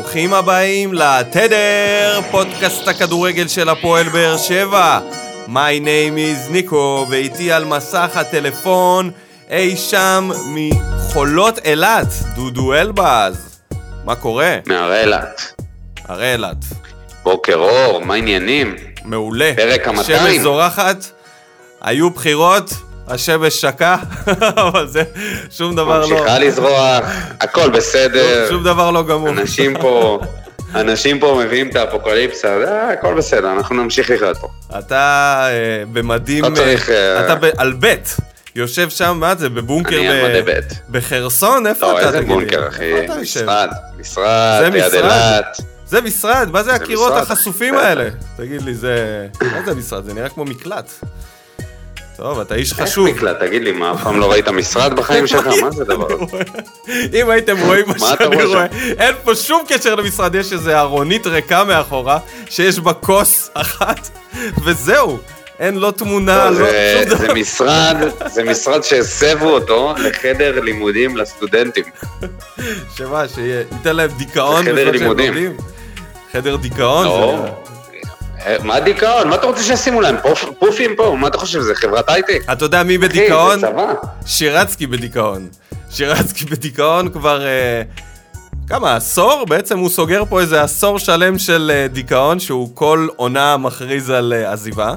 ברוכים הבאים לתדר, פודקאסט הכדורגל של הפועל באר שבע. My name is ניקו, ואיתי על מסך הטלפון אי שם מחולות אילת, דודו אלבז. מה קורה? מהרי אילת. הרי אילת. בוקר אור, מה העניינים? מעולה. פרק 200. השמש זורחת, היו בחירות, השמש שקע, אבל זה שום דבר לא... ממשיכה לזרוח, הכל בסדר. שום דבר לא גמור. אנשים פה מביאים את האפוקליפסה, הכל בסדר, אנחנו נמשיך לחיות פה. אתה במדים... לא צריך... אתה על בית. יושב שם, מה זה, בבונקר אני על מדי בית. בחרסון? איפה אתה? לא, איזה בונקר, אחי? משרד, ליד אילת. זה משרד? מה זה הקירות החשופים האלה? תגיד לי, מה זה משרד? זה נראה כמו מקלט. טוב, אתה איש חשוב. איך מקלט? תגיד לי, מה, אף פעם לא ראית משרד בחיים שלך? מה זה דבר? אם הייתם רואים מה שאני רואה, אין פה שום קשר למשרד, יש איזו ארונית ריקה מאחורה, שיש בה כוס אחת, וזהו. אין לו תמונה, לא שום דבר. זה משרד שהסבו אותו לחדר לימודים לסטודנטים. שמה, שייתן להם דיכאון? חדר לימודים. חדר דיכאון? לא. מה דיכאון? מה אתה רוצה שישימו להם? פופים פה? מה אתה חושב? זה חברת הייטק? אתה יודע מי בדיכאון? אחי, זה צבא. שירצקי בדיכאון. שירצקי בדיכאון כבר... כמה? עשור? בעצם הוא סוגר פה איזה עשור שלם של דיכאון, שהוא כל עונה מכריז על עזיבה.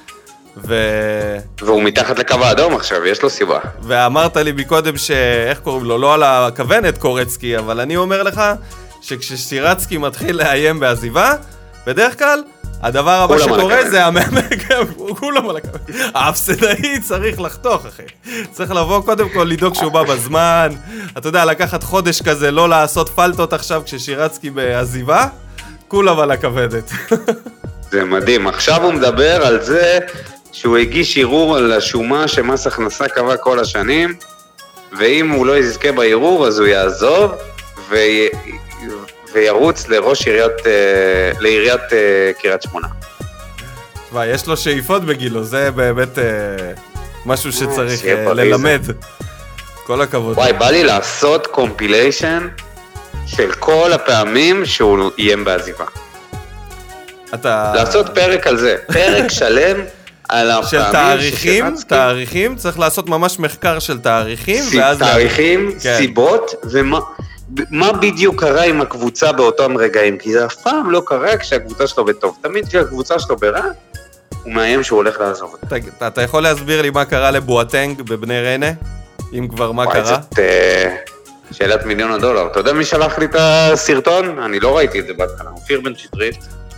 והוא מתחת לקו האדום עכשיו, יש לו סיבה. ואמרת לי מקודם איך קוראים לו? לא על הכוונת קורצקי, אבל אני אומר לך שכששירצקי מתחיל לאיים בעזיבה, בדרך כלל הדבר הבא שקורה זה כולם על הכוונת. האפסדאי צריך לחתוך, אחי. צריך לבוא קודם כל לדאוג שהוא בא בזמן. אתה יודע, לקחת חודש כזה, לא לעשות פלטות עכשיו כששירצקי בעזיבה, כולם על הכוונת. זה מדהים. עכשיו הוא מדבר על זה שהוא הגיש ערעור על השומה שמס הכנסה קבע כל השנים, ואם הוא לא יזכה בערעור אז הוא יעזוב וירוץ לעיריית קריית שמונה. תשמע, יש לו שאיפות בגילו, זה באמת משהו שצריך ללמד. כל הכבוד. וואי, בא לי לעשות קומפיליישן של כל הפעמים שהוא איים בעזיבה. לעשות פרק על זה, פרק שלם על הפעמים של תאריכים, צריך לעשות ממש מחקר של תאריכים, תאריכים, סיבות, ומה בדיוק קרה עם הקבוצה באותם רגעים, כי זה אף פעם לא קרה כשהקבוצה שלו בטוב, תמיד כשהקבוצה שלו ברע, הוא מאיים שהוא הולך לעזוב. אתה יכול להסביר לי מה קרה לבואטנג בבני ריינה? אם כבר מה קרה? זאת שאלת $1,000,000. אתה יודע מי שלח לי את הסרטון? אני לא ראיתי את זה בהתחלה, אופיר בן שטרית.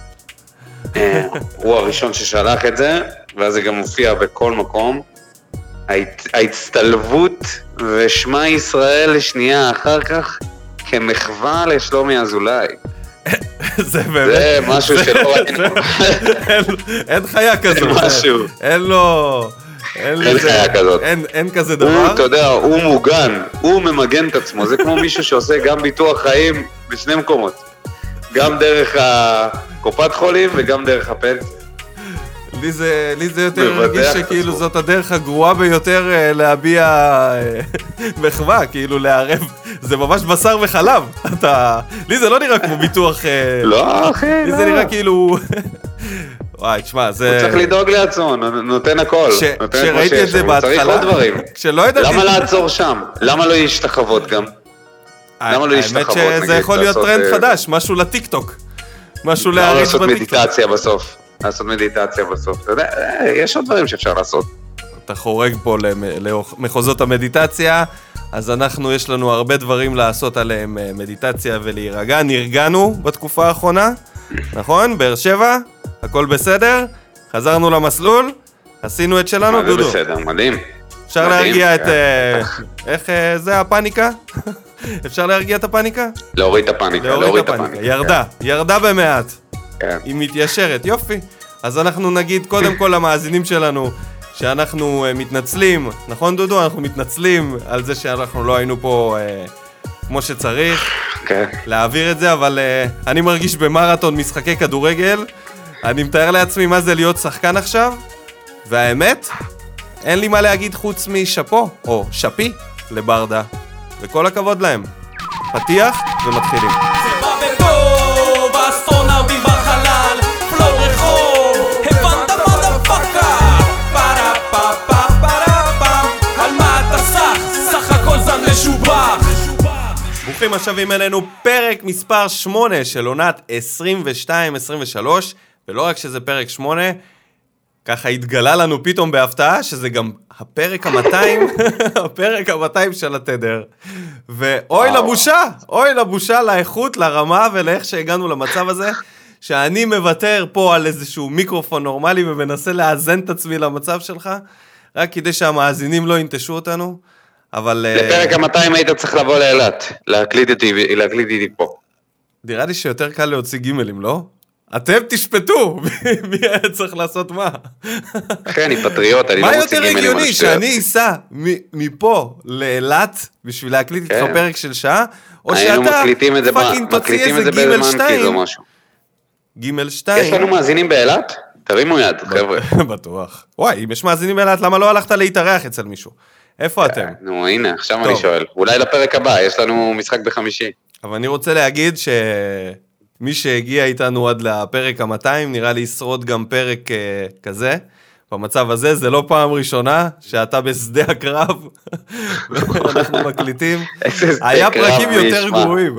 הוא הראשון ששלח את זה, ואז זה גם מופיע בכל מקום. ההצטלבות ושמה ישראל לשנייה אחר כך כמחווה לשלומי אזולאי. זה באמת. זה משהו שלא ראינו. אין חיה כזאת. אין משהו. אין חיה כזאת. אין כזה דבר. אתה יודע, הוא מוגן, הוא ממגן את עצמו. זה כמו מישהו שעושה גם ביטוח חיים בשני מקומות. גם דרך הקופת חולים וגם דרך הפנסיה. לי זה יותר מרגיש שכאילו זאת הדרך הגרועה ביותר להביע מחווה, כאילו לערב, זה ממש בשר וחלב. לי זה לא נראה כמו ביטוח... לא, אחי, לא. לי זה נראה כאילו... וואי, תשמע, זה... הוא צריך לדאוג לעצמו, נותן הכל. כשראיתי את זה בהתחלה... צריך עוד דברים. כשלא ידעתי... למה לעצור שם? למה לא להשתחוות גם? למה לא להשתחוות? האמת שזה יכול להיות טרנד חדש, משהו לטיקטוק. משהו להריץ בטיקטוק. לעשות מדיטציה בסוף. אתה יודע, יש עוד דברים שאפשר לעשות. אתה חורג פה למחוזות המדיטציה, אז יש לנו הרבה דברים לעשות עליהם מדיטציה ולהירגע. נרגענו בתקופה האחרונה, נכון? באר שבע, הכל בסדר, חזרנו למסלול, עשינו את שלנו, דודו. מה זה בסדר, מדהים. אפשר להרגיע את... איך זה הפאניקה? אפשר להרגיע את הפאניקה? להוריד את הפאניקה. ירדה במעט. היא מתיישרת, יופי. אז אנחנו נגיד קודם כל למאזינים שלנו שאנחנו מתנצלים, נכון דודו? אנחנו מתנצלים על זה שאנחנו לא היינו פה כמו שצריך להעביר את זה, אבל אני מרגיש במרתון משחקי כדורגל, אני מתאר לעצמי מה זה להיות שחקן עכשיו, והאמת, אין לי מה להגיד חוץ משפו או שפי לברדה, וכל הכבוד להם. פתיח ומתחילים. טוב, האסטרונאוטים בחלל, פלו רחוב, הבנת מודפאקה, פרה פה פה פרה פם, על מה אתה סך הכל זן משובח. ברוכים השבים אלינו, פרק מספר 8 של עונת 22-23, ולא רק שזה פרק 8, ככה התגלה לנו פתאום בהפתעה, שזה גם הפרק ה-200, הפרק ה-200 של התדר. ואוי לבושה, אוי לבושה לאיכות, לרמה ולאיך שהגענו למצב הזה, שאני מוותר פה על איזשהו מיקרופון נורמלי, ומנסה לאזן את עצמי למצב שלך, רק כדי שהמאזינים לא ינטשו אותנו, אבל... לפרק ה-200 היית צריך לבוא לאילת, להקליט איתי פה. נראה לי שיותר קל להוציא גימלים, לא? אתם תשפטו, מי היה צריך לעשות מה? אחרי, אני פטריוט, אני לא מוציא גימלים. מה יותר הגיוני, שאני אסע מפה לאילת, בשביל להקליט איתך פרק של שעה, או שאתה פאקינג תוציא איזה גימל 2. גימל 2. יש לנו מאזינים באילת? תרימו יד, חבר'ה. בטוח. וואי, אם יש מאזינים באילת, למה לא הלכת להתארח אצל מישהו? איפה אתם? נו, הנה, עכשיו אני שואל. אולי לפרק הבא, יש לנו משחק בחמישי. אבל אני רוצה להגיד מי שהגיע איתנו עד לפרק ה-200, נראה לי ישרוד גם פרק כזה. במצב הזה, זה לא פעם ראשונה שאתה בשדה הקרב, ואנחנו מקליטים. היה פרקים יותר גרועים.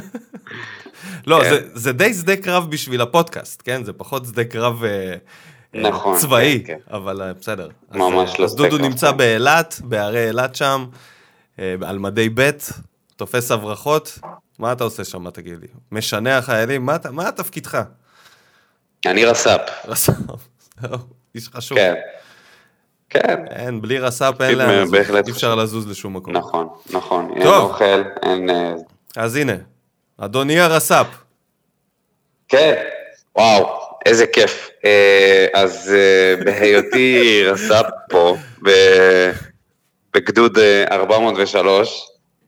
לא, זה די שדה קרב בשביל הפודקאסט, כן? זה פחות שדה קרב צבאי, אבל בסדר. ממש לא. אז דודו נמצא באילת, בערי אילת שם, על מדי בית, תופס הברחות. מה אתה עושה שם, תגיד לי? משנה החיילים? מה תפקידך? אני רס"פ. רס"פ, איש חשוב. כן. כן. אין, בלי רס"פ אין להם, אי אפשר לזוז לשום מקום. נכון. אין אוכל, אין... אז הנה, אדוני הרס"פ. כן, וואו, איזה כיף. אז בהיותי רס"פ פה, בגדוד 403,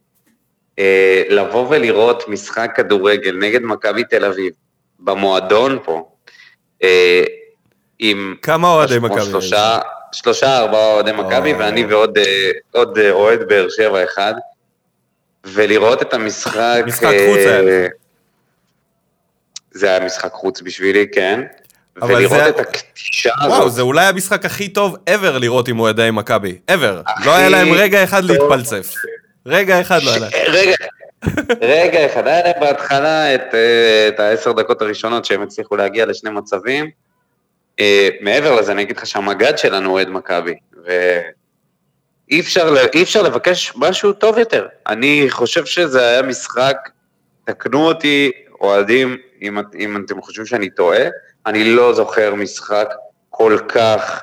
לבוא ולראות משחק כדורגל נגד מכבי תל אביב, במועדון פה, עם... כמה אוהדי מכבי? 3-4 אוהדי מכבי, ואני ועוד אוהד באר שבע אחד, ולראות את המשחק... משחק חוץ היה. זה היה משחק חוץ בשבילי, כן. ולראות את הקטישה הזאת. וואו, זה אולי המשחק הכי טוב ever לראות עם אוהדי מכבי. ever. לא היה להם רגע אחד להתפלצף. רגע אחד לא היה להם. רגע אחד. היה להם בהתחלה את 10 דקות הראשונות שהם הצליחו להגיע לשני מצבים. מעבר לזה, אני אגיד לך שהמגד שלנו אוהד מכבי. ואי אפשר לבקש משהו טוב יותר. אני חושב שזה היה משחק, תקנו אותי, אוהדים, אם אתם חושבים שאני טועה, אני לא זוכר משחק כל כך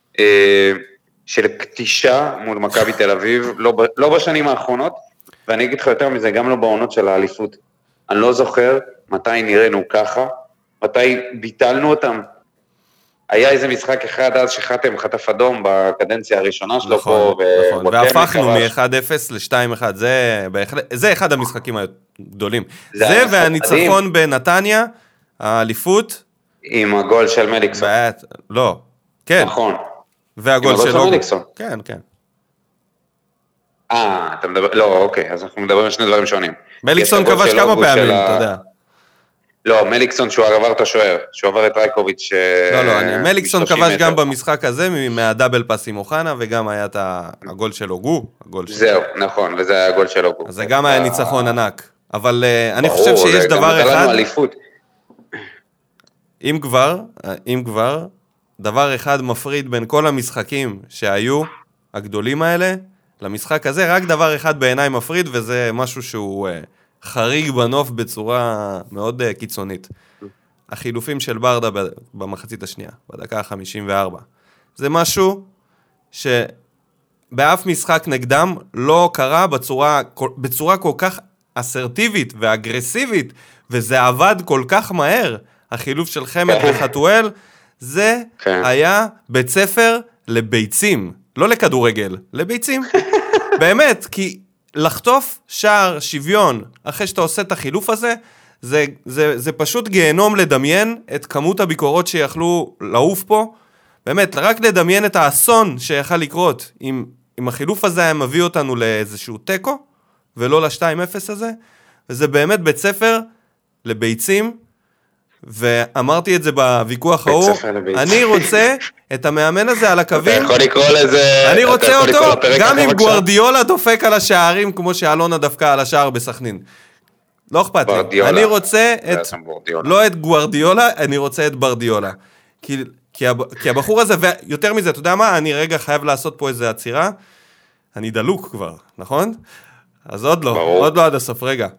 של קטישה מול מכבי תל אביב, לא בשנים האחרונות, ואני אגיד לך יותר מזה, גם לא בעונות של האליפות. אני לא זוכר מתי נראינו ככה, מתי ביטלנו אותם. היה איזה משחק אחד אז שחתם חטף אדום בקדנציה הראשונה שלו פה. נכון, והפכנו מ-1-0 ל-2-1, זה אחד המשחקים הגדולים. זה והניצחון בנתניה, האליפות. עם הגול של מליקסון. לא, כן. נכון. והגול של מליקסון. כן. אתה מדבר, לא, אוקיי, אז אנחנו מדברים על שני דברים שונים. מליקסון כבש כמה פעמים, אתה יודע. לא, מליקסון שהוא עבר את השוער, שהוא עבר את רייקוביץ'. לא, מליקסון כבש גם במשחק הזה, מהדאבל פס עם אוחנה, וגם היה את הגול של אוגו. זהו, נכון, וזה היה הגול של אוגו. אז זה גם היה ניצחון ענק. אבל אני חושב שיש דבר אחד, אם כבר, דבר אחד מפריד בין כל המשחקים שהיו, הגדולים האלה, למשחק הזה, רק דבר אחד בעיניי מפריד, וזה משהו שהוא חריג בנוף בצורה מאוד קיצונית. החילופים של ברדה במחצית השנייה, בדקה ה-54. זה משהו שבאף משחק נגדם לא קרה בצורה כל כך אסרטיבית ואגרסיבית, וזה עבד כל כך מהר. החילוף של חמד וחתואל, זה היה בית ספר לביצים, לא לכדורגל, לביצים. באמת, כי לחטוף שער שוויון אחרי שאתה עושה את החילוף הזה, זה פשוט גיהנום לדמיין את כמות הביקורות שיכלו לעוף פה. באמת, רק לדמיין את האסון שיכל לקרות. אם החילוף הזה היה מביא אותנו לאיזשהו טקו, ולא ל-2-0 הזה, וזה באמת בית ספר לביצים, ואמרתי את זה בוויכוח ההוא, אני רוצה את המאמן הזה על הקווים, אתה יכול לקרוא לזה, אני רוצה אותו, גם אם גוארדיולה דופק על השערים, כמו שאלונה דפקה על השער בסכנין. לא אכפת לי, אני רוצה לא את גוארדיולה, אני רוצה את ברדיולה. כי הבחור הזה, ויותר מזה, אתה יודע מה, אני רגע חייב לעשות פה איזו עצירה, אני דלוק כבר, נכון? אז עוד לא עד הסוף, רגע.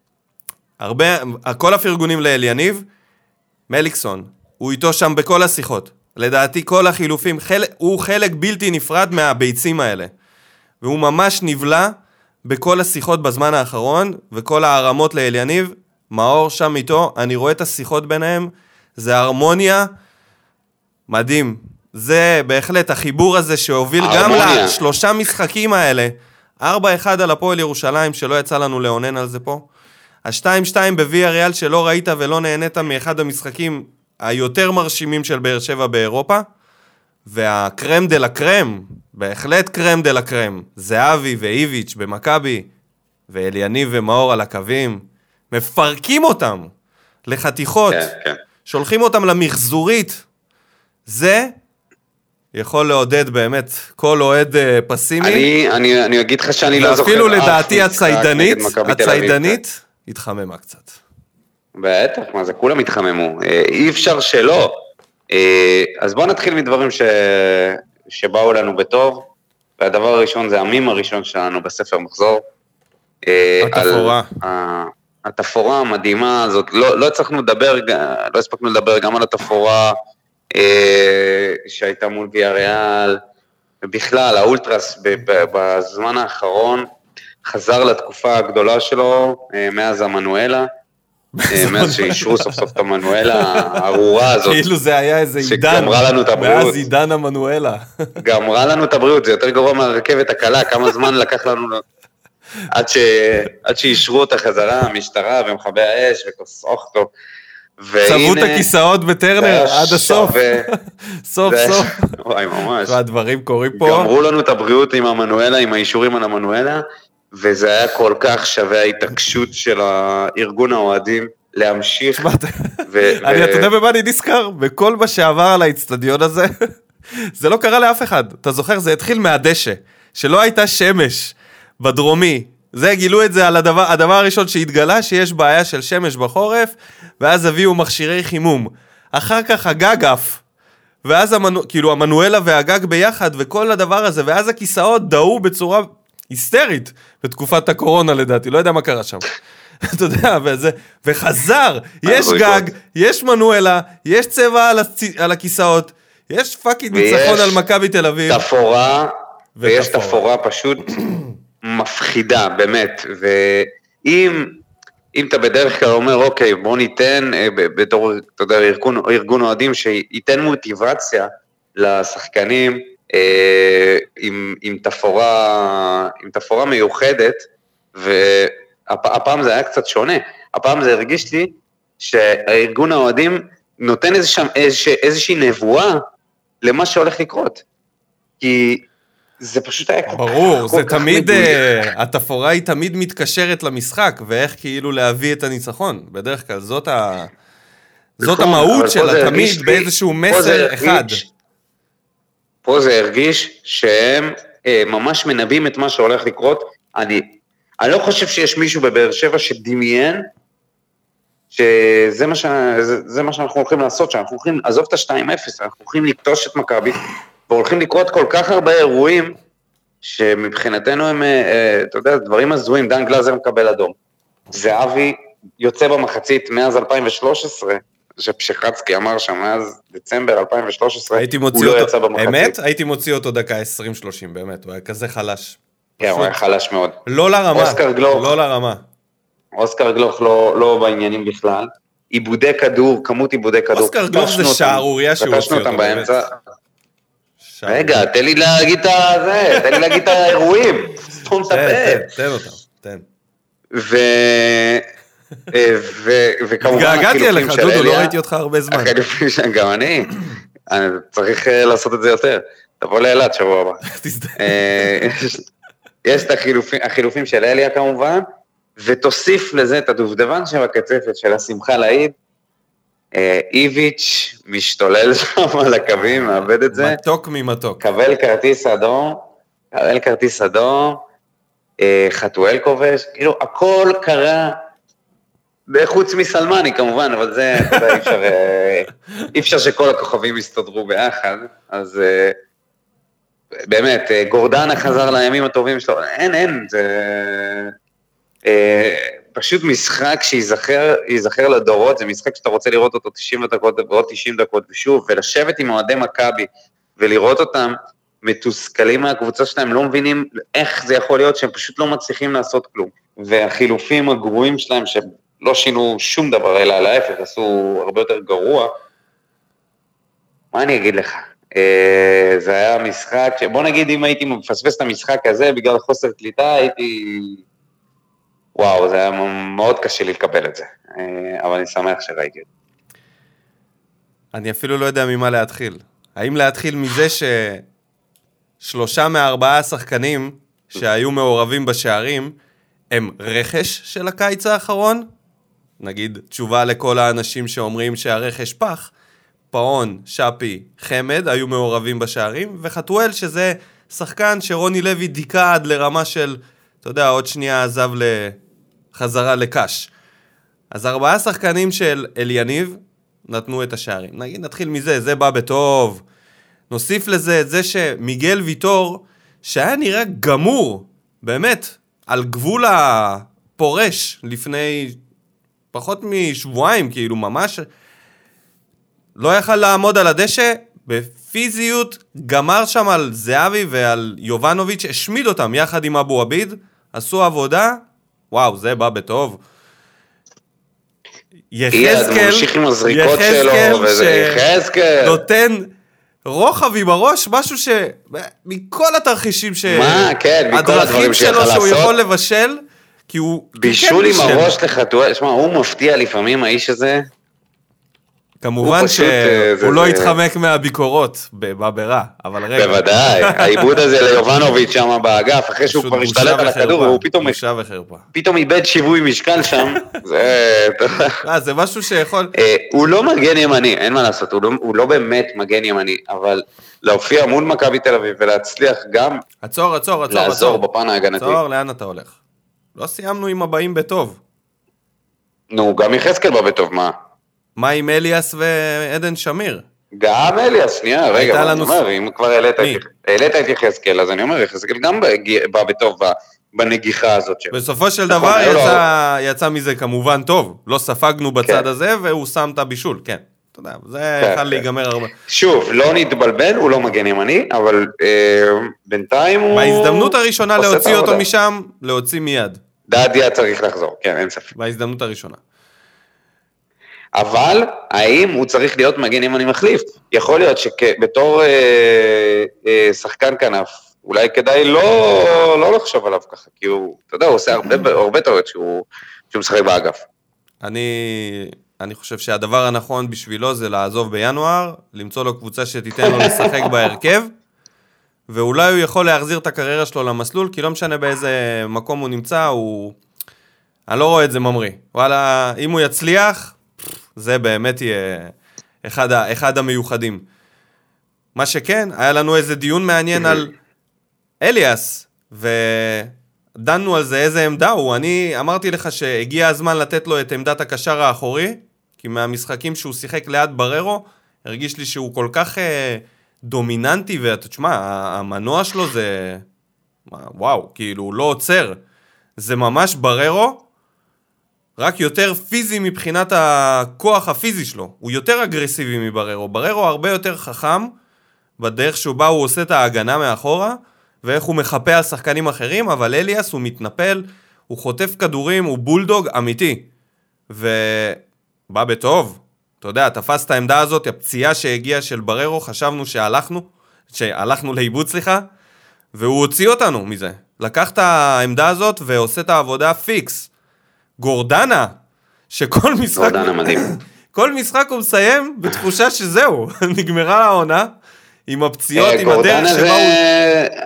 כל הפרגונים לאליניב, מליקסון, הוא איתו שם בכל השיחות. לדעתי כל החילופים, הוא חלק בלתי נפרד מהביצים האלה. והוא ממש נבלה בכל השיחות בזמן האחרון, וכל הערמות לאליניב, מאור שם איתו, אני רואה את השיחות ביניהם, זה הרמוניה מדהים. זה בהחלט החיבור הזה שהוביל גם לשלושה משחקים האלה. 4-1 על הפועל ירושלים, שלא יצא לנו לעונן על זה פה. ה-2-2 בוויה ריאל שלא ראית ולא נהנית מאחד המשחקים היותר מרשימים של באר שבע באירופה, והקרם דלה קרם, בהחלט קרם דלה קרם, זהבי ואיביץ' במכבי, ואליניב ומאור על הקווים, מפרקים אותם לחתיכות, שולחים אותם למחזורית, זה יכול לעודד באמת כל אוהד פסימי. אני אגיד לך שאני לא זוכר. ואפילו לדעתי הציידנית התחממה קצת. בטח, מה זה, כולם התחממו. אי אפשר שלא. אז בואו נתחיל מדברים שבאו לנו בטוב, והדבר הראשון זה המים הראשון שלנו בספר מחזור. התפורה. התפורה המדהימה הזאת, לא הספקנו לדבר גם על התפורה שהייתה מול ויה ריאל, ובכלל האולטרס בזמן האחרון חזר לתקופה הגדולה שלו מאז המנואלה, מאז שאישרו סוף סוף את המנואלה הארורה הזאת. כאילו זה היה איזה עידן, שגמרה לנו את הבריאות. מאז עידן המנואלה. גמרה לנו את הבריאות, זה יותר גרוע מהרכבת הקלה, כמה זמן לקח לנו עד שאישרו אותה חזרה, המשטרה ומכבי האש וכוס אוכטו. צבו את הכיסאות בטרנר עד הסוף. סוף. וואי, ממש. והדברים קורים פה. גמרו לנו את הבריאות עם המנואלה, עם האישורים על המנואלה, וזה היה כל כך שווה ההתעקשות של הארגון האוהדים להמשיך. אתה יודע במה אני נזכר? בכל מה שעבר על האצטדיון הזה, זה לא קרה לאף אחד. אתה זוכר? זה התחיל מהדשא, שלא הייתה שמש בדרומי. זה גילו את זה על הדבר הראשון שהתגלה, שיש בעיה של שמש בחורף, ואז הביאו מכשירי חימום. אחר כך הגג אף, ואז כאילו המנואלה והגג ביחד, וכל הדבר הזה, ואז הכיסאות דאו בצורה היסטרית, בתקופת הקורונה לדעתי, לא יודע מה קרה שם. אתה יודע, וחזר, יש גג, יש מנואלה, יש צבע על הכיסאות, יש פאקינג ניצחון על מכבי תל אביב. תפורה, ויש תפורה פשוט מפחידה, באמת, ואם אתה בדרך כלל אומר, אוקיי, בוא ניתן, בתור, אתה יודע, ארגון אוהדים, שייתן מוטיבציה לשחקנים, עם תפורה מיוחדת, והפעם זה היה קצת שונה, הפעם זה הרגיש לי, שהארגון האוהדים נותן איזושהי נבואה, למה שהולך לקרות, כי זה פשוט היה ברור, זה תמיד, התפורה היא תמיד מתקשרת למשחק, ואיך כאילו להביא את הניצחון, בדרך כלל זאת המהות שלה, תמיד באיזשהו מסר אחד. פה זה הרגיש שהם ממש מנבאים את מה שהולך לקרות, אני לא חושב שיש מישהו בבאר שבע שדמיין, שזה מה שאנחנו הולכים לעשות, שאנחנו הולכים, עזוב את ה-2-0, אנחנו הולכים לקטוש את מכבי, והולכים לקרות כל כך הרבה אירועים, שמבחינתנו הם, אתה יודע, דברים הזויים, דן גלאזר מקבל אדום. זהבי יוצא במחצית מאז 2013, שפשחצקי אמר שם, מאז דצמבר 2013, הוא לא יצא במחצית. אמת? הייתי מוציא אותו דקה 20-30, באמת, הוא היה כזה חלש. כן, הוא היה חלש מאוד. לא לרמה. אוסקר גלוך לא בעניינים בכלל. עיבודי כדור, כמות עיבודי כדור. אוסקר גלוך זה שערוריה שהוא הוציא אותו. באמצע. רגע, תן לי להגיד את האירועים. סתום את הפה. תן אותם, תן. וכמובן געגעתי אליך, דודו, לא ראיתי אותך הרבה זמן. גם אני צריך לעשות את זה יותר. תבוא לאילת שבוע הבא. יש את החילופים של אליה כמובן, ותוסיף לזה את הדובדבן שבקצפת של השמחה לעיד, איביץ' משתולל שם על הקווים, מאבד את זה. מתוק ממתוק. קבל כרטיס אדום, חתואל כובש, כאילו הכל קרה, חוץ מסלמני כמובן, אבל זה, אי אפשר שכל הכוכבים יסתדרו ביחד, אז באמת, גורדנה חזר לימים הטובים שלו, אין, זה פשוט משחק שיזכר לדורות, זה משחק שאתה רוצה לראות אותו 90 דקות ועוד 90 דקות, ושוב, ולשבת עם אוהדי מכבי, ולראות אותם מתוסכלים מהקבוצה שלהם, לא מבינים איך זה יכול להיות שהם פשוט לא מצליחים לעשות כלום, והחילופים הגרועים שלהם שלא שינו שום דבר, אלא להפך, עשו הרבה יותר גרוע, מה אני אגיד לך? זה היה משחק, בוא נגיד אם הייתי מפספס את המשחק הזה, בגלל חוסר קליטה, הייתי, וואו, זה היה מאוד קשה לקבל את זה, אבל אני שמח שראיתי את זה. אני אפילו לא יודע ממה להתחיל. האם להתחיל מזה ששלושה מארבעה שחקנים שהיו מעורבים בשערים, הם רכש של הקיץ האחרון? נגיד תשובה לכל האנשים שאומרים שהרכש פח, פאון, שפי, חמד היו מעורבים בשערים, וחתואל שזה שחקן שרוני לוי דיקה עד לרמה של, אתה יודע, עוד שנייה עזב לחזרה לקש. אז 4 שחקנים של אליניב נתנו את השערים. נגיד, נתחיל מזה, זה בא בטוב. נוסיף לזה את זה שמיגל ויטור, שהיה נראה גמור, באמת, על גבול הפורש, לפני פחות משבועיים, כאילו ממש, לא יכל לעמוד על הדשא, בפיזיות, גמר שם על זהבי ועל יובנוביץ', השמיד אותם יחד עם אבו עביד, עשו עבודה, וואו, זה בא בטוב. יחזקאל, נותן רוחבי בראש, משהו שמכל התרחישים הדרכים שלו שהוא יכול לבשל, כי הוא בישול עם הראש לחתואל, שמע, הוא מפתיע לפעמים האיש הזה. כמובן שהוא לא יתחמק מהביקורות בברע, אבל רגע. בוודאי, העיבוד הזה ליובנוביץ' שם באגף, אחרי שהוא כבר השתלט על הכדור, הוא פתאום איבד שיווי משקל שם, זה משהו שיכול... הוא לא מגן ימני, אין מה לעשות, הוא לא באמת מגן ימני, אבל להופיע מול מכבי תל אביב ולהצליח גם לעזור בפן ההגנתי. עצור, לאן אתה הולך? לא סיימנו עם הבאים בטוב. נו, גם יחזקאל בא בטוב, מה? מה עם אליאס ועדן שמיר? גם אליאס, שנייה, רגע, אני אומר, אם כבר העלית את יחזקאל, אז אני אומר, יחזקאל גם בא בטוב בנגיחה הזאת שלו. בסופו של דבר יצא מזה כמובן טוב, לא ספגנו בצד הזה, והוא שם את הבישול, כן. אתה יודע, זה יכול להיגמר הרבה. שוב, לא נתבלבן, הוא לא מגן ימני, אבל בינתיים הוא... בהזדמנות הראשונה להוציא אותו משם, להוציא מיד. דדיה צריך לחזור, כן, אין ספק. בהזדמנות הראשונה. אבל האם הוא צריך להיות מגן ימני מחליף? יכול להיות שבתור שחקן כנף, אולי כדאי לא לחשוב עליו ככה, כי הוא, אתה יודע, הוא עושה הרבה טעות שהוא משחק באגף. אני חושב שהדבר הנכון בשבילו זה לעזוב בינואר, למצוא לו קבוצה שתיתן לו לשחק בהרכב, ואולי הוא יכול להחזיר את הקריירה שלו למסלול, כי לא משנה באיזה מקום הוא נמצא, אני לא רואה את זה ממריא. וואלה, אם הוא יצליח, זה באמת יהיה אחד המיוחדים. מה שכן, היה לנו איזה דיון מעניין על אליאס, ודנו על זה איזה עמדה הוא. אני אמרתי לך שהגיע הזמן לתת לו את עמדת הקשר האחורי, כי מהמשחקים שהוא שיחק ליד בררו, הרגיש לי שהוא כל כך דומיננטי, ואתה תשמע, המנוע שלו זה, וואו, כאילו הוא לא עוצר, זה ממש בררו, רק יותר פיזי מבחינת הכוח הפיזי שלו, הוא יותר אגרסיבי מבררו, בררו הרבה יותר חכם, בדרך שבה הוא עושה את ההגנה מאחורה, ואיך הוא מחפה על שחקנים אחרים, אבל אליאס הוא מתנפל, הוא חוטף כדורים, הוא בולדוג אמיתי, ובא בטוב, אתה יודע, תפס את העמדה הזאת, הפציעה שהגיעה של בררו, חשבנו שהלכנו לאיבוד, והוא הוציא אותנו מזה, לקח את העמדה הזאת ועושה את העבודה פיקס, גורדנה, שכל משחק... גורדנה מדהים. כל משחק הוא מסיים בתחושה שזהו, נגמרה העונה, עם הפציעות, עם הדרך שבה הוא...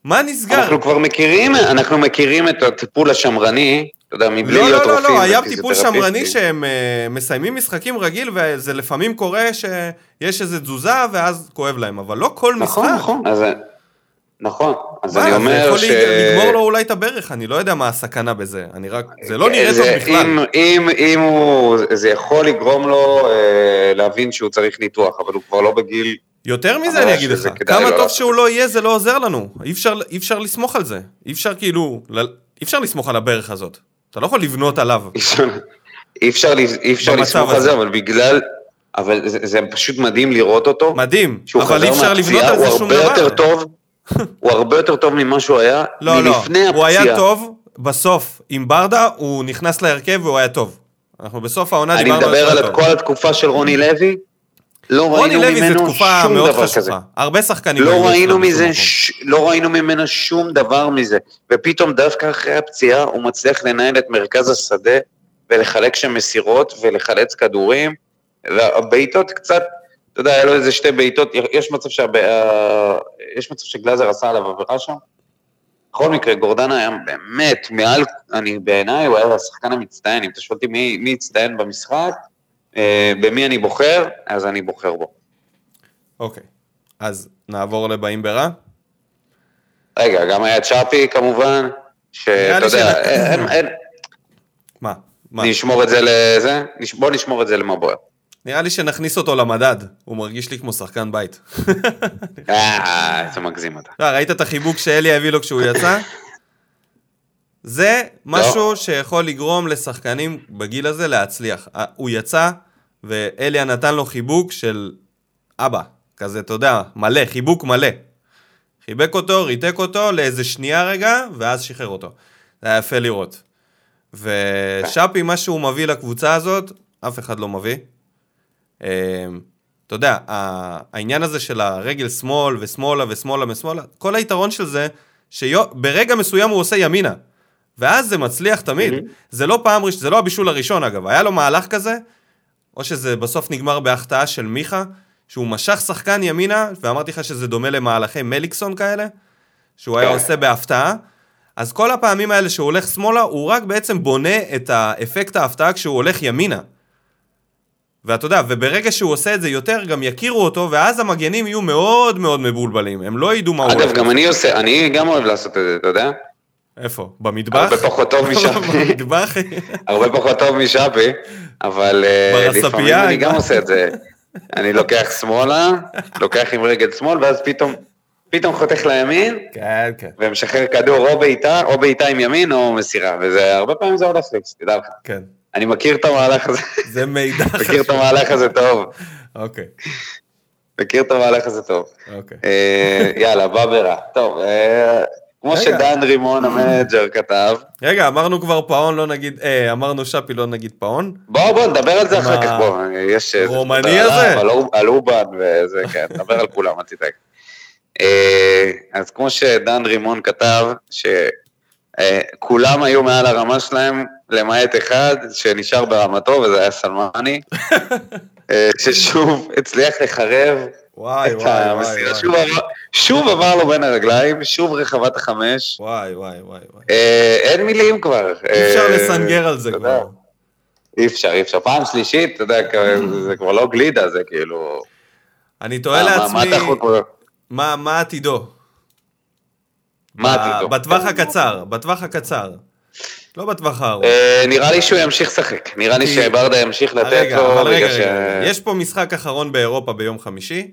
מה נסגר? אנחנו מכירים את הטיפול השמרני, אתה יודע, מבלי להיות רופאים. לא, היה טיפול שמרני שהם מסיימים משחקים רגיל, וזה לפעמים קורה שיש איזו תזוזה, ואז כואב להם, אבל לא כל משחק. נכון, אז אני אומר זה יכול לגמור לו אולי את הברך, אני לא יודע מה הסכנה בזה, זה לא נראה טוב בכלל. אם זה יכול לגרום לו להבין שהוא צריך ניתוח, אבל הוא כבר לא בגיל... יותר מזה אני אגיד לך, כמה טוב שהוא לא יהיה, זה לא עוזר לנו, אי אפשר לסמוך על זה, אי אפשר לסמוך על הברך הזאת, אתה לא יכול לבנות עליו. אי אפשר לסמוך על זה, אבל זה פשוט מדהים לראות אותו. מדהים, אבל אי אפשר לבנות על זה שום דבר. הוא הרבה יותר טוב ממה שהוא היה מלפני הפציעה. הוא היה טוב, בסוף, עם ברדה, הוא נכנס להרכב והוא היה טוב. אנחנו בסוף העונה דיברנו על זה טוב. אני מדבר על כל התקופה של רוני לוי, לא ראינו ממנו שום דבר כזה. הרבה שחקנים. לא ראינו ממנו שום דבר מזה. ופתאום דווקא אחרי הפציעה, הוא מצליח לנהל את מרכז השדה, ולחלק שם מסירות, ולחלץ כדורים, והבעיטות קצת, אתה יודע, היה לו איזה שתי בעיטות, יש מצב שגלאזר עשה עליו עבירה שם. בכל מקרה, גורדנה היה באמת, בעיניי, הוא היה השחקן המצטיין, אם אתה שואל אותי מי הצטיין במשחק, במי אני בוחר, אז אני בוחר בו. אוקיי, אז נעבור לבאים ברע. רגע, גם היה צ'אפי כמובן, שאתה יודע, אין... מה? נשמור את זה לזה? בוא נשמור את זה למבואה. נראה לי שנכניס אותו למדד, הוא מרגיש לי כמו שחקן בית. זה מגזים אותה. ראית את החיבוק שאלי הביא לו כשהוא יצא? זה משהו שיכול לגרום לשחקנים בגיל הזה להצליח. הוא יצא, ואליה נתן לו חיבוק של אבא, כזה, אתה יודע, מלא, חיבוק מלא. חיבק אותו, ריתק אותו לאיזה שנייה רגע, ואז שחרר אותו. זה היה יפה לראות. ושאפי, מה שהוא מביא לקבוצה הזאת, אף אחד לא מביא. אתה יודע, העניין הזה של הרגל שמאל ושמאלה ושמאלה ושמאלה, כל היתרון של זה, שברגע מסוים הוא עושה ימינה, ואז זה מצליח תמיד. זה לא פעם, זה לא הבישול הראשון אגב, היה לו מהלך כזה, או שזה בסוף נגמר בהחטאה של מיכה, שהוא משך שחקן ימינה, ואמרתי לך שזה דומה למהלכי מליקסון כאלה, שהוא היה עושה בהפתעה, אז כל הפעמים האלה שהוא הולך שמאלה, הוא רק בעצם בונה את האפקט ההפתעה כשהוא הולך ימינה. ואתה יודע, וברגע שהוא עושה את זה יותר, גם יכירו אותו, ואז המגנים יהיו מאוד מאוד מבולבלים, הם לא ידעו מה הוא אגב, גם אני גם אוהב לעשות את זה, אתה יודע? איפה? במטבח? הרבה פחות טוב משאפי. במטבח? הרבה פחות טוב משאפי, אבל לפעמים אני גם עושה את זה. אני לוקח שמאלה, לוקח עם רגל שמאל, ואז פתאום חותך לימין, ומשחרר כדור או בעיטה עם ימין או מסירה, וזה הרבה פעמים זה הולך פיקס, תדע לך. כן. אני מכיר את המהלך הזה. זה מידע חשוב. מכיר את המהלך הזה טוב. אוקיי. מכיר את המהלך הזה טוב. אוקיי. יאללה, בא ברע. טוב, כמו שדן רימון המנג'ר כתב. רגע, אמרנו כבר פאון, לא נגיד, אמרנו שפי, לא נגיד פאון. בוא, נדבר על זה אחר כך, בוא. רומני הזה? אבל על אובן וזה, כן, נדבר על כולם, אל תתעק. אז כמו שדן רימון כתב, שכולם היו מעל הרמה שלהם, למעט אחד שנשאר ברמתו, וזה היה סלמני, ששוב הצליח לחרב את המסירה. שוב עבר לו בין הרגליים, שוב רחבת החמש. וואי. אין מילים כבר. אי אפשר לסנגר על זה כבר. אי אפשר. פעם שלישית, אתה יודע, זה כבר לא גלידה, זה כאילו... אני תוהה לעצמי, מה עתידו? בטווח הקצר. לא בטווח הארוך. נראה לי שהוא ימשיך לשחק. נראה לי שברדה ימשיך לתת לו... רגע. יש פה משחק אחרון באירופה ביום חמישי,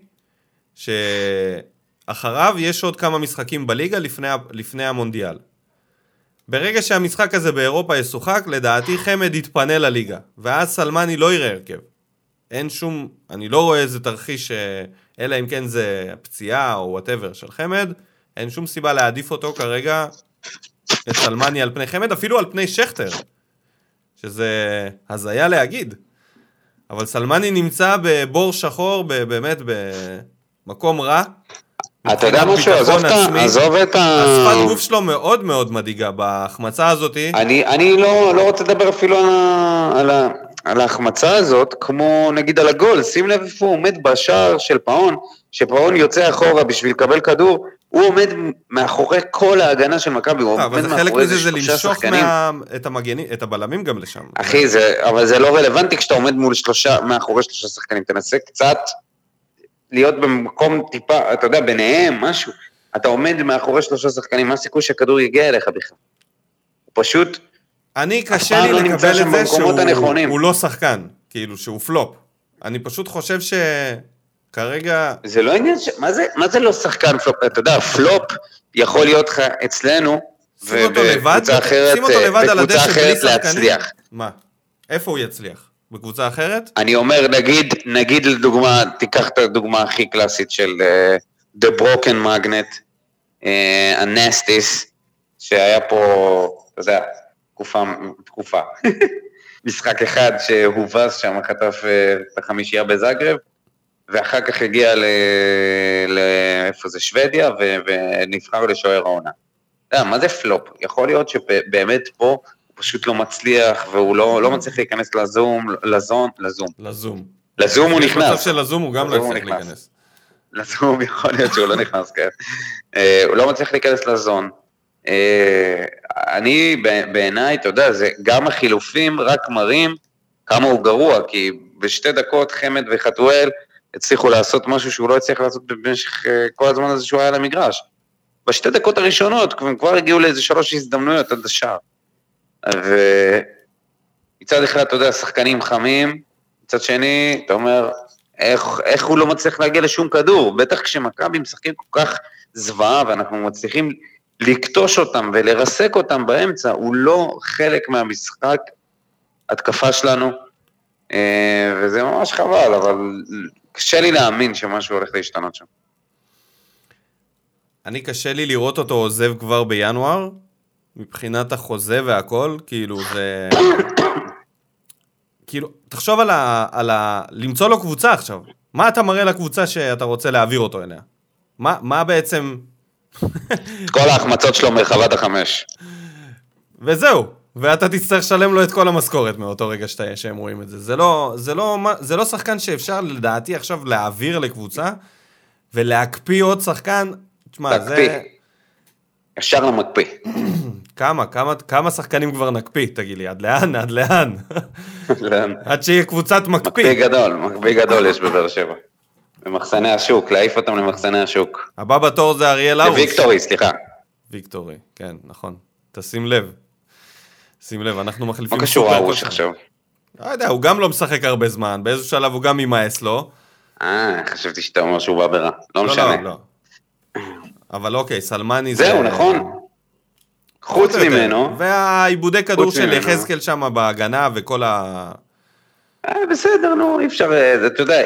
שאחריו יש עוד כמה משחקים בליגה לפני המונדיאל. ברגע שהמשחק הזה באירופה ישוחק, לדעתי חמד יתפנה לליגה, ואז סלמני לא יראה הרכב. אין שום, אני לא רואה איזה תרחיש, אלא אם כן זה פציעה או whatever של חמד, אין שום סיבה להעדיף אותו כרגע את סלמני על פני חמד, אפילו על פני שכטר, שזה הזיה להגיד. אבל סלמני נמצא בבור שחור, באמת במקום רע. אתה יודע משהו, עזוב את השפת גוף שלו מאוד מאוד מדאיגה בהחמצה הזאת. אני לא רוצה לדבר אפילו על ההחמצה הזאת, כמו נגיד על הגול, שים לב איפה הוא עומד בשער של פאון, שפאון יוצא אחורה בשביל לקבל כדור, הוא עומד מאחורי כל ההגנה של מכבי, הוא עומד מאחורי איזה שלושה שחקנים. את המגנים, את הבלמים גם לשם. אחי, אבל זה לא רלוונטי כשאתה עומד מאחורי שלושה שחקנים, תנסה קצת להיות במקום טיפה, אתה יודע, ביניהם, משהו. אתה עומד מאחורי שלושה שחקנים, מה הסיכוי שהכדור יגיע אליך בכלל? הוא פשוט... אני קשה לי לקבל את זה שהוא לא שחקן, כאילו שהוא פלופ. אני פשוט חושב שכרגע... זה לא עניין מה זה לא שחקן פלופ? אתה יודע, פלופ יכול להיות לך אצלנו, ובקבוצה אחרת להצליח. מה? איפה הוא יצליח? בקבוצה אחרת? אני אומר, נגיד לדוגמה, תיקח את הדוגמה הכי קלאסית של The Broken Magnet, הנסטיס, שהיה פה, אתה יודע, תקופה. משחק אחד שהובס שם, חטף את החמישייה בזאגרב, ואחר כך הגיע לאיפה זה, שוודיה, ונבחר לשוער העונה. מה זה פלופ? יכול להיות שבאמת פה הוא פשוט לא מצליח, והוא לא מצליח להיכנס לזום הוא נכנס. במצב של לזום הוא גם לא יצליח להיכנס. לזום יכול להיות שהוא לא נכנס, כן. הוא לא מצליח להיכנס לזון. אני בעיניי, אתה יודע, זה גם החילופים רק מראים כמה הוא גרוע, כי בשתי דקות חמד וחתואל הצליחו לעשות משהו שהוא לא הצליח לעשות במשך כל הזמן הזה שהוא היה למגרש. בשתי דקות הראשונות הם כבר הגיעו לאיזה 3 הזדמנויות עד השאר. ומצד אחד, אתה יודע, שחקנים חמים, מצד שני, אתה אומר, איך הוא לא מצליח להגיע לשום כדור? בטח כשמכבי משחקים כל כך זוועה, ואנחנו מצליחים לקטוש אותם ולרסק אותם באמצע, הוא לא חלק מהמשחק התקפה שלנו, וזה ממש חבל, אבל קשה לי להאמין שמשהו הולך להשתנות שם. אני קשה לי לראות אותו עוזב כבר בינואר, מבחינת החוזה והכל, כאילו זה... כאילו, תחשוב למצוא לו קבוצה עכשיו. מה אתה מראה לקבוצה שאתה רוצה להעביר אותו אליה? מה בעצם... את כל ההחמצות שלו מרחבת 5. וזהו, ואתה תצטרך לשלם לו את כל המשכורת מאותו רגע שהם רואים את זה. זה לא שחקן שאפשר לדעתי עכשיו להעביר לקבוצה, ולהקפיא עוד שחקן, תשמע, זה... ישר למקפיא. כמה שחקנים כבר נקפיא, תגיד לי, עד לאן? עד שיהיה קבוצת מקפיא. מקפיא גדול יש בבאר שבע. במחסני השוק, להעיף אותם למחסני השוק. הבא בתור זה אריאל ארוש. ויקטורי, סליחה. ויקטורי, כן, נכון. תשים לב. שים לב, אנחנו מחליפים... מה קשור ארוש עכשיו? לא יודע, הוא גם לא משחק הרבה זמן, באיזשהו שלב הוא גם ימאס לו. חשבתי שאתה אומר שהוא בא ברע. לא משנה. לא. אבל אוקיי, סלמני זה... זהו, נכון. חוץ ממנו. והעיבודי כדור של יחזקאל שם בהגנה וכל ה... בסדר, נו, אי אפשר... אתה יודע,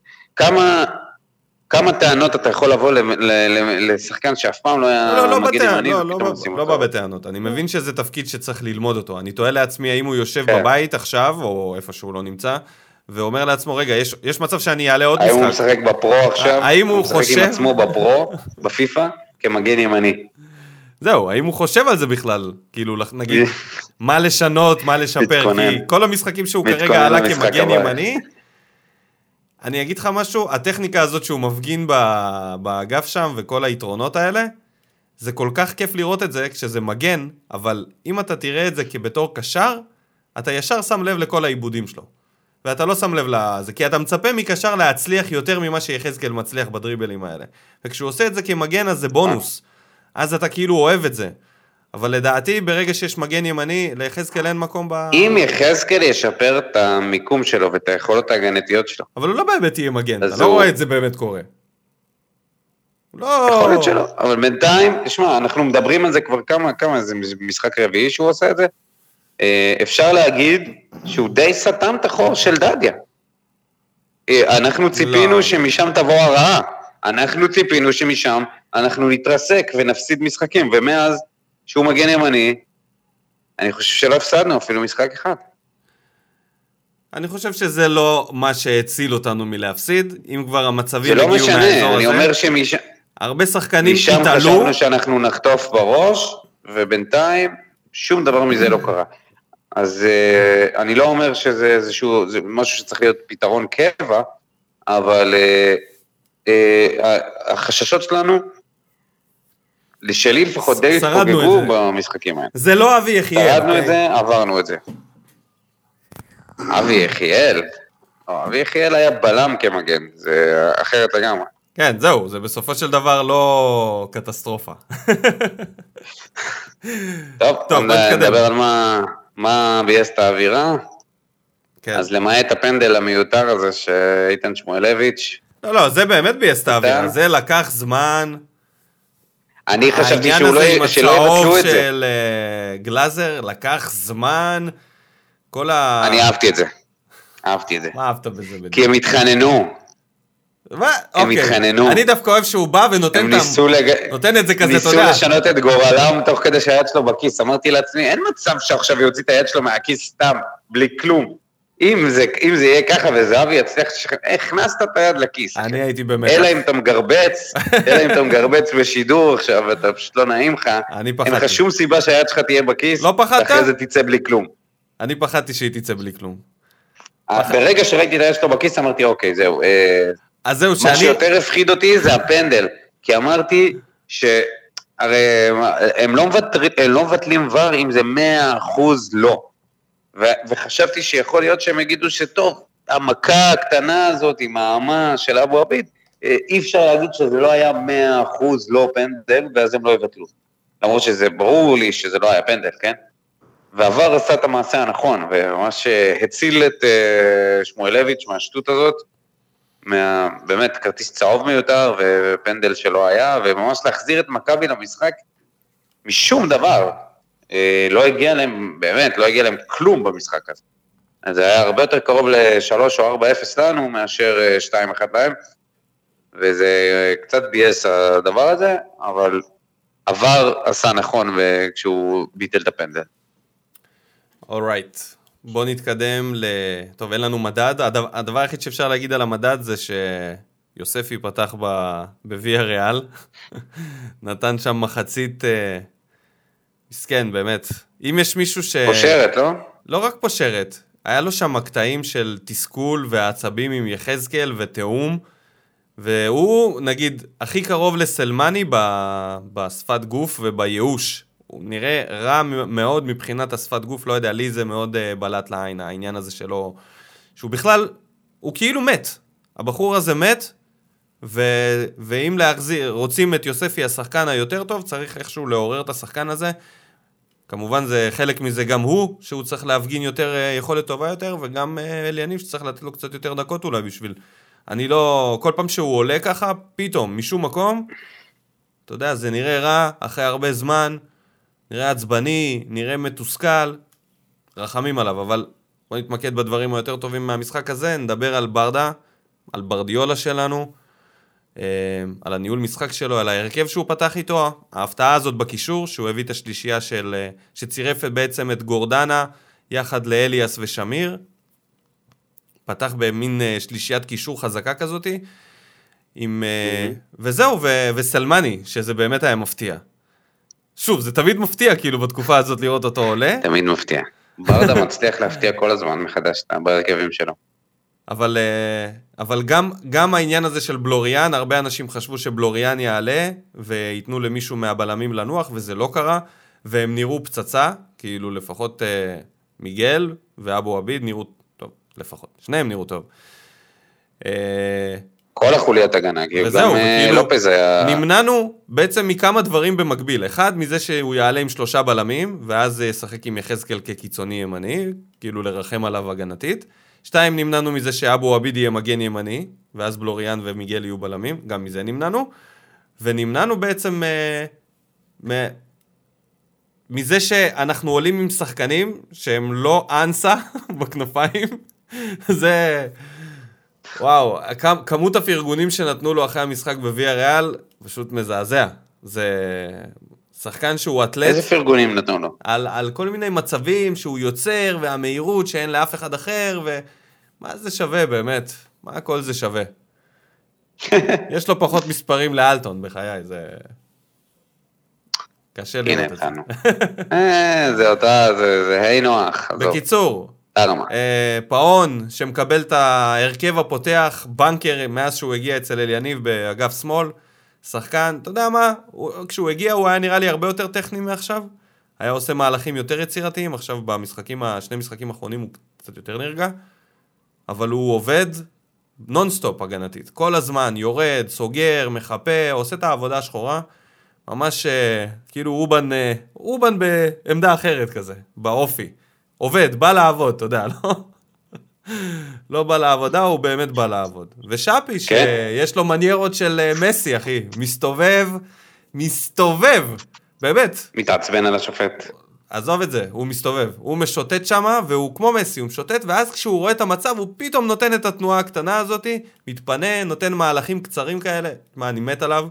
כמה טענות אתה יכול לבוא לשחקן שאף פעם לא היה מגן ימני? לא בא בטענות. אני מבין שזה תפקיד שצריך ללמוד אותו. אני תוהה לעצמי האם הוא יושב בבית עכשיו, או איפה שהוא לא נמצא, ואומר לעצמו, רגע, יש מצב שאני אעלה עוד משחק. האם הוא משחק בפרו עכשיו? האם הוא חושב... משחק עם עצמו בפרו, בפיפה, כמגן ימני. זהו, האם הוא חושב על זה בכלל? כאילו, נגיד, מה לשנות, מה לשפר, כי כל המשחקים שהוא כרגע עלה כמגן ימני, אני אגיד לך משהו, הטכניקה הזאת שהוא מפגין באגף שם, וכל היתרונות האלה, זה כל כך כיף לראות את זה כשזה מגן, אבל אם אתה תראה את זה כבתור קשר, אתה ישר שם לב לכל העיבודים שלו. ואתה לא שם לב לזה, כי אתה מצפה מקשר להצליח יותר ממה שיחזקאל מצליח בדריבלים האלה. וכשהוא עושה את זה כמגן, אז זה בונוס. אז אתה כאילו אוהב את זה. אבל לדעתי, ברגע שיש מגן ימני, ליחזקאל אין מקום אם יחזקאל ישפר את המיקום שלו ואת היכולות ההגנתיות שלו. אבל הוא לא באמת יהיה מגן, אתה לא רואה את זה באמת קורה. לא... יכול להיות שלא, אבל בינתיים, תשמע, אנחנו מדברים על זה כבר כמה, זה משחק רביעי שהוא עושה את זה. אפשר להגיד שהוא די סתם את החור של דדיה. אנחנו ציפינו שמשם תבוא הרעה. אנחנו ציפינו שמשם אנחנו נתרסק ונפסיד משחקים, ומאז שהוא מגן ימני, אני חושב שלא הפסדנו אפילו משחק אחד. אני חושב שזה לא מה שהציל אותנו מלהפסיד, אם כבר המצבים הגיעו מהאזור הזה. זה לא משנה, אני אומר הרבה שחקנים משם התעלו. חשבנו שאנחנו נחטוף בראש, ובינתיים שום דבר מזה לא קרה. אז אני לא אומר שזה איזשהו, זה משהו שצריך להיות פתרון קבע, אבל החששות שלנו שלי לפחות די התפוגגו במשחקים האלה. זה לא אבי יחיאל. שרדנו את זה, עברנו את זה. אבי יחיאל? אבי יחיאל היה בלם כמגן, זה אחרת לגמרי. כן, זהו, זה בסופו של דבר לא קטסטרופה. טוב, נדבר על מה בייס את האווירה. אז למעט הפנדל המיותר הזה שאיתן שמואלביץ'. לא, זה באמת בייס את האווירה, זה לקח זמן. אני חשבתי שלא יבטלו את זה. העניין הזה עם הצהוב של גלאזר לקח זמן. אני אהבתי את זה. מה אהבת בזה? כי הם התחננו. הם התחננו. אני דווקא אוהב שהוא בא ונותן את זה כזה, ניסו לשנות את גורלם תוך כדי שהיד שלו בכיס. אמרתי לעצמי, אין מצב שעכשיו יוציא את היד שלו מהכיס סתם, בלי כלום. אם זה יהיה ככה וזהבי יצליח, הכנסת את היד לכיס. אני הייתי באמת. אלא אם אתה מגרבץ בשידור עכשיו, אתה פשוט לא נעים לך. אין לך שום סיבה שהיד שלך תהיה בכיס. לא פחדת? ואחרי זה תצא בלי כלום. אני פחדתי שהיא תצא בלי כלום. ברגע שראיתי את היד שלו בכיס, אמרתי, אוקיי, זהו. אז זהו, מה שיותר הפחיד אותי זה הפנדל. כי אמרתי הרי הם לא מבטלים ור אם זה 100% לא. וחשבתי שיכול להיות שהם יגידו שטוב, המכה הקטנה הזאת עם האמה של אבו עביד, אי אפשר להגיד שזה לא היה 100% לא פנדל, ואז הם לא יבטלו. למרות שזה ברור לי שזה לא היה פנדל, כן? והעבר עשה את המעשה הנכון, וממש הציל את שמואלביץ' מהשטות הזאת, באמת כרטיס צהוב מיותר, ופנדל שלא היה, וממש להחזיר את מכבי למשחק, משום דבר, לא הגיע להם, באמת, לא הגיע להם כלום במשחק הזה. אז זה היה הרבה יותר קרוב ל3 או 4-0 לנו, מאשר 2-1 להם, וזה קצת בייס הדבר הזה, אבל עבר עשה נכון כשהוא ביטל את הפנדל. Alright, בוא נתקדם טוב, אין לנו מדד, הדבר היחיד שאפשר להגיד על המדד זה שיוספי פתח בוויה ריאל, נתן שם מחצית מסכן, באמת. אם יש מישהו פושרת, לא? לא רק פושרת, היה לו שם מקטעים של תסכול ועצבים עם יחזקאל ותאום, והוא, נגיד, הכי קרוב לסלמני בשפת גוף ובייאוש. הוא נראה רע מאוד מבחינת השפת גוף, לא יודע, לי זה מאוד בלט לעין, העניין הזה שלו, שהוא בכלל, הוא כאילו מת. הבחור הזה מת, ואם רוצים את יוספי השחקן היותר טוב, צריך איכשהו לעורר את השחקן הזה. כמובן זה חלק מזה גם הוא, שהוא צריך להפגין יותר יכולת טובה יותר, וגם אליניב שצריך לתת לו קצת יותר דקות אולי בשביל. אני לא, כל פעם שהוא עולה ככה, פתאום, משום מקום, אתה יודע, זה נראה רע, אחרי הרבה זמן, נראה עצבני, נראה מתוסכל, רחמים עליו, אבל בוא נתמקד בדברים היותר טובים מהמשחק הזה, נדבר על ברדה, על ברדיולה שלנו, על הניהול משחק שלו, על ההרכב שהוא פתח איתו, ההפתעה הזאת בקישור, שהוא הביא את השלישייה שצירף בעצם את גורדנה, יחד לאליאס ושמיר, פתח במין שלישיית קישור חזקה כזאת, וזהו, וסלמני, שזה באמת היה מפתיע. שוב, זה תמיד מפתיע, כאילו, בתקופה הזאת לראות אותו עולה. תמיד מפתיע. ברדה מצליח להפתיע כל הזמן מחדש בהרכבים שלו. אבל גם העניין הזה של בלוריאן, הרבה אנשים חשבו שבלוריאן יעלה, ויתנו למישהו מהבלמים לנוח, וזה לא קרה, והם נראו פצצה, כאילו לפחות מיגל ואבו עביד נראו טוב, לפחות. שניהם נראו טוב. כל החוליית הגנה, וזהו, גם לופז היה... נמנענו בעצם מכמה דברים במקביל. אחד, מזה שהוא יעלה עם 3 בלמים, ואז ישחק עם יחזקאל כקיצוני ימני, כאילו לרחם עליו הגנתית. 2, נמנענו מזה שאבו עביד יהיה מגן ימני, ואז בלוריאן ומיגל יהיו בלמים, גם מזה נמנענו. ונמנענו בעצם מזה שאנחנו עולים עם שחקנים שהם לא אנסה בכנפיים. זה... וואו, כמות הפרגונים שנתנו לו אחרי המשחק בוויה ריאל, פשוט מזעזע. זה שחקן שהוא אתלט. איזה פרגונים נתנו לו? על כל מיני מצבים שהוא יוצר, והמהירות שאין לאף אחד אחר, ומה זה שווה באמת? מה כל זה שווה? יש לו פחות מספרים לאלטון בחיי, זה... קשה לראות את זה. זה אותה, זה היי נוח. בקיצור, פאון שמקבל את ההרכב הפותח, בנקר מאז שהוא הגיע אצל אליניב באגף שמאל, שחקן, אתה יודע מה, כשהוא הגיע הוא היה נראה לי הרבה יותר טכני מעכשיו, היה עושה מהלכים יותר יצירתיים, עכשיו שני משחקים האחרונים הוא קצת יותר נרגע, אבל הוא עובד נונסטופ הגנתית, כל הזמן יורד, סוגר, מחפה, עושה את העבודה השחורה, ממש כאילו אובן בעמדה אחרת כזה, באופי, עובד, בא לעבוד, אתה יודע, לא בא לעבודה, הוא באמת בא לעבוד. ושאפי, שיש לו מניירות של מסי, אחי, מסתובב, באמת. מתעצבן על השופט. עזוב את זה, הוא מסתובב, הוא משוטט שמה, והוא כמו מסי, הוא משוטט, ואז כשהוא רואה את המצב, הוא פתאום נותן את התנועה הקטנה הזאת, מתפנה, נותן מהלכים קצרים כאלה, מה, אני מת עליו,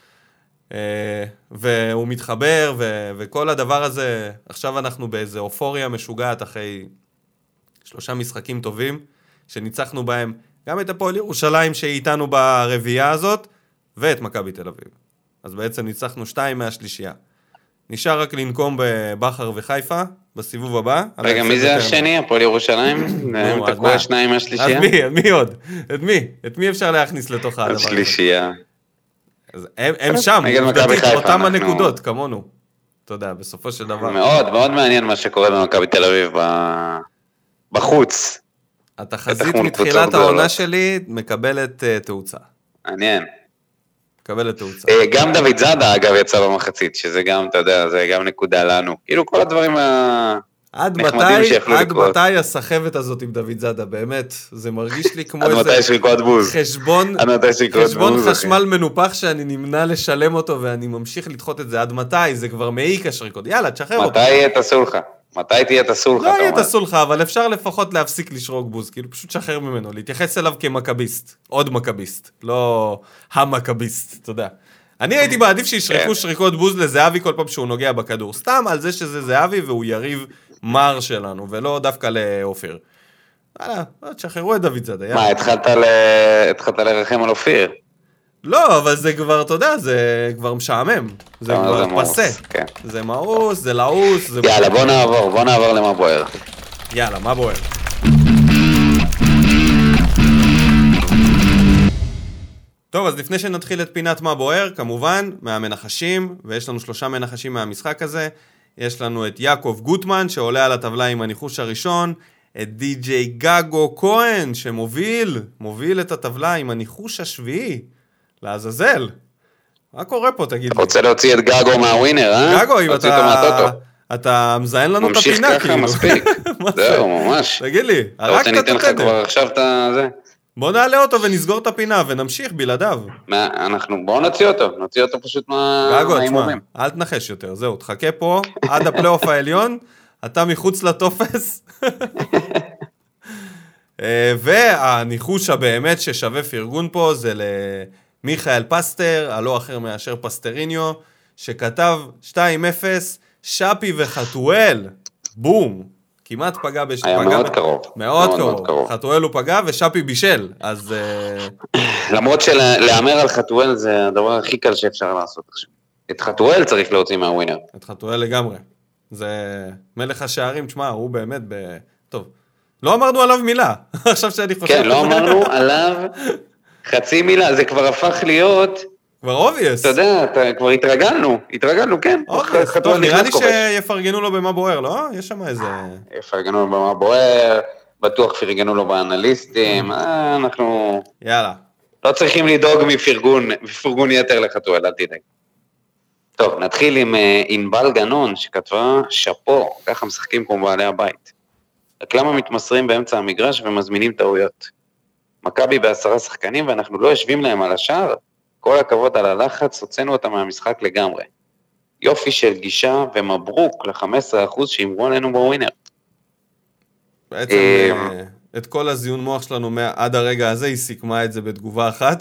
והוא מתחבר, וכל הדבר הזה, עכשיו אנחנו באיזו אופוריה משוגעת אחרי 3 משחקים טובים, שניצחנו בהם גם את הפועל ירושלים שהיא איתנו ברביעייה הזאת, ואת מכבי תל אביב. אז בעצם ניצחנו 2 מהשלישייה. נשאר רק לנקום בבחר וחיפה, בסיבוב הבא. רגע, מי זה השני? הפועל ירושלים? הם תקוע 2 מהשלישייה? אז מי עוד? את מי אפשר להכניס לתוך הדבר הזה? השלישייה. הם שם, אותם הנקודות, כמונו. אתה יודע, בסופו של דבר. מאוד, מאוד מעניין מה שקורה במכבי תל אביב בחוץ. התחזית מתחילת העונה שלי מקבלת תאוצה. מעניין. מקבלת תאוצה. גם דוד זאדה, אגב, יצא במחצית, שזה גם, אתה יודע, זה גם נקודה לנו. כאילו כל הדברים הנחמדים שיכלו לקרות. עד מתי הסחבת הזאת עם דוד זאדה, באמת, זה מרגיש לי כמו איזה... עד מתי שריקות בוז. חשבון חשמל מנופח שאני נמנע לשלם אותו, ואני ממשיך לדחות את זה. עד מתי? זה כבר מעיק השריקות. יאללה, תשחרר אותו. מתי יהיה תסולך? מתי תהיה תסולך? לא יהיה תסולך, אבל אפשר לפחות להפסיק לשרוק בוז, כאילו פשוט שחרר ממנו, להתייחס אליו כמכביסט, עוד מכביסט, לא המכביסט, אתה יודע. אני הייתי מעדיף שישרקו שריקות בוז לזהבי כל פעם שהוא נוגע בכדור, סתם על זה שזה זהבי והוא יריב מר שלנו, ולא דווקא לאופיר. יאללה, תשחררו את דוד זאדה. מה, התחלת לרחם על אופיר? לא, אבל זה כבר, אתה יודע, זה כבר משעמם. זה כבר פסה. זה מאוס, זה לעוס. יאללה, בוא נעבור למה בוער. יאללה, מה בוער? טוב, אז לפני שנתחיל את פינת מה בוער, כמובן, מהמנחשים, ויש לנו 3 מנחשים מהמשחק הזה, יש לנו את יעקב גוטמן, שעולה על הטבלה עם הניחוש הראשון, את די.ג'יי גגו כהן, שמוביל את הטבלה עם הניחוש השביעי, לעזאזל. מה קורה פה, תגיד לי? רוצה להוציא את גגו מהווינר, אה? גגו, אם אתה מזיין לנו את הפינה, כאילו. ממשיך ככה, מספיק. זהו, ממש. תגיד לי, אתה רוצה ניתן לך כבר עכשיו את זה? בוא נעלה אותו ונסגור את הפינה ונמשיך בלעדיו. בואו נוציא אותו פשוט מהאימורים. גגו, אל תנחש יותר, זהו, תחכה פה עד הפלייאוף העליון, אתה מחוץ לטופס. והניחוש הבאמת ששווה פרגון פה זה מיכאל פסטר, הלא אחר מאשר פסטריניו, שכתב 2-0, שפי וחתואל, בום, כמעט פגע היה מאוד קרוב. מאוד קרוב. חתואל הוא פגע ושפי בישל, אז... למרות שלאמר על חתואל זה הדבר הכי קל שאפשר לעשות עכשיו. את חתואל צריך להוציא מהווינר. את חתואל לגמרי. זה מלך השערים, תשמע, הוא באמת טוב, לא אמרנו עליו מילה, עכשיו שאני חושב... כן, לא אמרנו עליו... חצי מילה, זה כבר הפך להיות... כבר אובייס. אתה יודע, כבר התרגלנו, כן. אובייס, טוב, נראה לי שיפרגנו לו במה בוער, לא? יש שם איזה... יפרגנו לו במה בוער, בטוח פרגנו לו באנליסטים, אנחנו... יאללה. לא צריכים לדאוג מפרגון יתר לחתואל, אל תדאג. טוב, נתחיל עם ענבל גנון, שכתבה שפו, ככה משחקים כמו בעלי הבית. רק למה מתמסרים באמצע המגרש ומזמינים טעויות? מכבי ב10 שחקנים ואנחנו לא יושבים להם על השער, כל הכבוד על הלחץ, הוצאנו אותם מהמשחק לגמרי. יופי של גישה ומברוק ל-15% שימרו עלינו בווינר. בעצם את כל הזיון מוח שלנו עד הרגע הזה, היא סיכמה את זה בתגובה אחת.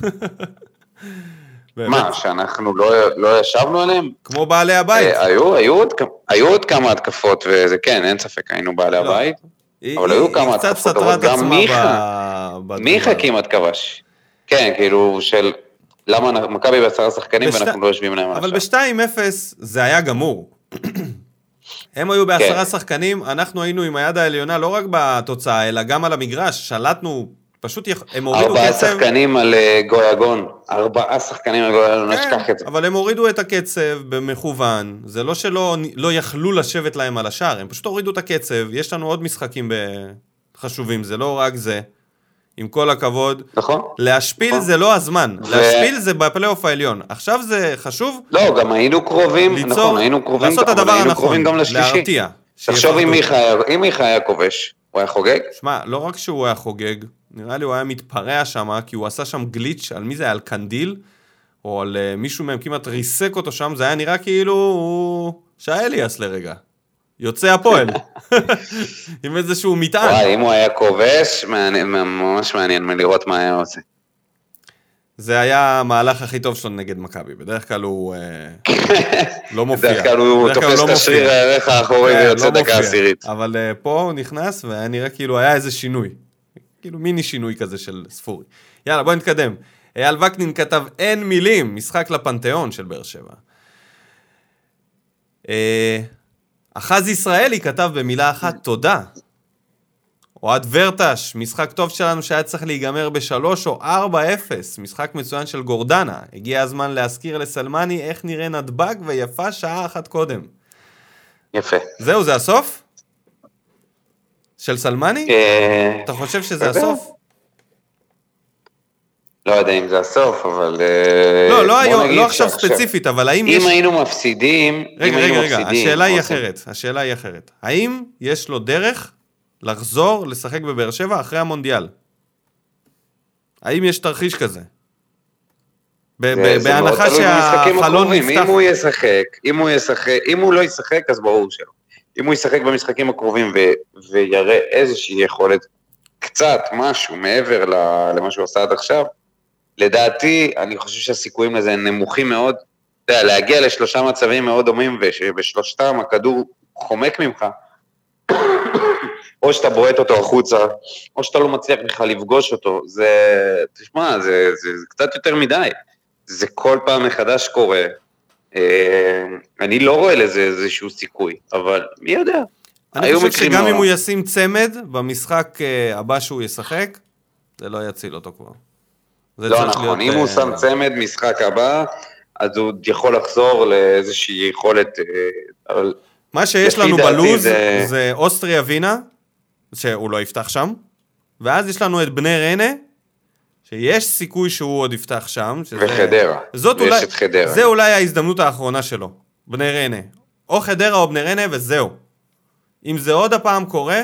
מה, שאנחנו לא ישבנו עליהם? כמו בעלי הבית. היו עוד כמה התקפות, וזה כן, אין ספק, היינו בעלי הבית. אבל היו כמה התקפות, אבל גם מיכה כמעט כבש. כן, כאילו של למה מכבי ב10 שחקנים ואנחנו לא יושבים להם על אבל ב-2-0 זה היה גמור. הם היו ב10 שחקנים, אנחנו היינו עם היד העליונה לא רק בתוצאה, אלא גם על המגרש, שלטנו פשוט הם הורידו קצב... 4 שחקנים על גויגון, 4 שחקנים על גויגון, לא אשכח את זה. אבל הם הורידו את הקצב במכוון, זה לא שלא לא יכלו לשבת להם על השער, הם פשוט הורידו את הקצב, יש לנו עוד משחקים חשובים, זה לא רק זה, עם כל הכבוד. נכון. להשפיל זה לא הזמן, להשפיל זה בפלייאוף העליון, עכשיו זה חשוב... לא, גם היינו קרובים, נכון, היינו קרובים, לעשות את הדבר הנכון, גם לשלישי. להרתיע. תחשוב אם מיכה היה כובש, הוא היה חוגג? שמע, לא רק שהוא היה חוגג, נראה לי הוא היה מתפרע שם, כי הוא עשה שם גליץ' על מי זה, על קנדיל, או על מישהו מהם כמעט ריסק אותו שם, זה היה נראה כאילו הוא שאליאס לרגע. יוצא הפועל. עם איזשהו מטען. וואי, אם הוא היה כובש, ממש מעניין לראות מה היה עושה. זה היה המהלך הכי טוב שלו נגד מכבי. בדרך כלל הוא לא מופיע. בדרך כלל הוא תופס את השריר הערך האחורי ויוצא דקה עשירית. אבל פה הוא נכנס והיה נראה כאילו היה איזה שינוי. כאילו מיני שינוי כזה של ספורי. יאללה, בוא נתקדם. אייל וקנין כתב אין מילים, משחק לפנתיאון של באר שבע. אחז ישראלי כתב במילה אחת תודה. אוהד ורטש, משחק טוב שלנו שהיה צריך להיגמר ב3 או 4-0, משחק מצוין של גורדנה. הגיע הזמן להזכיר לסלמני איך נראה נדבק ויפה שעה אחת קודם. יפה. זהו, זה הסוף? של סלמני? אתה חושב שזה הסוף? לא יודע אם זה הסוף, אבל... לא עכשיו ספציפית, אבל האם יש... אם היינו מפסידים... רגע, השאלה היא אחרת. האם יש לו דרך לחזור לשחק בבאר שבע אחרי המונדיאל? האם יש תרחיש כזה? בהנחה שהחלון נפתח... אם הוא לא ישחק, אז ברור שלא. אם הוא ישחק במשחקים הקרובים ויראה איזושהי יכולת, קצת משהו מעבר למה שהוא עשה עד עכשיו, לדעתי, אני חושב שהסיכויים לזה נמוכים מאוד, להגיע לשלושה מצבים מאוד דומים, ובשלושתם הכדור חומק ממך, או שאתה בועט אותו החוצה, או שאתה לא מצליח בכלל לפגוש אותו, תשמע, זה קצת יותר מדי, זה כל פעם מחדש קורה, אני לא רואה לזה איזשהו סיכוי, אבל מי יודע? אני חושב שגם אם הוא ישים צמד, במשחק הבא שהוא ישחק, זה לא יציל אותו כבר. לא נכון, אם הוא שם צמד משחק הבא, אז הוא יכול לחזור לאיזושהי יכולת, אבל... מה שיש לנו בלוז זה אוסטריה וינה, שהוא לא יפתח שם, ואז יש לנו את בני ריינה, שיש סיכוי שהוא עוד יפתח שם. וחדרה, ויש את חדרה. זה אולי ההזדמנות האחרונה שלו, בני ריינה. או חדרה או בני ריינה וזהו. אם זה עוד הפעם קורה,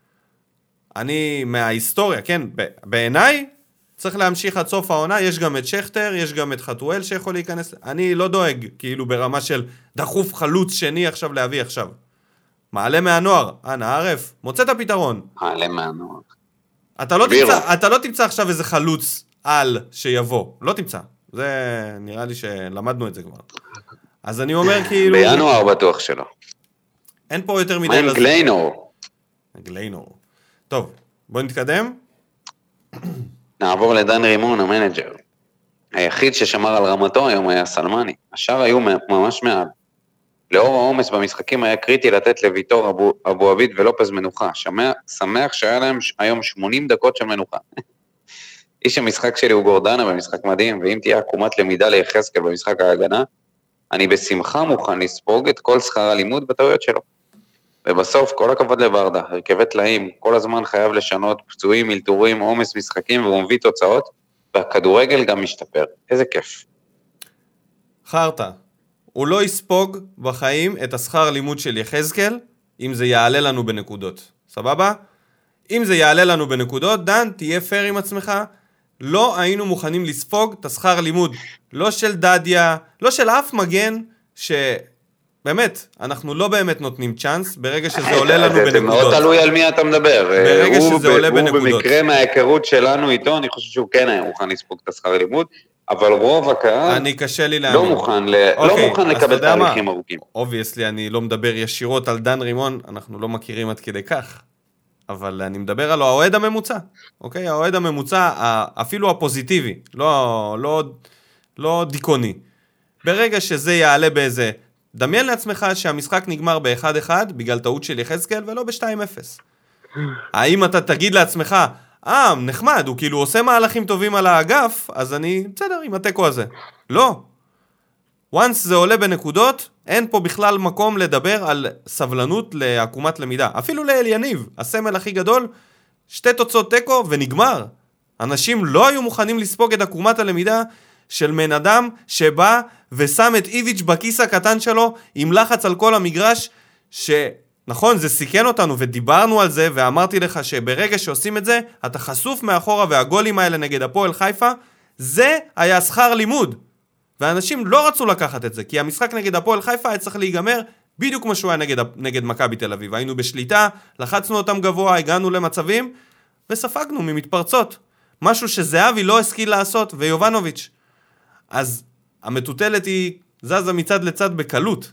אני מההיסטוריה, כן, בעיניי, צריך להמשיך עד סוף העונה, יש גם את שכטר, יש גם את חתואל שיכול להיכנס, אני לא דואג, כאילו ברמה של דחוף חלוץ שני עכשיו להביא עכשיו. מעלה מהנוער, ערף, מוצא את הפתרון. מעלה מהנוער. אתה לא תמצא עכשיו איזה חלוץ על שיבוא, לא תמצא. זה נראה לי שלמדנו את זה כבר. אז אני אומר כאילו... בינואר בטוח שלא. אין פה יותר מדי... מה עם גליינור? גליינור. טוב, בוא נתקדם. נעבור לדן רימון, המנג'ר. היחיד ששמר על רמתו היום היה סלמני. השאר היו ממש מעל. לאור העומס במשחקים היה קריטי לתת לויטור אבו עביד ולופז מנוחה. שמח שהיה להם היום 80 דקות של מנוחה. איש המשחק שלי הוא גורדנה במשחק מדהים, ואם תהיה עקומת למידה ליחזקאל במשחק ההגנה, אני בשמחה מוכן לספוג את כל שכר הלימוד בטעויות שלו. ובסוף, כל הכבוד לברדה, הרכבי תלאים, כל הזמן חייב לשנות, פצועים, מלתורים, עומס משחקים, והוא מביא תוצאות, והכדורגל גם משתפר. איזה כיף. חרטה, הוא לא יספוג בחיים את השכר לימוד של יחזקאל, אם זה יעלה לנו בנקודות. סבבה? אם זה יעלה לנו בנקודות, דן, תהיה פייר עם עצמך, לא היינו מוכנים לספוג את השכר לימוד, לא של דדיה, לא של אף מגן, באמת, אנחנו לא באמת נותנים צ'אנס, ברגע שזה עולה לנו בנקודות. זה מאוד תלוי על מי אתה מדבר. ברגע שזה עולה בנקודות. הוא במקרה מההיכרות שלנו איתו, אני חושב שהוא כן היה מוכן לספוג את השכר לימוד, אבל רוב הקהל אני קשה לי להאמין. לא מוכן לקבל תהליכים ארוכים. אובייסלי, אני לא מדבר ישירות על דן רימון, אנחנו לא מכירים עד כדי כך, אבל אני מדבר על האוהד הממוצע, אוקיי? האוהד הממוצע, אפילו הפוזיטיבי, לא דיכוני. ברגע שזה יעלה באיזה, דמיין לעצמך שהמשחק נגמר ב-1-1 בגלל טעות של יחזקאל ולא ב-2-0. האם אתה תגיד לעצמך, נחמד, הוא כאילו עושה מהלכים טובים על האגף, אז אני, בסדר, עם הטקו הזה. לא. once זה עולה בנקודות, אין פה בכלל מקום לדבר על סבלנות לעקומת למידה. אפילו לאל יניב, הסמל הכי גדול, 2 תוצאות טקו ונגמר. אנשים לא היו מוכנים לספוג את עקומת הלמידה של בן אדם שבא ושם את איביץ' בכיס הקטן שלו עם לחץ על כל המגרש, שנכון, זה סיכן אותנו ודיברנו על זה, ואמרתי לך שברגע שעושים את זה, אתה חשוף מאחורה, והגולים האלה נגד הפועל חיפה, זה היה שכר לימוד. ואנשים לא רצו לקחת את זה, כי המשחק נגד הפועל חיפה היה צריך להיגמר בדיוק כמו שהוא היה נגד מכבי תל אביב. היינו בשליטה, לחצנו אותם גבוה, הגענו למצבים, וספגנו ממתפרצות. משהו שזהבי לא השכיל לעשות, ויובנוביץ'. אז המטוטלת היא זזה מצד לצד בקלות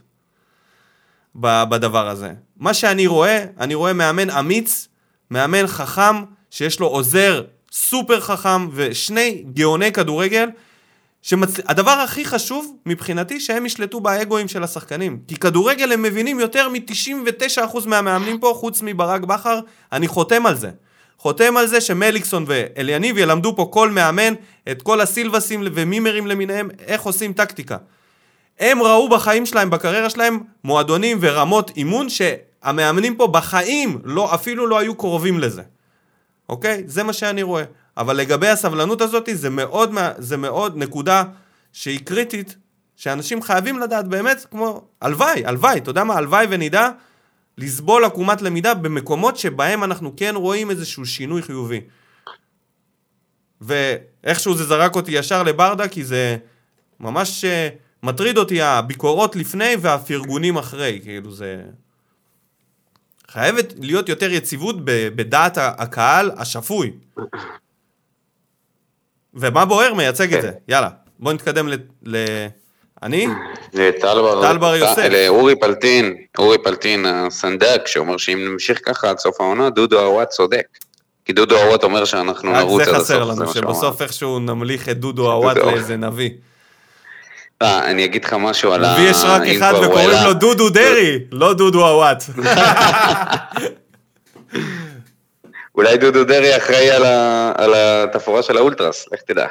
בדבר הזה. מה שאני רואה, אני רואה מאמן אמיץ, מאמן חכם, שיש לו עוזר סופר חכם, ושני גאוני כדורגל, הדבר הכי חשוב מבחינתי שהם ישלטו באגואים של השחקנים, כי כדורגל הם מבינים יותר מ-99% מהמאמנים פה, חוץ מברק בכר, אני חותם על זה. חותם על זה שמליקסון ואליניב ילמדו פה כל מאמן את כל הסילבסים ומימרים למיניהם, איך עושים טקטיקה. הם ראו בחיים שלהם, בקריירה שלהם, מועדונים ורמות אימון שהמאמנים פה בחיים אפילו לא היו קרובים לזה. אוקיי? זה מה שאני רואה. אבל לגבי הסבלנות הזאת, זה מאוד נקודה שהיא קריטית, שאנשים חייבים לדעת באמת, כמו הלוואי, אתה יודע מה? הלוואי ונדע לסבול עקומת למידה במקומות שבהם אנחנו כן רואים איזשהו שינוי חיובי. ואיכשהו זה זרק אותי ישר לברדה, כי זה ממש מטריד אותי הביקורות לפני והפרגונים אחרי, כאילו זה חייבת להיות יותר יציבות בדעת הקהל השפוי. ומה בוער מייצג את זה? יאללה, בוא נתקדם אני? טל בר יוסף. אורי פלטין הסנדק, שאומר שאם נמשיך ככה עד סוף העונה, דודו עוואט צודק. כי דודו עוואט אומר שאנחנו נרוץ עד הסוף. זה חסר לנו, שבסוף איכשהו נמליך את דודו עוואט לאיזה נביא. אני אגיד לך משהו על נביא יש רק אחד וקוראים לו דודו דרי, לא דודו עוואט. אולי דודו דרי אחראי על התפורה של האולטרס, לך תדע.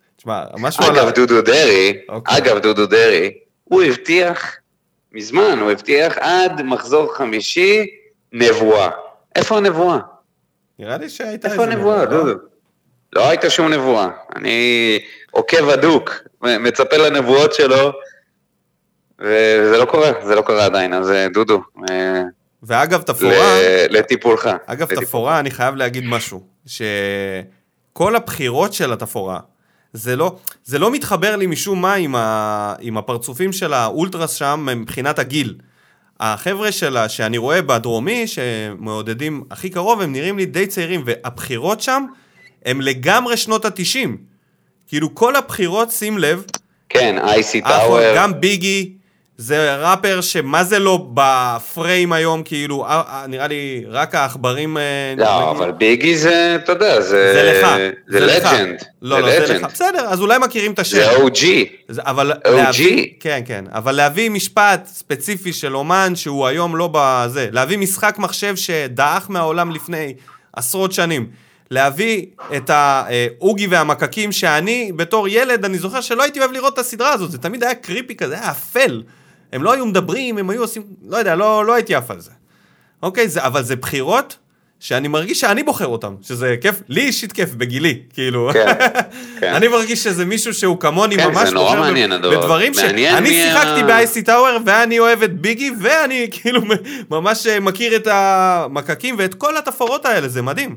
אגב דודו דרי, הוא הבטיח מזמן, הוא הבטיח עד מחזור 5 נבואה. איפה הנבואה? נראה לי שהייתה איפה הנבואה, דודו? לא הייתה שום נבואה. אני עוקב הדוק, מצפה לנבואות שלו, וזה לא קורה עדיין, אז דודו. ואגב תפורה, לטיפולך. אגב תפורה, אני חייב להגיד משהו, שכל הבחירות של התפורה, זה לא מתחבר לי משום מה עם הפרצופים של האולטרס שם מבחינת הגיל. החבר'ה שלה שאני רואה בדרומי, שמעודדים הכי קרוב, הם נראים לי די צעירים, והבחירות שם הם לגמרי שנות ה-90. כאילו כל הבחירות, שים לב, כן, אייסי טאוור. גם ביגי, זה ראפר שמה זה לא בפריים היום, כאילו, נראה לי רק האחברים... לא, אבל ביגי זה, אתה יודע, זה לך. זה לג'נד. לא, זה לך. בסדר, אז אולי מכירים את השם. זה OG. אבל כן, אבל להביא משפט ספציפי של אומן, שהוא היום לא בזה, להביא משחק מחשב שדעך מהעולם לפני עשרות שנים, להביא את האוגי והמקקים שאני, בתור ילד, אני זוכר שלא הייתי אוהב לראות את הסדרה הזאת, זה תמיד היה קריפי כזה, היה אפל. הם לא היו מדברים, הם היו עושים, לא יודע, לא הייתי אף על זה. אוקיי, אבל זה בחירות שאני מרגיש שאני בוחר אותם, שזה כיף, לי אישית כיף בגילי, כאילו. כן. אני מרגיש שזה מישהו שהוא כמוני ממש בוחר. כן, זה נורא מעניין הדבר. בדברים שאני שיחקתי באייסי טאוור, ואני אוהב את ביגי, ואני כאילו ממש מכיר את המקקים, ואת כל התפורות האלה, זה מדהים.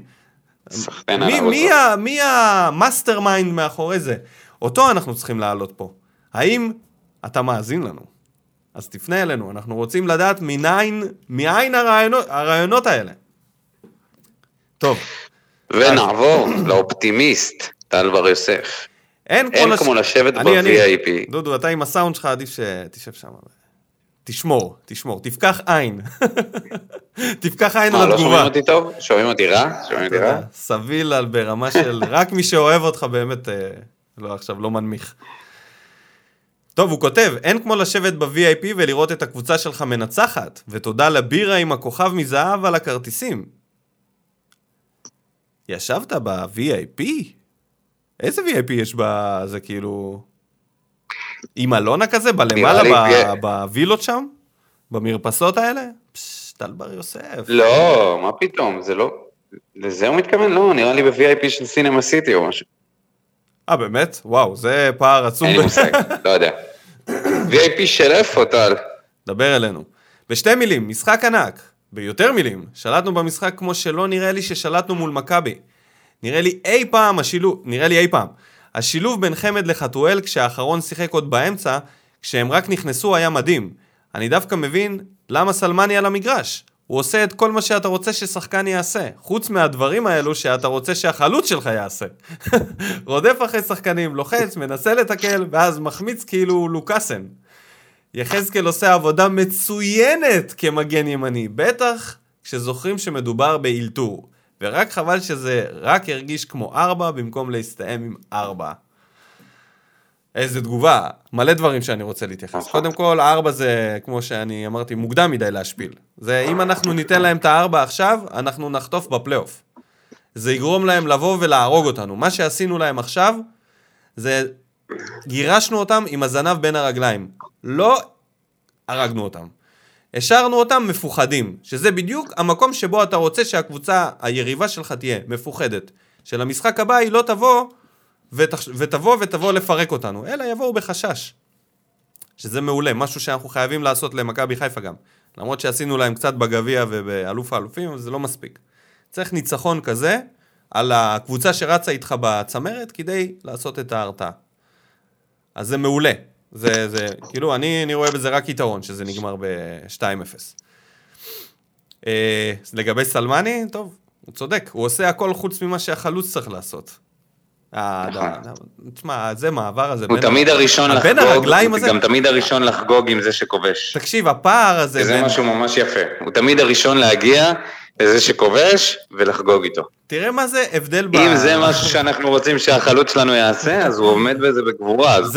מי המאסטר מיינד מאחורי זה? אותו אנחנו צריכים לעלות פה. האם אתה מאזין לנו? אז תפנה אלינו, אנחנו רוצים לדעת מאין הרעיונות האלה. טוב. ונעבור לאופטימיסט, טל בר יוסף. אין כמו לשבת ב-VIP. דודו, אתה עם הסאונד שלך עדיף שתשב שם. תשמור, תפקח עין. תפקח עין לתגובה. לא שומעים אותי טוב? שומעים אותי רע? סביל על ברמה של רק מי שאוהב אותך באמת, עכשיו לא מנמיך. טוב, הוא כותב, אין כמו לשבת ב-VIP ולראות את הקבוצה שלך מנצחת, ותודה לבירה עם הכוכב מזהב על הכרטיסים. ישבת ב-VIP? איזה VIP יש זה כאילו... עם אלונה כזה, בלמעלה, בווילות שם? במרפסות האלה? טל בר יוסף. לא, מה פתאום, זה לא... לזה הוא מתכוון? לא, נראה לי ב-VIP של סינמה סיטי או משהו. באמת? וואו, זה פער עצום. אין לי מושג, לא יודע. VIP של איפה, טל? דבר אלינו. בשתי מילים, משחק ענק. ביותר מילים, שלטנו במשחק כמו שלא נראה לי ששלטנו מול מכבי. נראה לי אי פעם השילוב בין חמד לחתואל כשהאחרון שיחק עוד באמצע, כשהם רק נכנסו היה מדהים. אני דווקא מבין למה סלמני על המגרש. הוא עושה את כל מה שאתה רוצה ששחקן יעשה, חוץ מהדברים האלו שאתה רוצה שהחלוץ שלך יעשה. רודף אחרי שחקנים, לוחץ, מנסה לתקל, ואז מחמיץ כאילו לוקאסן. יחזקאל עושה עבודה מצוינת כמגן ימני, בטח כשזוכרים שמדובר באילתור. ורק חבל שזה רק הרגיש כמו 4 במקום להסתיים עם 4. איזה תגובה, מלא דברים שאני רוצה להתייחס. קודם כל, 4 זה, כמו שאני אמרתי, מוקדם מדי להשפיל. זה, אם אנחנו ניתן להם את 4 עכשיו, אנחנו נחטוף בפלייאוף. זה יגרום להם לבוא ולהרוג אותנו. מה שעשינו להם עכשיו, זה גירשנו אותם עם הזנב בין הרגליים. לא הרגנו אותם. השארנו אותם מפוחדים, שזה בדיוק המקום שבו אתה רוצה שהקבוצה, היריבה שלך תהיה מפוחדת. שלמשחק הבא היא לא תבוא ותבוא לפרק אותנו, אלא יבואו בחשש. שזה מעולה, משהו שאנחנו חייבים לעשות למכבי חיפה גם. למרות שעשינו להם קצת בגביע ובאלוף האלופים, אבל זה לא מספיק. צריך ניצחון כזה על הקבוצה שרצה איתך בצמרת, כדי לעשות את ההרתעה. אז זה מעולה. זה כאילו, אני רואה בזה רק יתרון, שזה נגמר ב-2-0. לגבי סלמני, טוב, הוא צודק. הוא עושה הכל חוץ ממה שהחלוץ צריך לעשות. תשמע, זה מעבר הזה. הוא תמיד הראשון לחגוג, גם תמיד הראשון לחגוג עם זה שכובש. תקשיב, הפער הזה... זה משהו ממש יפה. הוא תמיד הראשון להגיע לזה שכובש ולחגוג איתו. תראה מה זה הבדל אם זה משהו שאנחנו רוצים שהחלוץ שלנו יעשה, אז הוא עומד בזה בגבורה. זה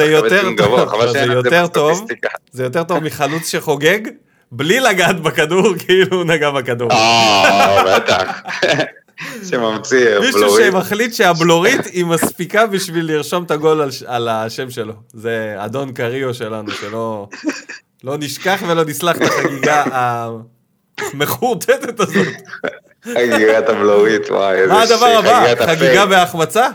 יותר טוב מחלוץ שחוגג, בלי לגעת בכדור, כאילו הוא נגע בכדור. בטח. שממציא בלורית. מישהו שמחליט שהבלורית היא מספיקה בשביל לרשום את הגול על השם שלו. זה אדון קריו שלנו, שלא נשכח ולא נסלח את החגיגה המחורטטת הזאת. חגיגת הבלורית, וואי. מה הדבר הבא? חגיגה בהחמצה?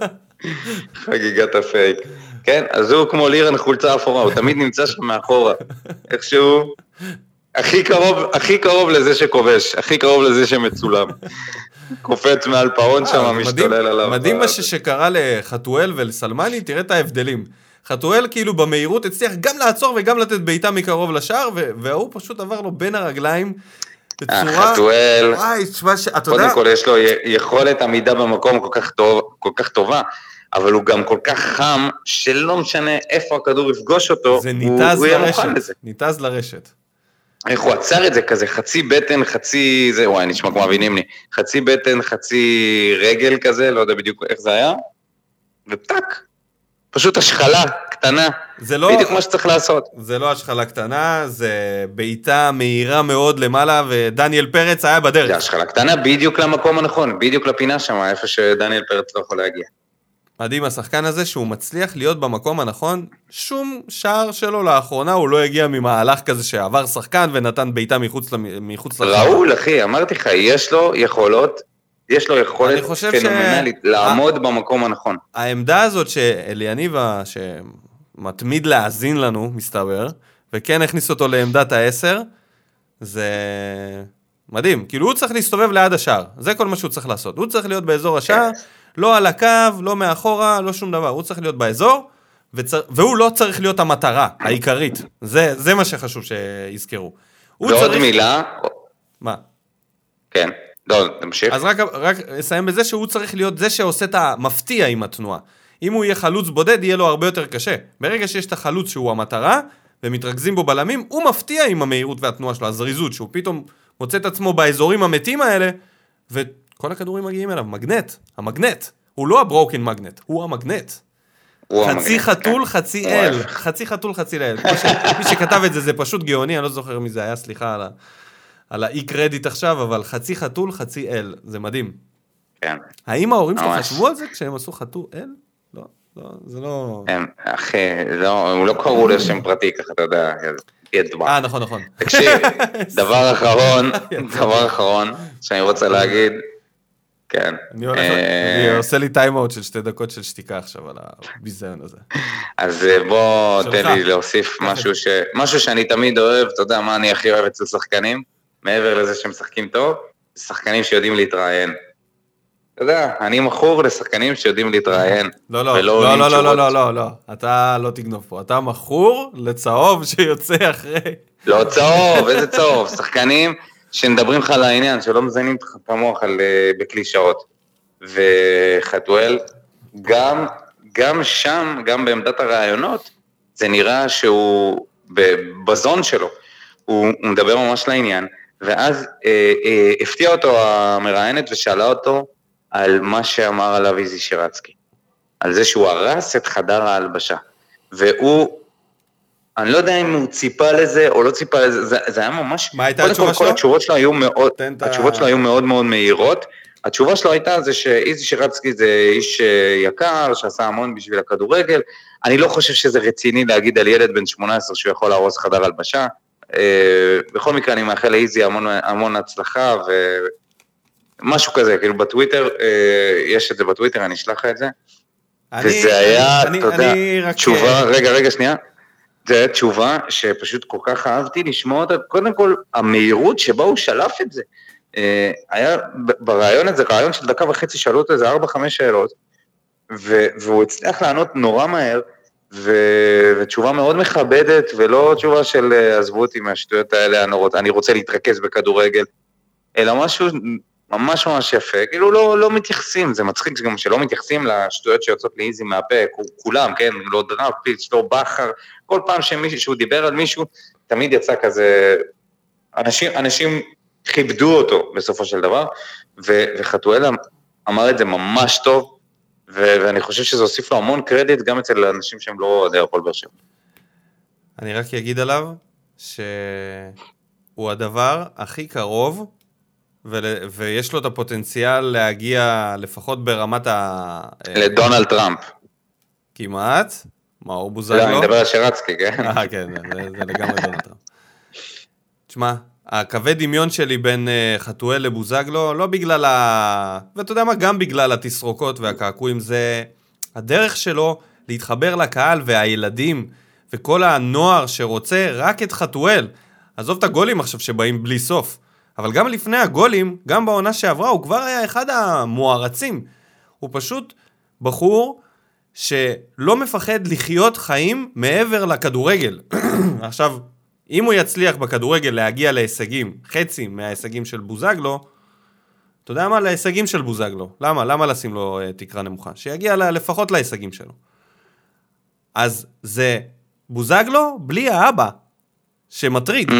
חגיגת הפייק. כן, אז הוא כמו לירן חולצה אפורה, הוא תמיד נמצא שם מאחורה. איכשהו... הכי קרוב לזה שכובש, הכי קרוב לזה שמצולם. קופץ מעל פאון שם, משתולל עליו. מדהים מה שקרה לחתואל ולסלמני, תראה את ההבדלים. חתואל כאילו במהירות הצליח גם לעצור וגם לתת בעיטה מקרוב לשער, והוא פשוט עבר לו בין הרגליים בצורה... חתואל, קודם כל יש לו יכולת עמידה במקום כל כך טובה, אבל הוא גם כל כך חם, שלא משנה איפה הכדור יפגוש אותו, הוא יהיה מוכן לזה. ניתז לרשת. איך הוא עצר את זה כזה, חצי בטן, חצי, זה, וואי, נשמע כמו מבינים לי, חצי בטן, חצי רגל כזה, לא יודע בדיוק איך זה היה, ופתק, פשוט השחלה קטנה, בדיוק מה שצריך לעשות. זה לא השחלה קטנה, זה בעיטה מהירה מאוד למעלה, ודניאל פרץ היה בדרך. זה השחלה קטנה בדיוק למקום הנכון, בדיוק לפינה שם, איפה שדניאל פרץ לא יכול להגיע. מדהים השחקן הזה שהוא מצליח להיות במקום הנכון, שום שער שלו לאחרונה הוא לא הגיע ממהלך כזה שעבר שחקן ונתן בעיטה מחוץ לחיים. ראול אחי, אמרתי לך, יש לו יכולת פנומנלית לעמוד במקום הנכון. העמדה הזאת שאליניבה שמתמיד להאזין לנו, מסתבר, וכן הכניס אותו לעמדת ה10, זה מדהים, כאילו הוא צריך להסתובב ליד השער, זה כל מה שהוא צריך לעשות, הוא צריך להיות באזור השער, לא על הקו, לא מאחורה, לא שום דבר, הוא צריך להיות באזור, והוא לא צריך להיות המטרה העיקרית, זה מה שחשוב שיזכרו. ועוד מילה. מה? כן, לא, תמשיך. אז רק אסיים בזה שהוא צריך להיות זה שעושה את המפתיע עם התנועה. אם הוא יהיה חלוץ בודד, יהיה לו הרבה יותר קשה. ברגע שיש את החלוץ שהוא המטרה, ומתרכזים בו בלמים, הוא מפתיע עם המהירות והתנועה שלו, הזריזות, שהוא פתאום מוצא את עצמו באזורים המתים האלה, כל הכדורים מגיעים אליו, המגנט, הוא לא הברוקן מגנט, הוא המגנט. חצי חתול, חצי אל, חצי חתול, חצי אל. מי שכתב את זה, זה פשוט גאוני, אני לא זוכר מי זה היה, סליחה על האי קרדיט עכשיו, אבל חצי חתול, חצי אל, זה מדהים. כן. האם ההורים שלך חשבו על זה כשהם עשו חתואל? לא, זה לא... אחי, הם לא קראו לשם פרטי, ככה אתה יודע, ידוע. נכון. תקשיב, דבר אחרון שאני רוצה להגיד, כן. אני עושה לי טיימאוט של 2 דקות של שתיקה עכשיו על הביזיון הזה. אז בוא תן לי להוסיף משהו שאני תמיד אוהב, אתה יודע מה אני הכי אוהב אצל שחקנים, מעבר לזה שהם משחקים טוב, זה שחקנים שיודעים להתראיין. אתה יודע, אני מכור לשחקנים שיודעים להתראיין. לא, אתה לא תגנוב פה, אתה מכור לצהוב שיוצא אחרי. לא צהוב, איזה צהוב, שחקנים שנדברים לך על העניין, שלא מזיינים את המוח בכלי שעות. וחתואל, גם שם, גם בעמדת הרעיונות, זה נראה שהוא בזון שלו, הוא מדבר ממש לעניין, ואז הפתיע אותו המראיינת ושאלה אותו על מה שאמר עליו איזי שירצקי, על זה שהוא הרס את חדר ההלבשה, והוא, אני לא יודע אם הוא ציפה לזה או לא ציפה לזה, זה היה ממש, מה הייתה התשובה שלו? כל התשובות שלו היו מאוד מאוד מהירות, התשובה שלו הייתה זה שאיזי שירצקי זה איש יקר, שעשה המון בשביל הכדורגל, אני לא חושב שזה רציני להגיד על ילד בן 18 שהוא יכול להרוס חדר הלבשה, בכל מקרה אני מאחל לאיזי המון הצלחה, ומשהו כזה, כאילו בטוויטר, יש את זה בטוויטר, אני אשלח את זה, וזה היה, אתה יודע, תשובה, רגע שנייה, זה היה תשובה שפשוט כל כך אהבתי לשמוע אותה, קודם כל, המהירות שבה הוא שלף את זה, היה ברעיון הזה, רעיון של 1.5 דקות, שאלו אותו איזה 4-5 שאלות, והוא הצליח לענות נורא מהר, ותשובה מאוד מכבדת, ולא תשובה של עזבו אותי מהשטויות האלה הנורות, אני רוצה להתרכז בכדורגל, אלא משהו ממש ממש יפה, כאילו לא מתייחסים, זה מצחיק גם שלא מתייחסים לשטויות שיוצאות לאיזי מהפה, כולם, כן, לא דראפיץ', לא בחר, כל פעם שהוא דיבר על מישהו, תמיד יצא כזה, אנשים כיבדו אותו בסופו של דבר, וחתואל אמר את זה ממש טוב, ואני חושב שזה הוסיף לו המון קרדיט, גם אצל אנשים שהם לא אוהדי הפועל באר שבע. אני רק אגיד עליו, שהוא הדבר הכי קרוב, ויש לו את הפוטנציאל להגיע לפחות ברמת לדונלד טראמפ. כמעט. מה, הוא בוזגלו? לא, אני מדבר על שירצקי, כן? כן, זה לגמרי דונלד טראמפ. תשמע, הכבד דמיון שלי בין חתואל לבוזגלו, לא בגלל ואתה יודע מה, גם בגלל התסרוקות והקעקועים, זה הדרך שלו להתחבר לקהל והילדים, וכל הנוער שרוצה רק את חתואל. עזוב את הגולים עכשיו שבאים בלי סוף. אבל גם לפני הגולים, גם בעונה שעברה, הוא כבר היה אחד המוערצים. הוא פשוט בחור שלא מפחד לחיות חיים מעבר לכדורגל. עכשיו, אם הוא יצליח בכדורגל להגיע להישגים, חצי מההישגים של בוזגלו, אתה יודע מה? להישגים של בוזגלו. למה? למה לשים לו תקרה נמוכה? שיגיע לפחות להישגים שלו. אז זה בוזגלו בלי האבא, שמטריד.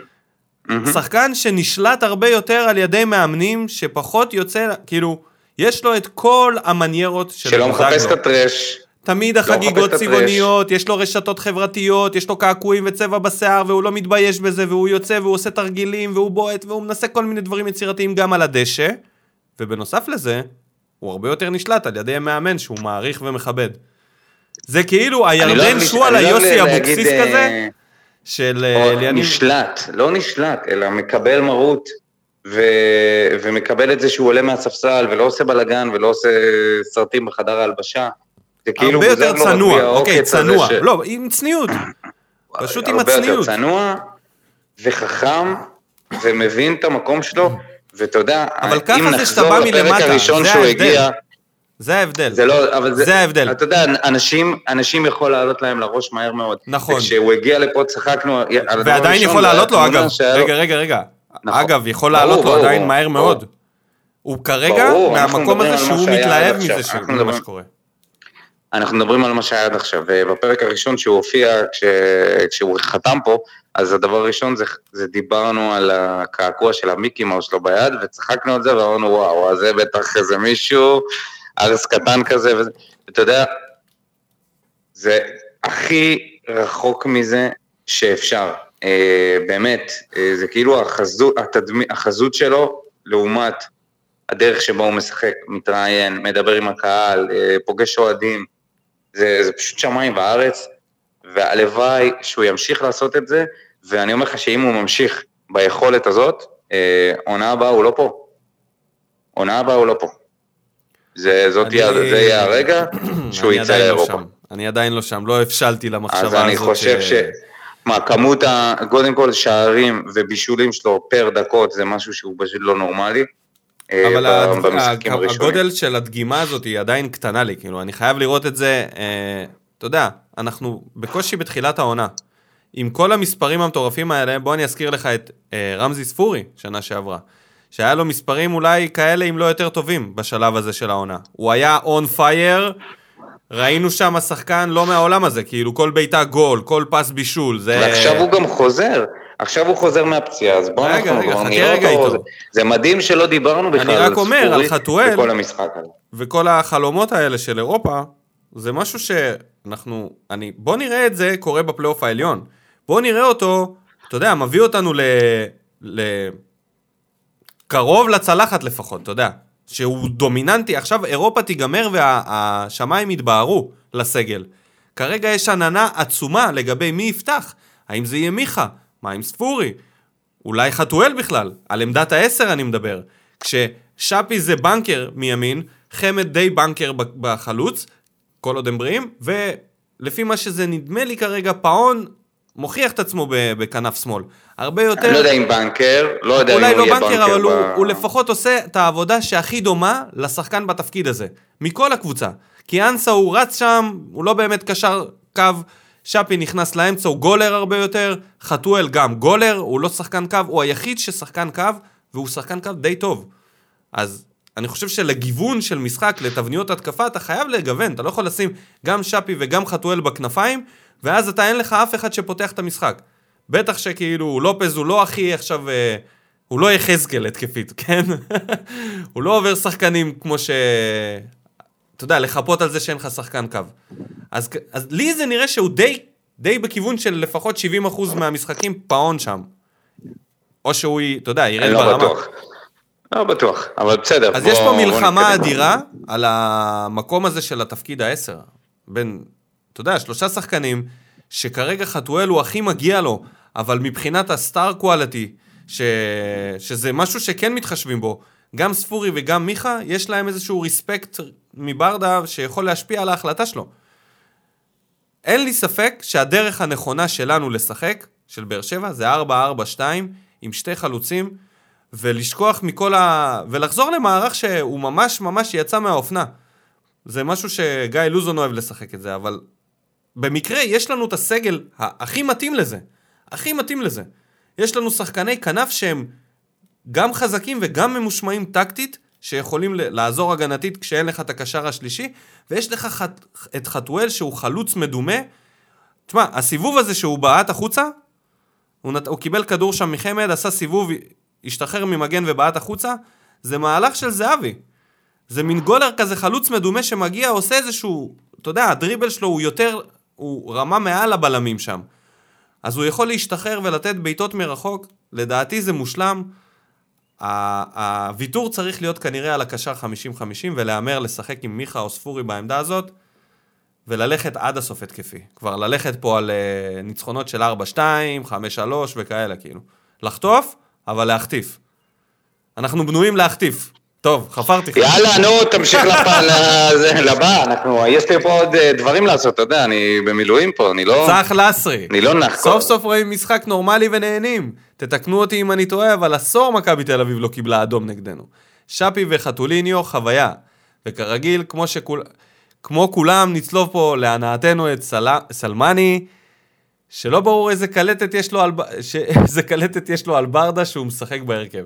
שחקן שנשלט הרבה יותר על ידי מאמנים, שפחות יוצא, כאילו, יש לו את כל המניירות של בוזגלו. שלא מחפש את הטרש. תמיד החגיגות צבעוניות, יש לו רשתות חברתיות, יש לו קעקועים וצבע בשיער, והוא לא מתבייש בזה, והוא יוצא והוא עושה תרגילים, והוא בועט, והוא מנסה כל מיני דברים יצירתיים גם על הדשא, ובנוסף לזה, הוא הרבה יותר נשלט על ידי המאמן, שהוא מעריך ומכבד. זה כאילו הירדן שועל היוסי אבוקסיס כזה, של נשלט, לא נשלט, אלא מקבל מרות, ומקבל את זה שהוא עולה מהספסל, ולא עושה בלגן, ולא עושה סרטים בחדר ההלבשה, הרבה יותר צנוע, אוקיי, צנוע, לא, עם צניעות, פשוט עם הצניעות. הרבה יותר צנוע, וחכם, ומבין את המקום שלו, ואתה יודע, אבל ככה זה שאתה בא מלמטה, זה ההבדל. זה ההבדל. זה ההבדל. אתה יודע, אנשים יכול לעלות להם לראש מהר מאוד. נכון. כשהוא הגיע לפה, צחקנו. ועדיין יכול לעלות לו, אגב. רגע. אגב, יכול לעלות לו עדיין מהר מאוד. הוא כרגע, מהמקום הזה שהוא מתלהב מזה מה שקורה. אנחנו מדברים על מה שהיה עד עכשיו, ובפרק הראשון שהוא הופיע, כשהוא חתם פה, אז הדבר הראשון זה דיברנו על הקעקוע של המיקי מאוס שלו ביד, וצחקנו על זה, ואמרנו, וואו, אז זה בטח איזה מישהו, ארס קטן כזה, ואתה יודע, זה הכי רחוק מזה שאפשר, באמת, זה כאילו החזות שלו, לעומת הדרך שבו הוא משחק, מתראיין, מדבר עם הקהל, פוגש אוהדים, זה פשוט שמיים בארץ, והלוואי שהוא ימשיך לעשות את זה, ואני אומר לך שאם הוא ממשיך ביכולת הזאת, עונה הבאה הוא לא פה. עונה הבאה הוא לא פה. זה יהיה הרגע שהוא יצא לאירופה. אני עדיין לא שם, לא הפשלתי למחשבה הזאת. אז אני חושב כמות קודם כל שערים ובישולים שלו פר דקות, זה משהו שהוא פשוט לא נורמלי. אבל הגודל של הדגימה הזאת היא עדיין קטנה לי, כאילו, אני חייב לראות את זה, אתה יודע, אנחנו בקושי בתחילת העונה. עם כל המספרים המטורפים האלה, בוא אני אזכיר לך את רמזי ספורי, שנה שעברה, שהיה לו מספרים אולי כאלה אם לא יותר טובים בשלב הזה של העונה. הוא היה on fire, ראינו שם השחקן לא מהעולם הזה, כאילו כל ביתה גול, כל פס בישול. ועכשיו הוא גם חוזר, עכשיו הוא חוזר מהפציעה, אז בואו אנחנו נראה אותו. זה מדהים שלא דיברנו בכלל על ספורי בכל המשחק הזה. וכל החלומות האלה של אירופה, זה משהו שאנחנו, בוא נראה את זה קורה בפלייאוף העליון. בוא נראה אותו, אתה יודע, מביא אותנו קרוב לצלחת לפחות, אתה יודע, שהוא דומיננטי. עכשיו אירופה תיגמר והשמיים יתבהרו לסגל. כרגע יש עננה עצומה לגבי מי יפתח. האם זה יהיה מיכה? מה עם ספורי? אולי חתואל בכלל. על עמדת ה10 אני מדבר. כששאפי זה בנקר מימין, חמד די בנקר בחלוץ, כל עוד הם בריאים, ולפי מה שזה נדמה לי כרגע, פאון מוכיח את עצמו בכנף שמאל. הרבה יותר... אני לא יודע אם בנקר, לא יודע אם הוא יהיה בנקר. אולי לא בנקר, אבל הוא לפחות עושה את העבודה שהכי דומה לשחקן בתפקיד הזה. מכל הקבוצה. כי אנסה הוא רץ שם, הוא לא באמת קשר קו, שפי נכנס לאמצע, הוא גולר הרבה יותר, חתואל גם גולר, הוא לא שחקן קו, הוא היחיד ששחקן קו, והוא שחקן קו די טוב. אז אני חושב שלגיוון של משחק, לתבניות התקפה, אתה חייב לגוון, אתה לא יכול לשים גם שפי וגם חתואל בכנפיים, ואז אתה אין לך אף אחד שפותח את המשחק. בטח שכאילו לופז הוא לא הכי עכשיו, הוא לא יחזקאל התקפית, כן? הוא לא עובר שחקנים כמו אתה יודע, לחפות על זה שאין לך שחקן קו. אז לי זה נראה שהוא די בכיוון של לפחות 70% מהמשחקים פאון שם. או שהוא, אתה יודע, ירד ברמה. לא בטוח, אבל בסדר. אז יש פה מלחמה אדירה על המקום הזה של התפקיד ה10. בין, אתה יודע, 3 שחקנים, שכרגע חתואל הוא הכי מגיע לו, אבל מבחינת הסטאר קואליטי, שזה משהו שכן מתחשבים בו, גם ספורי וגם מיכה, יש להם איזשהו ריספקט מברדה שיכול להשפיע על ההחלטה שלו. אין לי ספק שהדרך הנכונה שלנו לשחק, של באר שבע, זה 4-4-2, עם 2 חלוצים, ולשכוח ולחזור למערך שהוא ממש ממש יצא מהאופנה. זה משהו שגיא לוזון אוהב לשחק את זה, אבל במקרה יש לנו את הסגל הכי מתאים לזה. הכי מתאים לזה. יש לנו שחקני כנף שהם גם חזקים וגם ממושמעים טקטית, שיכולים לעזור הגנתית כשאין לך את הקשר השלישי, ויש לך את חתואל שהוא חלוץ מדומה. תשמע, הסיבוב הזה שהוא בעט החוצה, הוא קיבל כדור שם מחמד, עשה סיבוב, השתחרר ממגן ובעט החוצה, זה מהלך של זהבי. זה מין גולר כזה חלוץ מדומה שמגיע, עושה איזשהו, אתה יודע, הדריבל שלו הוא רמה מעל הבלמים שם. אז הוא יכול להשתחרר ולתת בעיטות מרחוק, לדעתי זה מושלם. הוויתור צריך להיות כנראה על הקשר 50-50, ולאמר לשחק עם מיכה או ספורי בעמדה הזאת, וללכת עד הסוף התקפי. כבר ללכת פה על ניצחונות של 4-2, 5-3 וכאלה, כאילו. לחטוף, אבל להחטיף. אנחנו בנויים להחטיף. טוב, חפרתי. יאללה, נו, תמשיך לבא. יש לי פה עוד דברים לעשות, אתה יודע, אני במילואים פה, אני לא... צח לסרי. אני לא נחקור. סוף סוף רואים משחק נורמלי ונהנים. תתקנו אותי אם אני טועה, אבל עשור מכבי תל אביב לא קיבלה אדום נגדנו. שפי וחתוליניו, חוויה. וכרגיל, כמו כולם, נצלוב פה להנאתנו את סלמני, שלא ברור איזה קלטת יש לו על ברדה שהוא משחק בהרכב.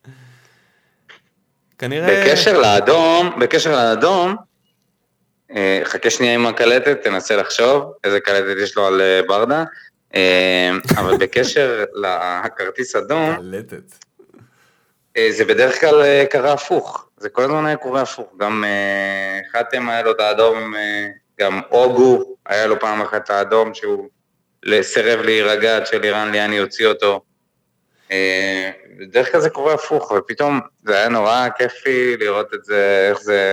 כנראה... בקשר לאדום, חכה שנייה עם הקלטת, תנסה לחשוב איזה קלטת יש לו על ברדה, אבל בקשר לכרטיס אדום, זה בדרך כלל קרה הפוך, זה כל הזמן היה קורה הפוך, גם חתם היה לו את האדום, גם אוגו היה לו פעם אחת האדום, שהוא סירב להירגע עד שלירן ליאני יוציא אותו, בדרך כלל זה קורה הפוך, ופתאום זה היה נורא כיפי לראות את זה,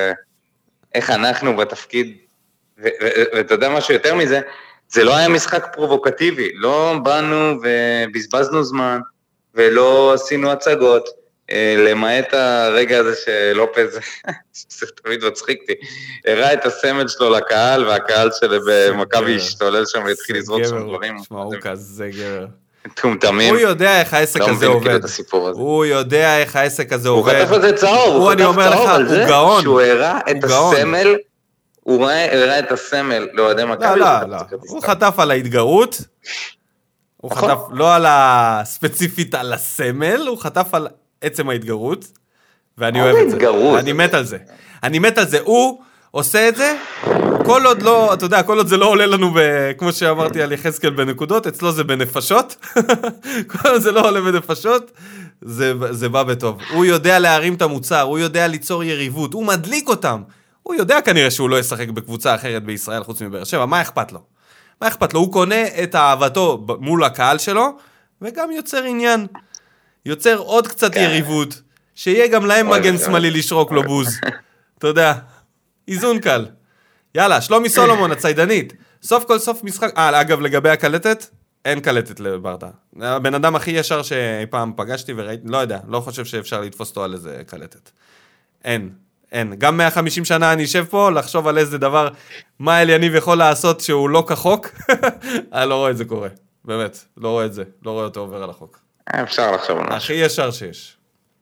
איך אנחנו בתפקיד, ואתה יודע משהו יותר מזה, זה לא היה משחק פרובוקטיבי, לא באנו ובזבזנו זמן, ולא עשינו הצגות, למעט הרגע הזה שלופז, זה תמיד מצחיקתי, הראה את הסמל שלו לקהל, והקהל שלו במכבי השתולל שם והתחיל לזרוק שם דברים. הוא כזה גבר. טומטמים. הוא יודע איך העסק הזה עובד. הוא יודע איך העסק הזה עובד. הוא חטף על זה צהוב, הוא חטף צהוב על זה, שהוא הראה את הסמל, הוא הראה את הסמל, לא יודע מכבי. לא, הוא חטף על ההתגרות, הוא חטף לא על הספציפית על הסמל, הוא חטף על עצם ההתגרות, ואני אוהב את זה. אני מת על זה. אני מת על זה. הוא עושה את זה, כל עוד לא, אתה יודע, כל עוד זה לא עולה לנו, כמו שאמרתי על יחזקאל בנקודות, אצלו זה בנפשות, כל עוד זה לא עולה בנפשות, זה בא בטוב. הוא יודע להרים את המוצר, הוא יודע ליצור יריבות, הוא מדליק אותם. הוא יודע כנראה שהוא לא ישחק בקבוצה אחרת בישראל חוץ מבאר שבע, מה אכפת לו? מה אכפת לו? הוא קונה את אהבתו מול הקהל שלו, וגם יוצר עניין. יוצר עוד קצת יריבות, שיהיה גם להם מגן שמאלי לשרוק לו בוז. אתה יודע, איזון קל. יאללה, שלומי סולומון, הציידנית. סוף כל סוף משחק... אגב, לגבי הקלטת, אין קלטת לברדה. הבן אדם הכי ישר שאי פעם פגשתי וראיתי, לא יודע, לא חושב שאפשר לתפוס אותו על איזה קלטת. אין. גם 150 שנה אני אשב פה, לחשוב על איזה דבר, מה אליניב יכול לעשות שהוא לא כחוק, אני לא רואה את זה קורה. באמת, לא רואה את זה. לא רואה אותו עובר על החוק. אפשר לחשוב על משהו. הכי ישר שיש.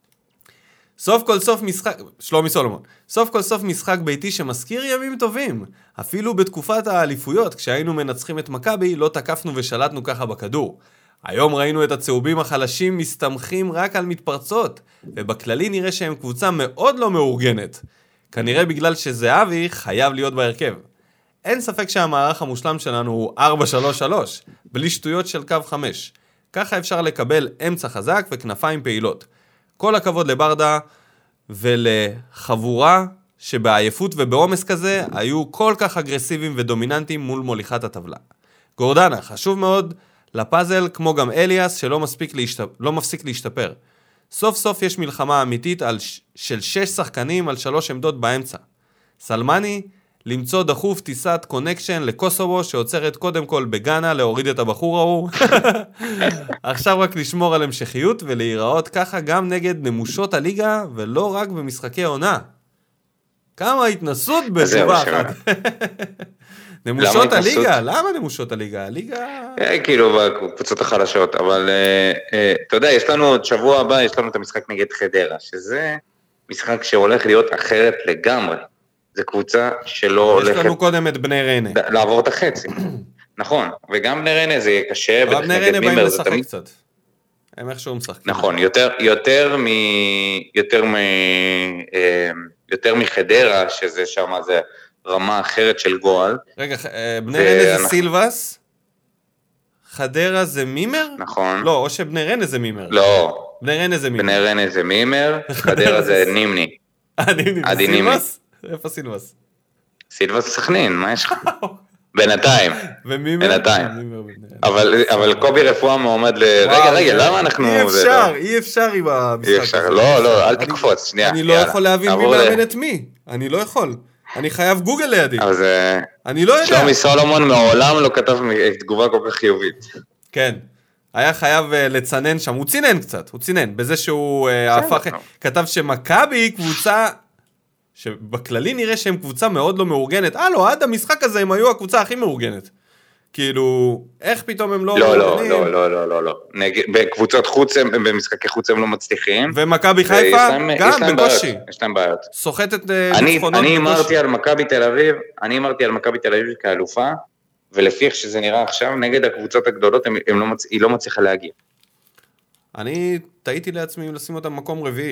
סוף כל סוף משחק, שלומי סולומון, סוף כל סוף משחק ביתי שמזכיר ימים טובים. אפילו בתקופת האליפויות, כשהיינו מנצחים את מכבי, לא תקפנו ושלטנו ככה בכדור. היום ראינו את הצהובים החלשים מסתמכים רק על מתפרצות, ובכללי נראה שהם קבוצה מאוד לא מאורגנת. כנראה בגלל שזהבי חייב להיות בהרכב. אין ספק שהמערך המושלם שלנו הוא 4-3-3, בלי שטויות של קו 5. ככה אפשר לקבל אמצע חזק וכנפיים פעילות. כל הכבוד לברדה ולחבורה שבעייפות ובעומס כזה היו כל כך אגרסיביים ודומיננטיים מול מוליכת הטבלה. גורדנה, חשוב מאוד לפאזל, כמו גם אליאס שלא מפסיק להשתפר. סוף סוף יש מלחמה אמיתית של 6 שחקנים על 3 עמדות באמצע. סלמני, למצוא דחוף טיסת קונקשן לקוסובו שעוצרת קודם כל בגאנה להוריד את הבחור ההוא. עכשיו רק לשמור על המשכיות ולהיראות ככה גם נגד נמושות הליגה ולא רק במשחקי עונה. כמה התנסות בתשובה אחת. נמושות הליגה? למה נמושות הליגה? הליגה... כאילו בקבוצות החלשות, אבל אתה יודע, יש לנו עוד שבוע הבא, יש לנו את המשחק נגד חדרה, שזה משחק שהולך להיות אחרת לגמרי. זו קבוצה שלא הולכת... יש לנו קודם את בני ריינה. לעבור את החצי. נכון, וגם בני ריינה זה יהיה קשה. אבל בני ריינה באים לשחק קצת. הם איכשהו משחקים. נכון, יותר מחדרה, שזה שם, זה רמה אחרת של גועל. רגע, בני ריינה זה סילבס? חדרה זה מימר? נכון. לא, או שבני ריינה זה מימר. לא. בני ריינה זה מימר. בני ריינה זה מימר, חדרה זה נימני. סילבס? איפה סילבס? סילבס סכנין, מה יש לך? בינתיים. אבל קובי רפואה מועמד רגע, למה אנחנו... אי אפשר עם המשחק. אי אפשר, לא, אל תקפוץ, שנייה. אני לא יכול להבין מי מאמן את מי. אני לא יכול. אני חייב גוגל לידי. אז... אני לא יודע. שלומי סולומון מעולם לא כתב תגובה כל כך חיובית. כן. היה חייב לצנן שם. הוא צינן קצת. הוא צינן. בזה שהוא כתב שמכבי קבוצה... שבכללי נראה שהם קבוצה מאוד לא מאורגנת. לא, עד המשחק הזה הם היו הקבוצה הכי מאורגנת. כאילו, איך פתאום הם לא... לא. בקבוצות חוץ, במשחקי חוץ הם לא מצליחים. ומכבי חיפה, גם בקושי. יש להם בעיות. סוחטת ניצחונות. אני אמרתי על מכבי תל אביב כאלופה, ולפי איך שזה נראה עכשיו, נגד הקבוצות הגדולות, היא לא מצליחה להגיע. אני טעיתי לעצמי לשים אותם במקום רביעי.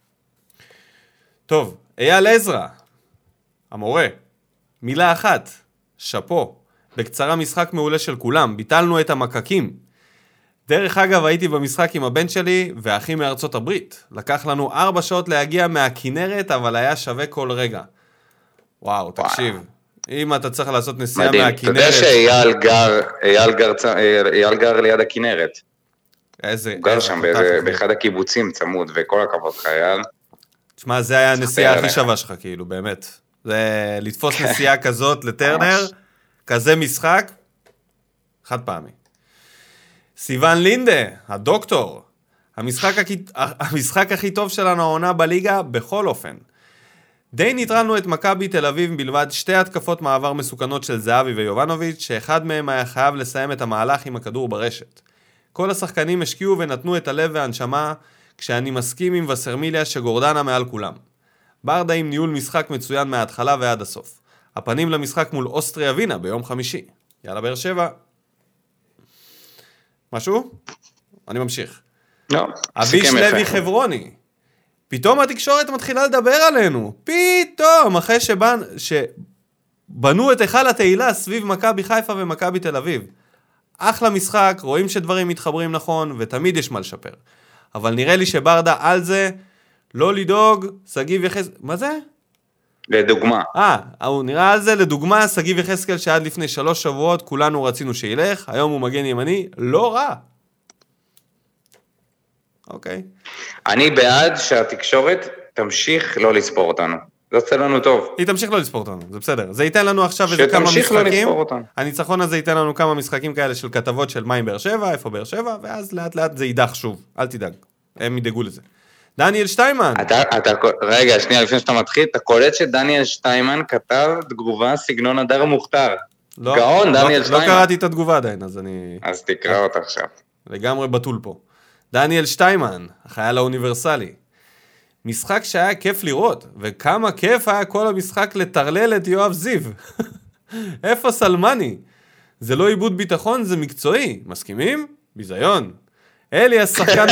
טוב, אייל עזרא, המורה, מילה אחת, שפו, בקצרה משחק מעולה של כולם, ביטלנו את המקקים. דרך אגב, הייתי במשחק עם הבן שלי ואחי מארצות הברית. לקח לנו 4 שעות להגיע מהכינרת, אבל היה שווה כל רגע. וואו, תקשיב, אם אתה צריך לעשות נסיעה מהכינרת... אתה יודע שאייל גר ליד הכינרת. הוא גר שם באחד הקיבוצים צמוד, וכל הכבוד חייל. תשמע, זה היה הנסיעה הכי שווה שלך, כאילו, באמת. זה לתפוס נסיעה כזאת לטרנר, כזה משחק, חד פעמי. סיוון לינדה, הדוקטור, המשחק הכי טוב שלנו העונה בליגה, בכל אופן. די ניטרלנו את מכבי תל אביב בלבד 2 התקפות מעבר מסוכנות של זהבי ויובנוביץ', שאחד מהם היה חייב לסיים את המהלך עם הכדור ברשת. כל השחקנים השקיעו ונתנו את הלב והנשמה, כשאני מסכים עם וסרמיליה שגורדנה מעל כולם. ברדה עם ניהול משחק מצוין מההתחלה ועד הסוף. הפנים למשחק מול אוסטריה וינה ביום חמישי. יאללה באר שבע. משהו? אני ממשיך. לא. אביש לוי חברוני. פתאום התקשורת מתחילה לדבר עלינו. פתאום, אחרי שבנו את היכל התהילה סביב מכבי חיפה ומכבי תל אביב. אחלה משחק, רואים שדברים מתחברים נכון, ותמיד יש מה לשפר. אבל נראה לי שברדה על זה, לא לדאוג, סגיב יחזקאל, מה זה? לדוגמה. הוא נראה על זה, לדוגמה, סגיב יחזקאל שעד לפני 3 שבועות, כולנו רצינו שילך, היום הוא מגן ימני, לא רע. אוקיי. אני בעד שהתקשורת תמשיך לא לספור אותנו. זה עושה לנו טוב. היא תמשיך לא לספור אותנו, זה בסדר. זה ייתן לנו עכשיו איזה כמה משחקים. הניצחון הזה ייתן לנו כמה משחקים כאלה של כתבות של מה עם באר שבע, איפה באר שבע, ואז לאט לאט זה יידח שוב. אל תדאג. הם ידאגו לזה. דניאל שטיימן. רגע, שנייה, לפני שאתה מתחיל, אתה קולט שדניאל שטיימן כתב תגובה סגנון הדר מוכתר. גאון, דניאל שטיימן. לא קראתי את התגובה עדיין, אז אני... אז תקרא אותה עכשיו. לגמרי בטול פה. דניאל שטיימן, החייל האוניברסלי. משחק שהיה כיף לראות, וכמה כיף היה כל המשחק לטרלל את יואב זיו. איפה סלמני? זה לא איבוד ביטחון, זה מקצועי. מסכימים? ביזיון. אלי השחקן...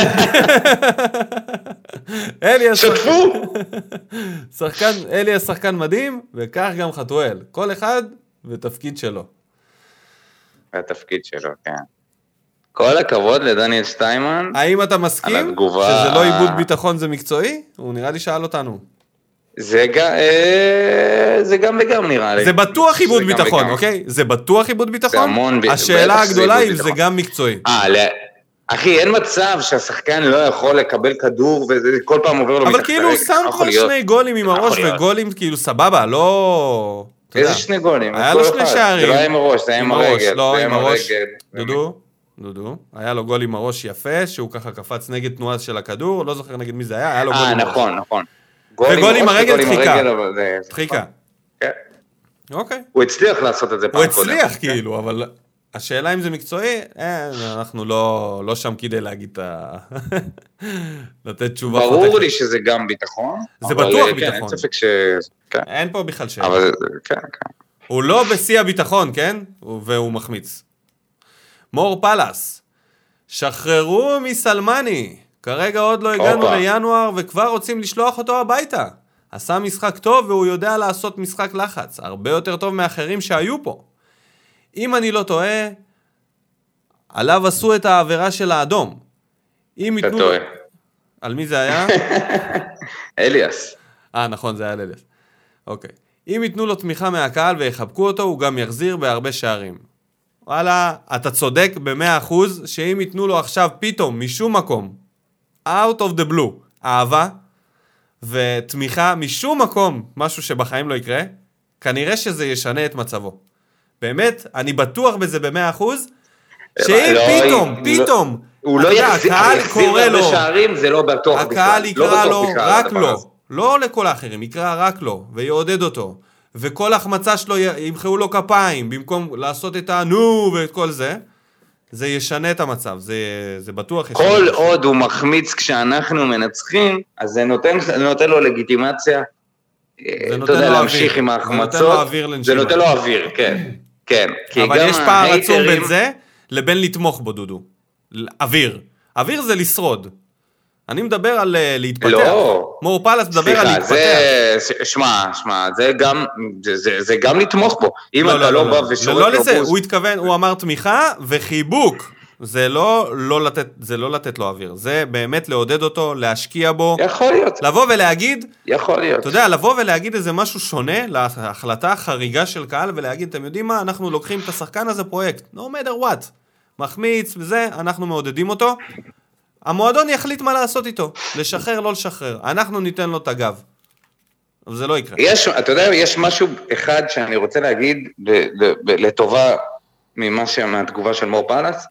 אלי השחקן מדהים, וכך גם חתואל. כל אחד ותפקיד שלו. התפקיד שלו, כן. כל הכבוד לדניאל שטיימן. האם אתה מסכים שזה לא איבוד ביטחון, זה מקצועי? הוא נראה לי שאל אותנו. זה גם וגם נראה לי. זה בטוח איבוד ביטחון, אוקיי? זה בטוח איבוד ביטחון? השאלה הגדולה היא זה גם מקצועי. אחי, אין מצב שהשחקן לא יכול לקבל כדור וכל פעם עובר לו... אבל כאילו הוא שם כבר 2 גולים עם הראש וגולים כאילו סבבה, לא... איזה 2 גולים? היה לו 2 שערים. זה לא היה עם הראש, זה היה עם הרגל. לא, עם הראש. דודו, היה לו גול עם הראש יפה, שהוא ככה קפץ נגד תנועה של הכדור, לא זוכר נגד מי זה היה לו גול עם הראש. נכון. וגול עם הרגל דחיקה. אוקיי. הוא הצליח לעשות את זה פעם קודם. הוא הצליח כאילו, אבל השאלה אם זה מקצועי, אנחנו לא שם כדי להגיד לתת תשובה. ברור לי שזה גם ביטחון. זה בטוח ביטחון. אין ספק ש... אין פה בכלל שאלה. הוא לא בשיא הביטחון, כן? והוא מחמיץ. מור פלס, שחררו מסלמני, כרגע עוד לא הגענו לינואר וכבר רוצים לשלוח אותו הביתה. עשה משחק טוב והוא יודע לעשות משחק לחץ, הרבה יותר טוב מאחרים שהיו פה. אם אני לא טועה, עליו עשו את העבירה של האדום. אתה טועה. על מי זה היה? אליאס. נכון, זה היה אליאס. אוקיי. אם ייתנו לו תמיכה מהקהל ויחבקו אותו, הוא גם יחזיר בהרבה שערים. וואלה, אתה צודק ב100% שאם ייתנו לו עכשיו פתאום, משום מקום, out of the blue, אהבה ותמיכה משום מקום, משהו שבחיים לא יקרה, כנראה שזה ישנה את מצבו. באמת, אני בטוח בזה ב100%, שאם פתאום, הוא לא יחזיר הרבה שערים, זה לא בטוח בכלל. הקהל יקרא לו רק לו, לא לכל האחרים, יקרא רק לו, ויעודד אותו. וכל החמצה שלו ימחאו לו כפיים, במקום לעשות את הנו ואת כל זה, זה ישנה את המצב, זה בטוח ישנה. כל עוד הוא מחמיץ כשאנחנו מנצחים, אז זה נותן לו לגיטימציה, אתה יודע, להמשיך עם ההחמצות, זה נותן לו אוויר, כן. אבל יש פער עצום בין זה, לבין לתמוך בו, דודו. אוויר זה לשרוד. אני מדבר על להתפתח. לא. מור פלס מדבר על להתפתח. שמע, זה גם לתמוך בו. אם אתה לא בא ושורק לא לזה, הוא התכוון, הוא אמר תמיכה וחיבוק. זה לא לתת לו אוויר. זה באמת לעודד אותו, להשקיע בו. יכול להיות. לבוא ולהגיד. יכול להיות. אתה יודע, לבוא ולהגיד איזה משהו שונה, להחלטה חריגה של קהל, ולהגיד, אתם יודעים מה? אנחנו לוקחים את השחקן הזה פרויקט. No matter what. מחמיץ וזה, אנחנו מעודדים אותו. המועדון יחליט מה לעשות איתו, לשחרר, לא לשחרר. אנחנו ניתן לו את הגב. אבל זה לא יקרה. אתה יודע, יש משהו אחד שאני רוצה להגיד לטובה מהתגובה של מור פלס,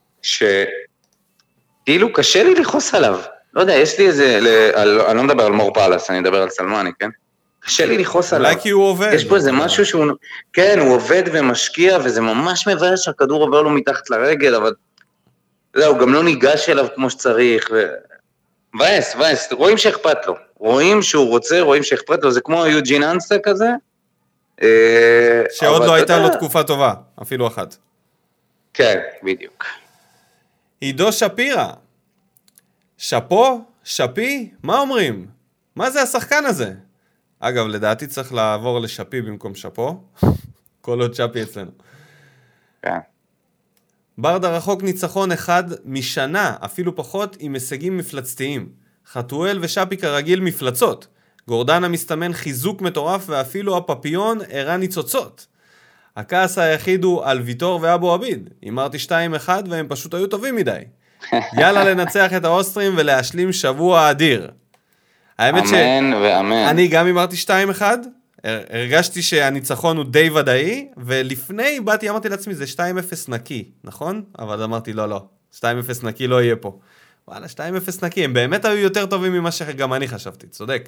שכאילו קשה לי לחוס עליו. לא יודע, יש לי איזה, אני לא מדבר על מור פלס, אני מדבר על סלמני, כן? קשה לי לחוס עליו. אולי כי הוא עובד. יש פה איזה משהו שהוא, כן, הוא עובד ומשקיע, וזה ממש מבאס שהכדור עובר לו מתחת לרגל, אבל הוא גם לא ניגש אליו כמו שצריך, מבאס, רואים שאכפת לו. רואים שהוא רוצה, רואים שאכפת לו, זה כמו יוג'ין אנסה כזה. שעוד לא הייתה לו תקופה טובה, אפילו אחת. כן, בדיוק. עידו שפירה. שפו? שפי? מה אומרים? מה זה השחקן הזה? אגב, לדעתי צריך לעבור לשפי במקום שפו. כל עוד שפי אצלנו. כן. ברדה רחוק ניצחון אחד משנה, אפילו פחות, עם הישגים מפלצתיים. חתואל ושפי כרגיל מפלצות. גורדנה מסתמן חיזוק מטורף, ואפילו הפפיון הראה ניצוצות. הכעס היחיד הוא על ויטור ואבו עביד. אמרתי 2-1 והם פשוט היו טובים מדי. יאללה לנצח את האוסטרים ולהשלים שבוע אדיר. האמת אמן ואמן. אני גם אמרתי 2-1, הרגשתי שהניצחון הוא די ודאי, ולפני אמרתי לעצמי זה 2-0 נקי, נכון? אבל אמרתי לא, 2-0 נקי לא יהיה פה. וואלה, 2-0 נקי, הם באמת היו יותר טובים ממה שגם אני חשבתי, צודק.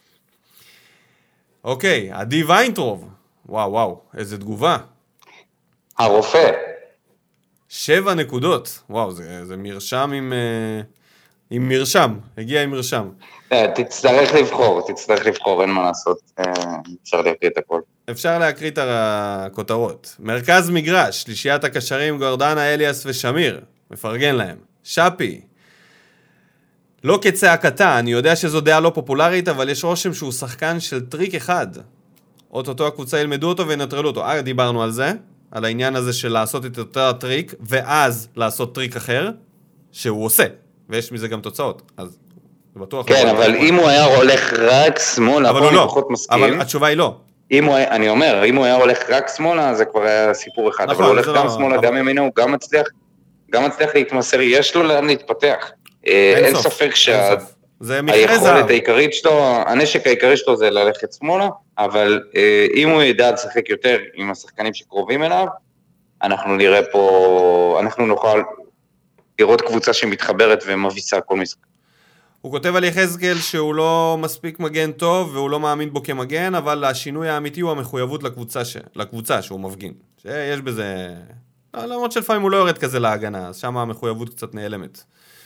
אוקיי, עדי ויינטרוב. וואו, איזה תגובה. הרופא. 7 נקודות. וואו, זה מרשם עם מרשם. הגיע עם מרשם. תצטרך לבחור, אין מה לעשות. אפשר להקריא את הכל. אפשר להקריא את הכותרות. מרכז מגרש, שלישיית הקשרים, גורדנה, אליאס ושמיר. מפרגן להם. שפי. לא כצעקתה, אני יודע שזו דעה לא פופולרית, אבל יש רושם שהוא שחקן של טריק אחד. אוטוטו הקבוצה ילמדו אותו ונטרלו אותו. דיברנו על זה, על העניין הזה של לעשות את אותו הטריק, ואז לעשות טריק אחר, שהוא עושה. ויש מזה גם תוצאות. אז זה בטוח... כן, אבל אם הוא היה הולך רק שמאלה, אבל אני פחות מסכים. אבל התשובה היא לא. אני אומר, אם הוא היה הולך רק שמאלה, זה כבר היה סיפור אחד. אבל הוא הולך גם שמאלה, גם ימינה, הוא גם מצליח להתמסר, יש לו לאן להתפתח. אין ספק שהיכולת העיקרית שלו, הנשק העיקרי שלו זה ללכת שמאלה, אבל אם הוא ידע לשחק יותר עם השחקנים שקרובים אליו, אנחנו נראה פה, אנחנו נוכל לראות קבוצה שמתחברת ומביסה כל משחק. הוא כותב על יחזקאל שהוא לא מספיק מגן טוב, והוא לא מאמין בו כמגן, אבל השינוי האמיתי הוא המחויבות לקבוצה שהוא מפגין. שיש בזה... למרות שלפעמים הוא לא יורד כזה להגנה, אז שם המחויבות קצת נעלמת.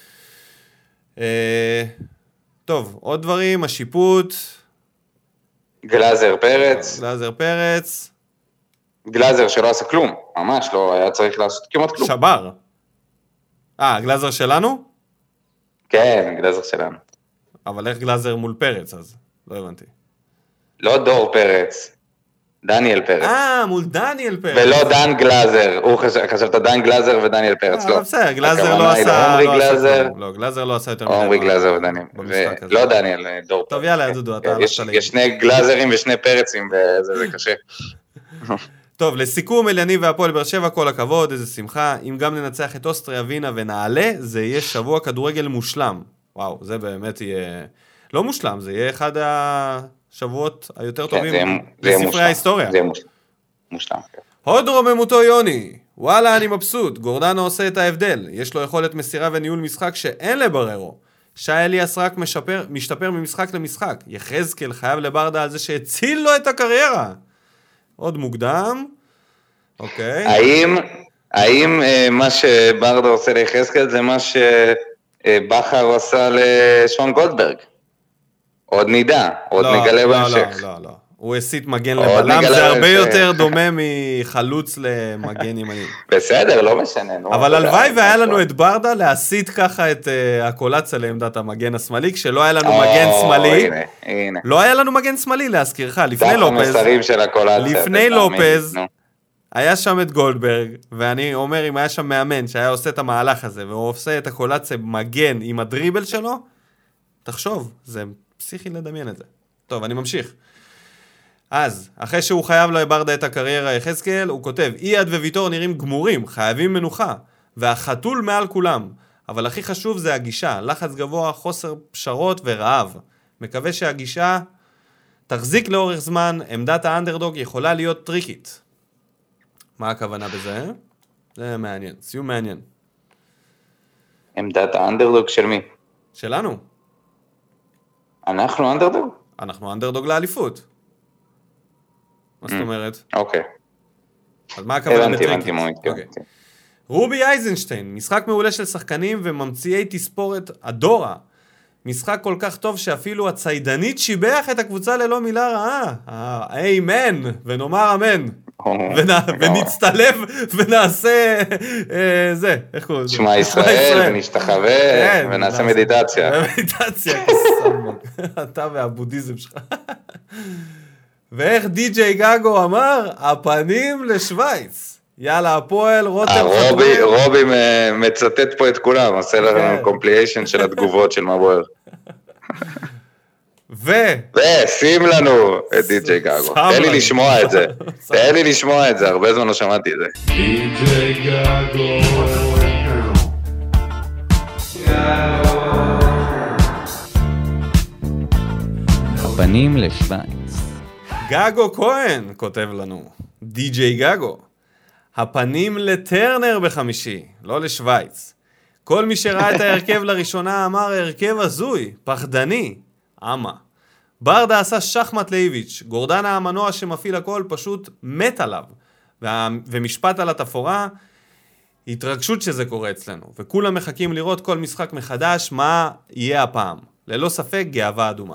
טוב, עוד דברים, השיפוט. גלאזר פרץ. גלאזר שלא עשה כלום, ממש לא היה צריך לעשות כמעט כלום. שבר. גלאזר שלנו? כן, גלאזר שלנו. אבל איך גלאזר מול פרץ אז? לא הבנתי. לא דור פרץ, דניאל פרץ. מול דניאל פרץ. ולא דן גלאזר, הוא חשבת דן גלאזר ודניאל פרץ, לא. בסדר, גלאזר לא עשה... לא, גלאזר לא עשה יותר מדי. עומרי גלאזר ודניאל. לא דניאל, דור פרץ. טוב, יאללה, דודו, אתה... יש שני גלאזרים ושני פרצים, וזה קשה. טוב, לסיכום, אליני והפועל באר שבע, כל הכבוד, איזה שמחה. אם גם ננצח את אוסטריה, וינה ונעלה, זה יהיה שבוע כדורגל מושלם. וואו, זה באמת יהיה... לא מושלם, זה יהיה אחד השבועות היותר טובים בספרי ההיסטוריה. זה יהיה מושלם. הוד רוממותו יוני. וואלה, אני מבסוט. גורדנה עושה את ההבדל. יש לו יכולת מסירה וניהול משחק שאין לבררו. שי אליאס רק משתפר ממשחק למשחק. יחזקאל חייב לברדה על זה שהציל לו את הקריירה. עוד מוקדם. אוקיי. האם מה שברדה עושה ליחזקאל זה מה שבחר עשה לשון גולדברג? עוד נגלה בהמשך. לא. הוא הסיט מגן לבלם, זה הרבה יותר דומה מחלוץ למגן ימני. בסדר, לא משנה. אבל הלוואי והיה לנו את ברדה להסיט ככה את הקולציה לעמדת המגן השמאלי, כשלא היה לנו מגן שמאלי. לא היה לנו מגן שמאלי להזכירך, לפני לופז, היה שם את גולדברג, ואני אומר אם היה שם מאמן שהיה עושה את המהלך הזה, והוא עושה את הקולציה מגן עם הדריבל שלו, תחשוב, זה פסיכי לדמיין את זה. טוב, אני ממשיך. אז, אחרי שהוא חייב לברדה את הקריירה יחזקאל, הוא כותב, אייד וויטור נראים גמורים, חייבים מנוחה. והחתול מעל כולם. אבל הכי חשוב זה הגישה, לחץ גבוה, חוסר פשרות ורעב. מקווה שהגישה תחזיק לאורך זמן, עמדת האנדרדוג יכולה להיות טריקית. מה הכוונה בזה? זה מעניין, סיום מעניין. עמדת האנדרדוג של מי? שלנו. אנחנו אנדרדוג? אנחנו אנדרדוג לאליפות. מה זאת אומרת? אוקיי. אז מה הכוונה בטריקית? הבנתי מה הוא התכוון. רובי אייזנשטיין, משחק מעולה של שחקנים וממציאי תספורת הדורה. משחק כל כך טוב שאפילו הציידנית שיבח את הקבוצה ללא מילה רעה. אמן, ונאמר אמן. ונצטלב ונעשה זה, איך קוראים לזה? שמע ישראל, ונשתחווה, ונעשה מדיטציה. מדיטציה, אתה והבודהיזם שלך. ואיך די.ג'יי גאגו אמר, הפנים לשוויץ. יאללה, הפועל, רותם חתומים. רובי מצטט פה את כולם, עושה לנו קומפליישן של התגובות של מה בוער. ושים לנו את די.ג'יי גאגו. תן לי לשמוע את זה, הרבה זמן לא שמעתי את זה. די.ג'יי גאגו. הפנים לשוויץ. גאגו כהן כותב לנו, די.ג'יי גאגו. הפנים לטרנר בחמישי, לא לשוויץ. כל מי שראה את ההרכב לראשונה אמר, הרכב הזוי, פחדני, אמה. ברדה עשה שחמט לאיביץ', גורדנה המנוע שמפעיל הכל פשוט מת עליו. ומשפט על התפורה, התרגשות שזה קורה אצלנו. וכולם מחכים לראות כל משחק מחדש, מה יהיה הפעם. ללא ספק, גאווה אדומה.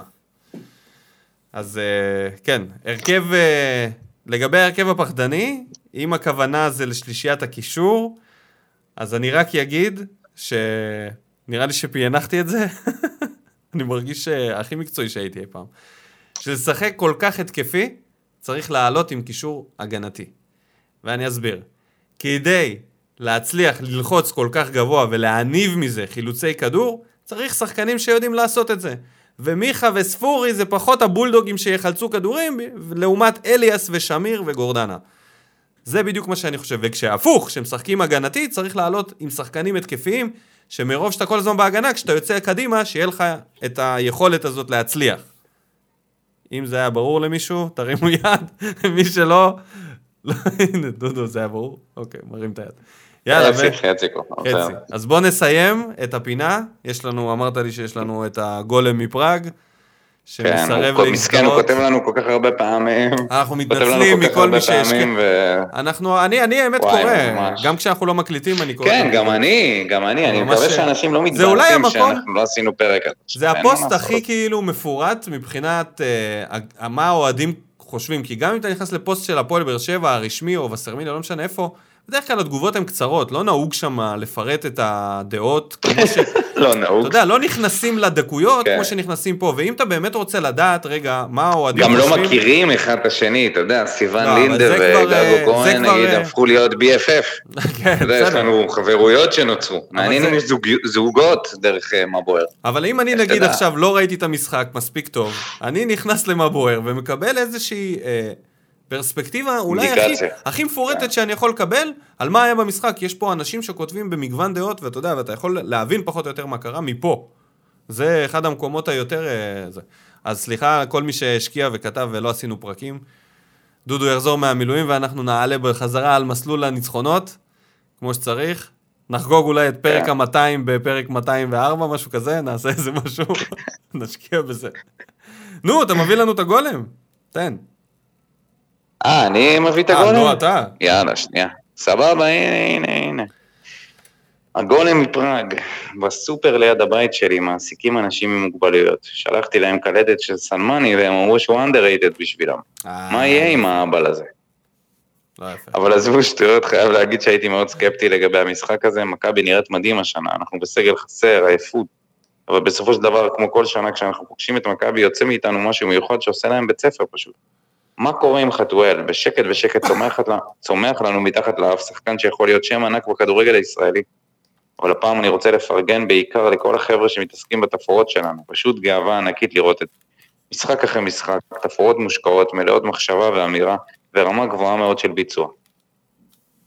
אז כן, הרכב, לגבי הרכב הפחדני, אם הכוונה זה לשלישיית הקישור, אז אני רק אגיד שנראה לי שפיינחתי את זה, אני מרגיש הכי מקצועי שהייתי אי פעם. שלשחק כל כך התקפי, צריך לעלות עם קישור הגנתי. ואני אסביר. כדי להצליח ללחוץ כל כך גבוה ולהניב מזה חילוצי כדור, צריך שחקנים שיודעים לעשות את זה. ומיכה וספורי זה פחות הבולדוגים שיחלצו כדורים, לעומת אליאס ושמיר וגורדנה. זה בדיוק מה שאני חושב. וכשהפוך, שמשחקים הגנתי, צריך לעלות עם שחקנים התקפיים, שמרוב שאתה כל הזמן בהגנה, כשאתה יוצא קדימה, שיהיה לך את היכולת הזאת להצליח. אם זה היה ברור למישהו, תרימו יד. מי שלא, הנה, דודו, זה היה ברור? אוקיי, מרים את היד. יאללה, חצי. אז בוא נסיים את הפינה. יש לנו, אמרת לי שיש לנו את הגולם מפראג, שמסרב להזדהות. מסכן, הוא כותב לנו כל כך הרבה פעמים. אנחנו מתנצלים מכל מי שהשקיע. אני האמת קורא, גם כשאנחנו לא מקליטים אני קורא. כן, גם אני מקווה שאנשים לא מתבאסים שאנחנו לא עשינו פרק. זה הפוסט הכי כאילו מפורט מבחינת מה האוהדים חושבים, כי גם אם אתה נכנס לפוסט של הפועל באר שבע, הרשמי או וסרמיליה, לא משנה איפה, בדרך כלל התגובות הן קצרות, לא נהוג שם לפרט את הדעות, כמו ש... לא נהוג. אתה יודע, לא נכנסים לדקויות כמו שנכנסים פה, ואם אתה באמת רוצה לדעת, רגע, מה האוהדים חושבים... גם לא מכירים אחד את השני, אתה יודע, סיוון לינדר וגאגו כהן, נגיד, הפכו להיות BFF. כן, בסדר. יש לנו חברויות שנוצרו. מעניין אם יש זוגות דרך מה בוער. אבל אם אני נגיד עכשיו לא ראיתי את המשחק מספיק טוב, אני נכנס למה בוער ומקבל איזושהי... פרספקטיבה אולי הכי מפורטת שאני יכול לקבל על מה היה במשחק. יש פה אנשים שכותבים במגוון דעות, ואתה יודע, ואתה יכול להבין פחות או יותר מה קרה מפה. זה אחד המקומות היותר... אז סליחה, כל מי שהשקיע וכתב ולא עשינו פרקים, דודו יחזור מהמילואים ואנחנו נעלה בחזרה על מסלול הניצחונות, כמו שצריך. נחגוג אולי את פרק ה-200 בפרק 204, משהו כזה, נעשה איזה משהו, נשקיע בזה. נו, אתה מביא לנו את הגולם? תן. אני מביא את הגולם? לא, אתה. יאללה, שנייה. סבבה, הנה. הגולם מפראג, בסופר ליד הבית שלי, מעסיקים אנשים עם מוגבלויות. שלחתי להם קלטת של סלמני, והם אמרו שהוא underrated בשבילם. מה יהיה עם האבל הזה? לא יפה. אבל עזבו שטויות, חייב להגיד שהייתי מאוד סקפטי לגבי המשחק הזה. מכבי נראית מדהים השנה, אנחנו בסגל חסר, עייפות. אבל בסופו של דבר, כמו כל שנה, כשאנחנו פוגשים את מכבי, יוצא מאיתנו משהו מיוחד שעושה להם בית ספר פשוט. מה קורה עם חתואל? בשקט צומח לנו מתחת לאף שחקן שיכול להיות שם ענק בכדורגל הישראלי. אבל הפעם אני רוצה לפרגן בעיקר לכל החבר'ה שמתעסקים בתפורות שלנו. פשוט גאווה ענקית לראות את משחק אחרי משחק, תפורות מושקעות, מלאות מחשבה ואמירה, ורמה גבוהה מאוד של ביצוע.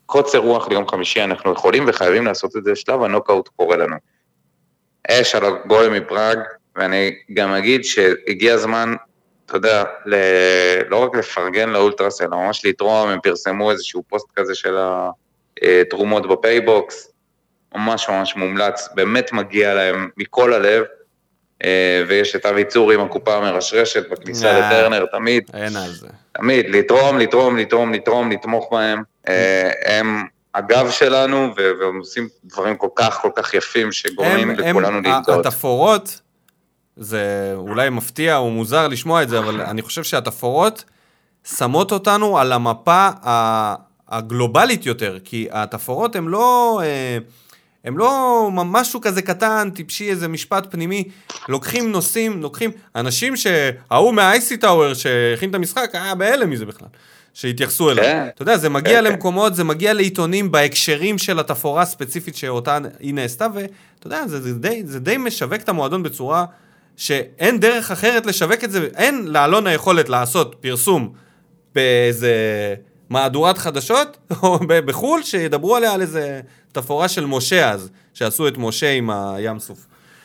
קוצר רוח ליום חמישי, אנחנו יכולים וחייבים לעשות את זה, שלב הנוקאוט קורה לנו. אש על הגולם מפראג, ואני גם אגיד שהגיע הזמן, אתה יודע, לא רק לפרגן לאולטרס, אלא ממש לתרום, הם פרסמו איזשהו פוסט כזה של התרומות בפייבוקס, ממש ממש מומלץ, באמת מגיע להם מכל הלב, ויש את אבי צור עם הקופה המרשרשת בכניסה לטרנר, תמיד, אין על זה. תמיד, לתרום, לתמוך בהם, הם הגב שלנו, והם עושים דברים כל כך יפים, שגורמים לכולנו להתגאות. התפורות, זה אולי מפתיע או מוזר לשמוע את זה, אבל אני חושב שהתפורות שמות אותנו על המפה הגלובלית יותר, כי התפורות הם לא משהו כזה קטן, טיפשי, איזה משפט פנימי, לוקחים נושאים, אנשים שהאו מהאייסי טאוור שהכין את המשחק, בהלם מזה בכלל, שהתייחסו אליו. אתה יודע, זה מגיע למקומות, זה מגיע לעיתונים בהקשרים של התפורה הספציפית שאותה היא נעשתה, ואתה יודע, זה די משווק את המועדון בצורה שאין דרך אחרת לשווק את זה, אין לאלון היכולת לעשות פרסום באיזה מהדורת חדשות, או בחול, שידברו עליה על איזה תפורה של משה אז, שעשו את משה עם הים סוף.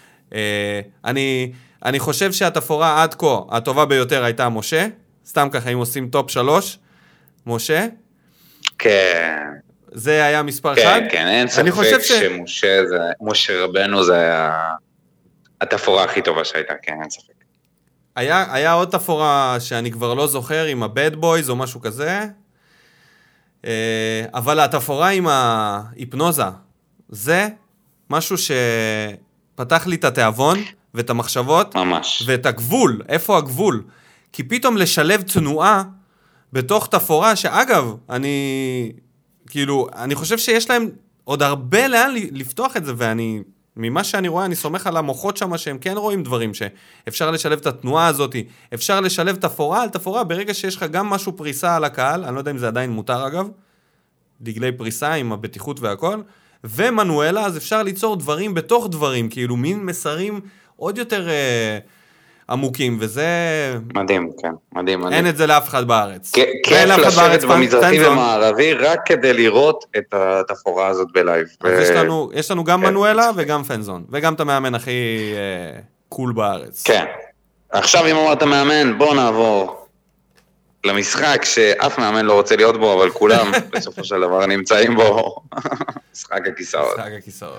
אני חושב שהתפורה עד כה, הטובה ביותר הייתה משה, סתם ככה, אם עושים טופ 3, משה. כן. זה היה מספר 1. כן, אין ספק שמשה רבנו זה היה התפורה הכי טובה שהייתה, כן, אין ספק. היה עוד תפורה שאני כבר לא זוכר, עם הבד בויז או משהו כזה, אבל התפורה עם ההיפנוזה, זה משהו שפתח לי את התיאבון ואת המחשבות, ממש. ואת הגבול, איפה הגבול? כי פתאום לשלב תנועה בתוך תפורה, שאגב, אני חושב שיש להם עוד הרבה לאן לפתוח את זה, ממה שאני רואה, אני סומך על המוחות שם, שהם כן רואים דברים, שאפשר לשלב את התנועה הזאת, אפשר לשלב תפורה על תפורה, ברגע שיש לך גם משהו פריסה על הקהל, אני לא יודע אם זה עדיין מותר אגב, דגלי פריסה עם הבטיחות והכל, ומנואלה, אז אפשר ליצור דברים בתוך דברים, כאילו מין מסרים עוד יותר עמוקים, וזה... מדהים, כן, מדהים. אין את זה לאף אחד בארץ. כיף לשבת במזרחי ומערבי, רק כדי לראות את התפורה הזאת בלייב. אז יש לנו גם מנואלה וגם פנזון, וגם את המאמן הכי קול בארץ. כן. עכשיו אם אמרת מאמן, בוא נעבור למשחק שאף מאמן לא רוצה להיות בו, אבל כולם בסופו של דבר נמצאים בו. משחק הכיסאות. משחק הכיסאות.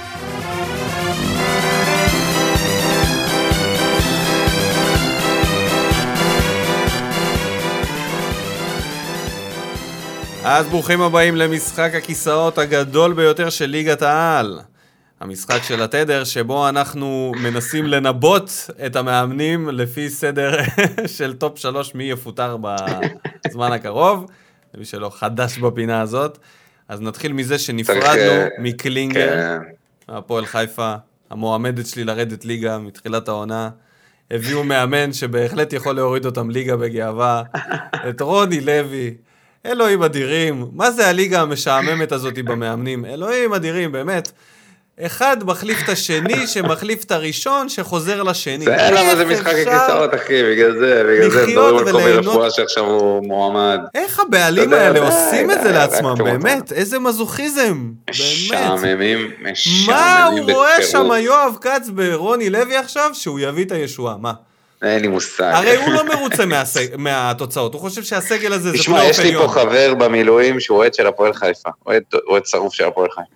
אז ברוכים הבאים למשחק הכיסאות הגדול ביותר של ליגת העל. המשחק של התדר שבו אנחנו מנסים לנבוט את המאמנים לפי סדר של טופ 3 מי יפוטר בזמן הקרוב. למי שלא חדש בפינה הזאת. אז נתחיל מזה שנפרדנו מקלינגר, הפועל חיפה, המועמדת שלי לרדת ליגה מתחילת העונה. הביאו מאמן שבהחלט יכול להוריד אותם ליגה בגאווה, את רוני לוי. אלוהים אדירים, מה זה הליגה המשעממת הזאת במאמנים? אלוהים אדירים, באמת. אחד מחליף את השני, שמחליף את הראשון, שחוזר לשני. זה למה זה משחק הכיסאות, אחי, בגלל זה מדברים על קובי רפואה שעכשיו הוא מועמד. איך הבעלים האלה עושים את זה לעצמם, באמת? איזה מזוכיזם, משעממים מה הוא רואה שם יואב כץ ברוני לוי עכשיו, שהוא יביא את הישועה, מה? אין לי מושג. הרי הוא לא מרוצה מהתוצאות, הוא חושב שהסגל הזה זה פלייאוף עליון. תשמע, יש לי פה חבר במילואים שהוא אוהד של הפועל חיפה, אוהד שרוף של הפועל חיפה.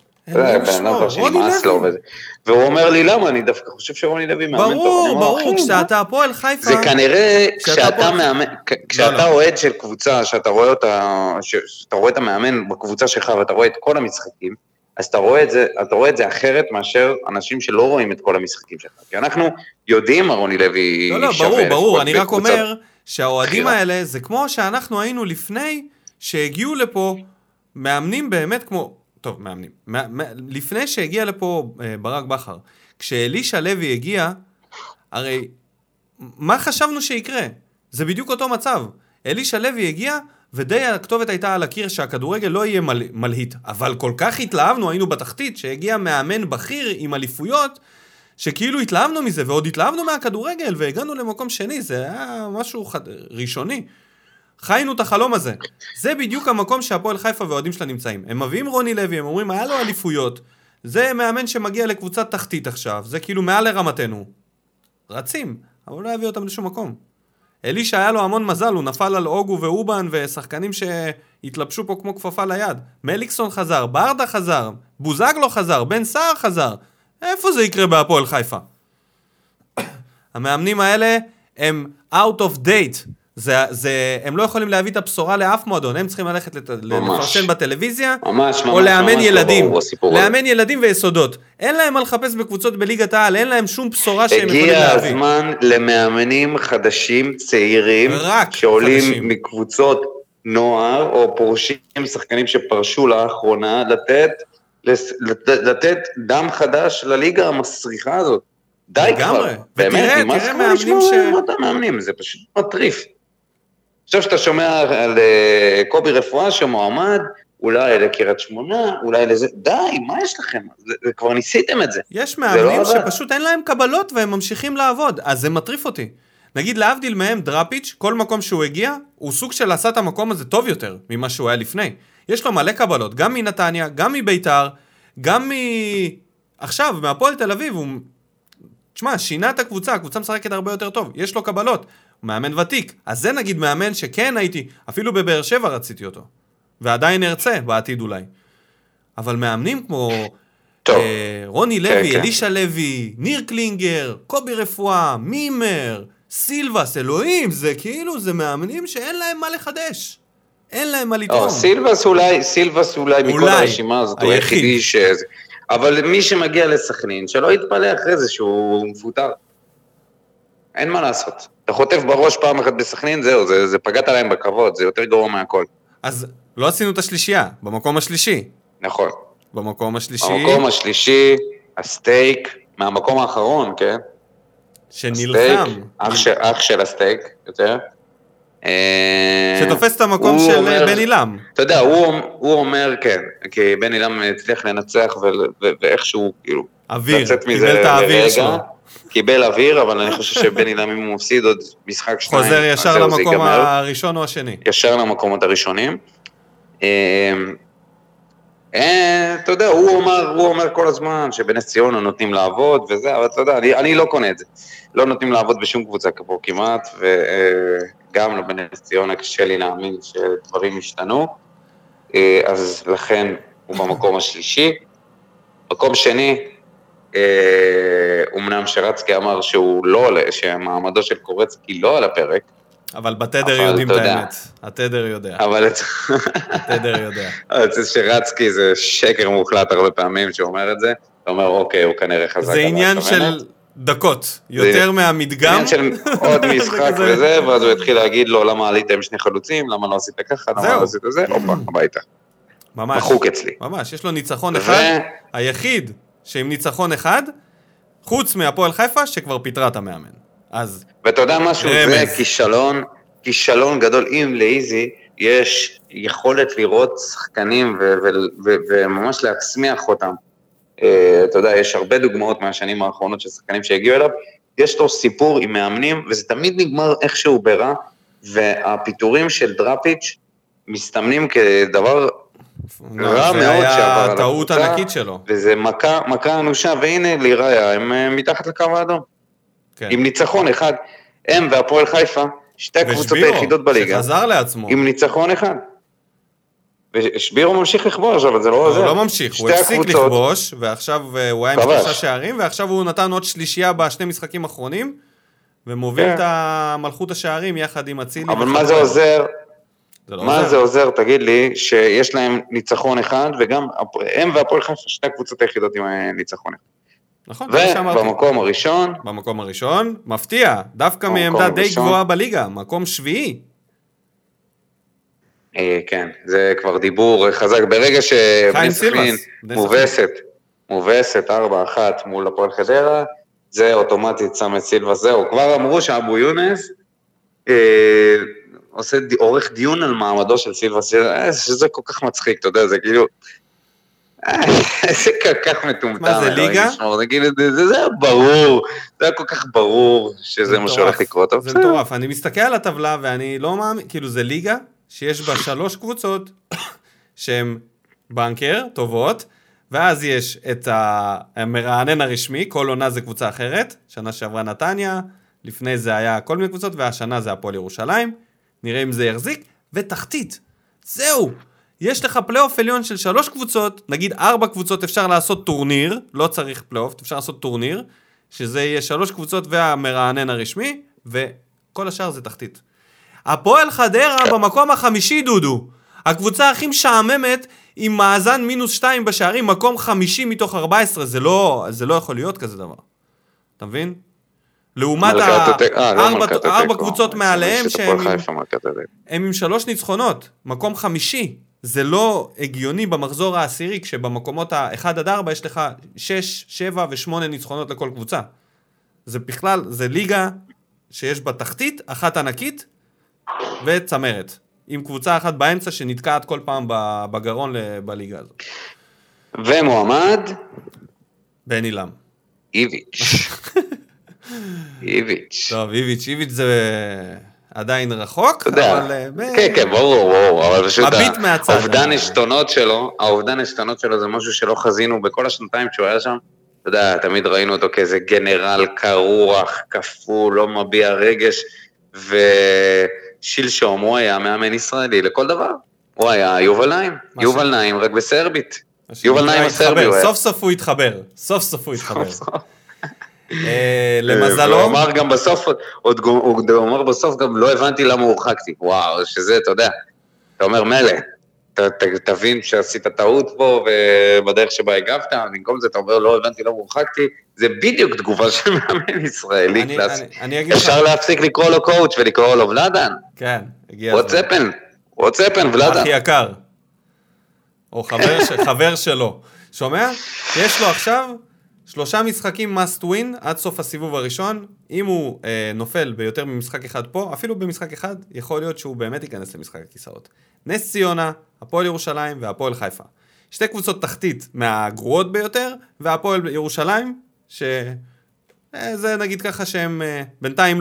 והוא אומר לי למה, אני דווקא חושב שרוני לוי מאמן טוב. ברור, כשאתה הפועל חיפה... זה כנראה, כשאתה אוהד של קבוצה, שאתה רואה את המאמן בקבוצה שלך, ואתה רואה את כל המשחקים, אז אתה רואה את זה אחרת מאשר אנשים שלא רואים את כל המשחקים שלך. כי אנחנו יודעים מה רוני לוי שווה. לא, ברור, אני רק אומר שהאוהדים האלה, זה כמו שאנחנו היינו לפני שהגיעו לפה מאמנים באמת כמו... טוב, מאמנים. לפני שהגיע לפה ברק בכר, כשאלישע לוי הגיע, הרי מה חשבנו שיקרה? זה בדיוק אותו מצב. אלישע לוי הגיע, ודי הכתובת הייתה על הקיר שהכדורגל לא יהיה מלהיט. אבל כל כך התלהבנו, היינו בתחתית, שהגיע מאמן בכיר עם אליפויות, שכאילו התלהבנו מזה, ועוד התלהבנו מהכדורגל, והגענו למקום שני, זה היה משהו ראשוני. חיינו את החלום הזה. זה בדיוק המקום שהפועל חיפה והאוהדים שלה נמצאים. הם מביאים רוני לוי, הם אומרים, היה לו אליפויות, זה מאמן שמגיע לקבוצת תחתית עכשיו, זה כאילו מעל לרמתנו. רצים, אבל לא יביא אותם לשום מקום. אלישה היה לו המון מזל, הוא נפל על אוגו ואובן ושחקנים שהתלבשו פה כמו כפפה ליד. מליקסון חזר, ברדה חזר, בוזגלו חזר, בן סער חזר. איפה זה יקרה בהפועל חיפה? המאמנים האלה הם out of date. הם לא יכולים להביא את הבשורה לאף מועדון, הם צריכים ללכת לפרשן בטלוויזיה, או לאמן ילדים. לאמן ילדים ויסודות. אין להם מה לחפש בקבוצות בליגת העל, אין להם שום בשורה שהם יכולים להביא. הגיע הזמן למאמנים חדשים, צעירים, שעולים מקבוצות נוער, או פורשים שחקנים שפרשו לאחרונה, לתת דם חדש לליגה המסריחה הזאת. די כבר. באמת, נמאס כבר לשמוע אותם מאמנים, זה פשוט מטריף. עכשיו שאתה שומע על קובי רפואה שמועמד, אולי לקריית שמונה, אולי לזה, די, מה יש לכם? כבר ניסיתם את זה. יש מאמנים שפשוט אין להם קבלות והם ממשיכים לעבוד, אז זה מטריף אותי. נגיד להבדיל מהם דראפיץ', כל מקום שהוא הגיע, הוא סוג של עשה את המקום הזה טוב יותר ממה שהוא היה לפני. יש לו מלא קבלות, גם מנתניה, גם מביתר, גם עכשיו, מהפועל תל אביב, הוא תשמע, שינה את הקבוצה, הקבוצה משחקת הרבה יותר טוב, יש לו קבלות, הוא מאמן ותיק, אז זה נגיד מאמן שכן הייתי, אפילו בבאר שבע רציתי אותו, ועדיין ארצה בעתיד אולי, אבל מאמנים כמו רוני לוי, אלישה לוי, ניר קלינגר, קובי רפואה, מימר, סילבס, אלוהים, זה כאילו, זה מאמנים שאין להם מה לחדש, אין להם מה לתרום. סילבס אולי מכל הרשימה הזאת, הוא היחידי שזה, אבל מי שמגיע לסכנין, שלא יתפלא אחרי זה שהוא מפוטר. אין מה לעשות. אתה חוטף בראש פעם אחת בסכנין, זהו, זה פגעת להם בכבוד, זה יותר גרוע מהכל. אז לא עשינו את השלישייה, במקום השלישי. נכון. במקום השלישי, הסטייק, מהמקום האחרון, כן? שנלחם. אח של הסטייק, יותר. שתופס את המקום של בן אילם. אתה יודע, הוא אומר, כן, כי בן אילם הצליח לנצח ואיכשהו, כאילו, אוויר, קיבל את האוויר שלו. קיבל אוויר, אבל אני חושב שבן אילם אם הוא מפסיד עוד משחק שניים. חוזר ישר למקום הראשון או השני. ישר למקומות הראשונים. אתה יודע, הוא אומר כל הזמן שבנס ציונה נותנים לעבוד וזה, אבל אתה יודע, אני לא קונה את זה. לא נותנים לעבוד בשום קבוצה פה כמעט, וגם לבנס ציונה קשה לי להאמין שדברים השתנו, אז לכן הוא במקום השלישי. מקום שני, אמנם שרצקי אמר שהוא לא עולה, שהמעמדו של קורצקי לא על הפרק, אבל בתדר יודעים את האמת, התדר יודע. התדר יודע. אבל שרצקי זה שקר מוחלט הרבה פעמים שהוא אומר את זה, הוא אומר אוקיי, הוא כנראה חזק. זה עניין של דקות, יותר מהמדגם. עניין של עוד משחק וזה, ואז הוא התחיל להגיד לו, למה עליתם שני חלוצים, למה לא עשית ככה, למה לא עשית זה, הופה, הביתה. ממש. מחוק אצלי. ממש, יש לו ניצחון אחד, היחיד שעם ניצחון אחד, חוץ מהפועל חיפה, שכבר פיטרה את המאמן. ואתה יודע משהו, זה כישלון גדול, אם לאיזי יש יכולת לראות שחקנים וממש להצמיח אותם. אתה יודע, יש הרבה דוגמאות מהשנים האחרונות של שחקנים שהגיעו אליו, יש לו סיפור עם מאמנים, וזה תמיד נגמר איכשהו ברע, והפיטורים של דראפיץ' מסתמנים כדבר רע מאוד שעבר על הקבוצה. הטעות ענקית שלו. וזה מכה אנושה, והנה ליריה, הם מתחת לקו האדום. כן. עם ניצחון אחד, הם והפועל חיפה, שתי הקבוצות היחידות בליגה. שחזר לעצמו. עם ניצחון אחד. ושבירו ממשיך לכבוש, אבל זה לא עוזר. הוא לא ממשיך, הוא הפסיק לכבוש, ועכשיו הוא היה עם 3 שערים, ועכשיו הוא נתן עוד שלישייה בשני משחקים האחרונים, ומוביל את המלכות השערים יחד עם הצילי. אבל מה זה עוזר? מה זה עוזר, תגיד לי, שיש להם ניצחון אחד, וגם הם והפועל חיפה, שתי הקבוצות היחידות עם ניצחון אחד. נכון, במקום הראשון, מפתיע, דווקא מעמדה די גבוהה בליגה, מקום שביעי. כן, זה כבר דיבור חזק, ברגע שבני סכנין מובסת 4-1 מול הפועל חדרה, זה אוטומטית שם את סילבס, זהו, כבר אמרו שאבו יונס עורך דיון על מעמדו של סילבס, שזה כל כך מצחיק, אתה יודע, זה כאילו, זה כל כך מטומטם. מה זה, ליגה? זה היה ברור, זה היה כל כך ברור שזה מה שהולך לקרות. זה מטורף, אני מסתכל על הטבלה ואני לא מאמין, כאילו זה ליגה שיש בה 3 קבוצות שהן בנקר, טובות, ואז יש את המרענן הרשמי, כל עונה זה קבוצה אחרת, שנה שעברה נתניה, לפני זה היה כל מיני קבוצות, והשנה זה הפועל ירושלים, נראה אם זה יחזיק, ותחתית, זהו, יש לך פלייאוף עליון של 3 קבוצות, נגיד 4 קבוצות אפשר לעשות טורניר, לא צריך פלייאוף, אפשר לעשות טורניר, שזה יהיה 3 קבוצות והמרענן הרשמי, וכל השאר זה תחתית. הפועל חדרה במקום החמישי, דודו, הקבוצה הכי משעממת, עם מאזן -2 בשערים, מקום 50 מתוך 14, זה לא יכול להיות כזה דבר. אתה מבין? לעומת 4 קבוצות מעליהם שהם עם 3 ניצחונות, מקום 5, זה לא הגיוני במחזור העשירי, כשבמקומות ה-1-4 יש לך 6, 7 ו8 ניצחונות לכל קבוצה. זה בכלל, זה ליגה שיש בה תחתית, אחת ענקית וצמרת. עם קבוצה אחת באמצע שנתקעת כל פעם בגרון בליגה הזאת. ומועמד? בן אילם. איביץ'. איביץ'. טוב, איביץ' זה עדיין רחוק, אבל... כן, ברור, אבל פשוט האובדן השתנות שלו זה משהו שלא חזינו בכל השנתיים שהוא היה שם. אתה יודע, תמיד ראינו אותו כאיזה גנרל קרוח, כפול, לא מביע רגש, שלשום הוא היה מאמן ישראלי לכל דבר. הוא היה יובל נעים, רק בסרבית. יובל נעים הסרבי הוא היה. סוף סוף הוא התחבר. למזלו. הוא אמר גם בסוף, הוא אמר בסוף גם לא הבנתי למה הורחקתי. וואו, שזה, אתה יודע, אתה אומר מלא, תבין שעשית טעות פה ובדרך שבה הגבת, במקום זה אתה אומר לא הבנתי למה הורחקתי, זה בדיוק תגובה של מאמן ישראלי קלאסי. אפשר להפסיק לקרוא לו קואוץ' ולקרוא לו ולדן. כן, הגיע הזמן. וואטסאפן, ולדן. הכי יקר. או חבר שלו. שומע? יש לו עכשיו 3 משחקים must win עד סוף הסיבוב הראשון. אם הוא נופל ביותר ממשחק אחד פה, אפילו במשחק אחד, יכול להיות שהוא באמת ייכנס למשחק הכיסאות. נס ציונה, הפועל ירושלים והפועל חיפה. 2 קבוצות תחתית מהגרועות ביותר, והפועל ירושלים, שזה נגיד ככה שהם בינתיים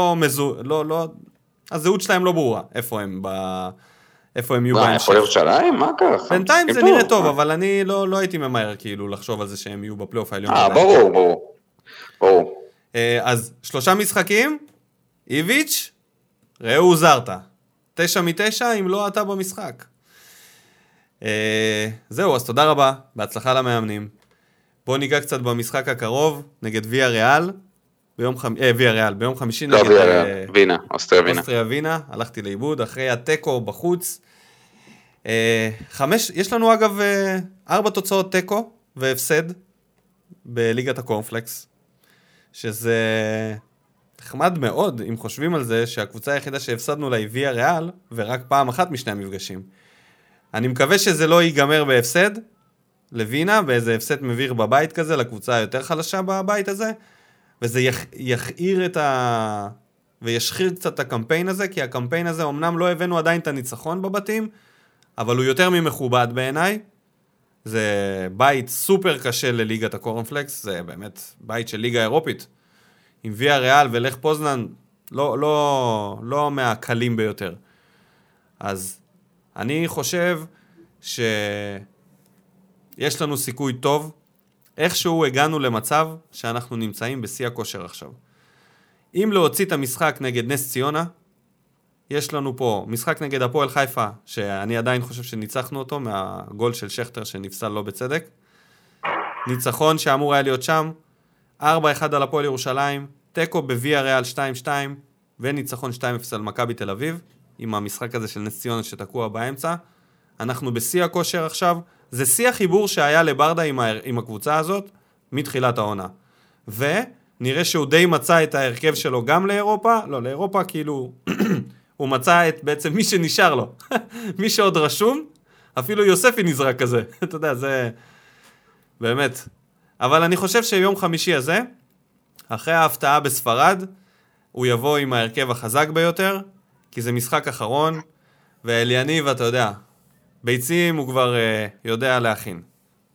הזהות שלהם לא ברורה, איפה הם יהיו בהמשך. הפועל ירושלים? מה ככה? בינתיים זה נראה טוב, אבל אני לא הייתי ממהר כאילו לחשוב על זה שהם יהיו בפלייאוף העליון. ברור. אז 3 משחקים, איביץ', ראו זרתה. 9 מ-9 אם לא אתה במשחק. זהו, אז תודה רבה, בהצלחה למאמנים. בואו ניגע קצת במשחק הקרוב, נגד ויה ריאל, ביום חמישי נגד וינה, אוסטריה וינה, הלכתי לאיבוד, אחרי הטקו בחוץ. יש לנו אגב 4 תוצאות טקו והפסד בליגת הקורנפלקס, שזה נחמד מאוד, אם חושבים על זה, שהקבוצה היחידה שהפסדנו לה היא ויה ריאל, ורק פעם אחת משני המפגשים. אני מקווה שזה לא ייגמר בהפסד לווינה, באיזה הפסד מביר בבית כזה, לקבוצה היותר חלשה בבית הזה, וזה יכעיר וישחיר קצת את הקמפיין הזה, כי הקמפיין הזה אמנם לא הבאנו עדיין את הניצחון בבתים, אבל הוא יותר ממכובד בעיניי. זה בית סופר קשה לליגת הקורנפלקס, זה באמת בית של ליגה אירופית. עם ויה ריאל ולך פוזנן, לא מהקלים ביותר. אז אני חושב שיש לנו סיכוי טוב, איכשהו הגענו למצב שאנחנו נמצאים בשיא הכושר עכשיו. אם להוציא את המשחק נגד נס ציונה, יש לנו פה משחק נגד הפועל חיפה, שאני עדיין חושב שניצחנו אותו מהגול של שכטר שנפסל לא בצדק. ניצחון שאמור היה להיות שם, 4-1 על הפועל ירושלים, טקו בוויה ריאל 2-2, וניצחון 2-0 על מכבי תל אביב, עם המשחק הזה של נס ציונה שתקוע באמצע. אנחנו בשיא הכושר עכשיו, זה שיא החיבור שהיה לברדה עם הקבוצה הזאת, מתחילת העונה. ונראה שהוא די מצא את ההרכב שלו גם לאירופה, לא, לאירופה כאילו, הוא מצא את בעצם מי שנשאר לו, מי שעוד רשום, אפילו יוספי נזרק כזה, אתה יודע, זה באמת. אבל אני חושב שיום חמישי הזה, אחרי ההפתעה בספרד, הוא יבוא עם ההרכב החזק ביותר, כי זה משחק אחרון, ואליניב, אתה יודע, ביצים הוא כבר יודע להכין.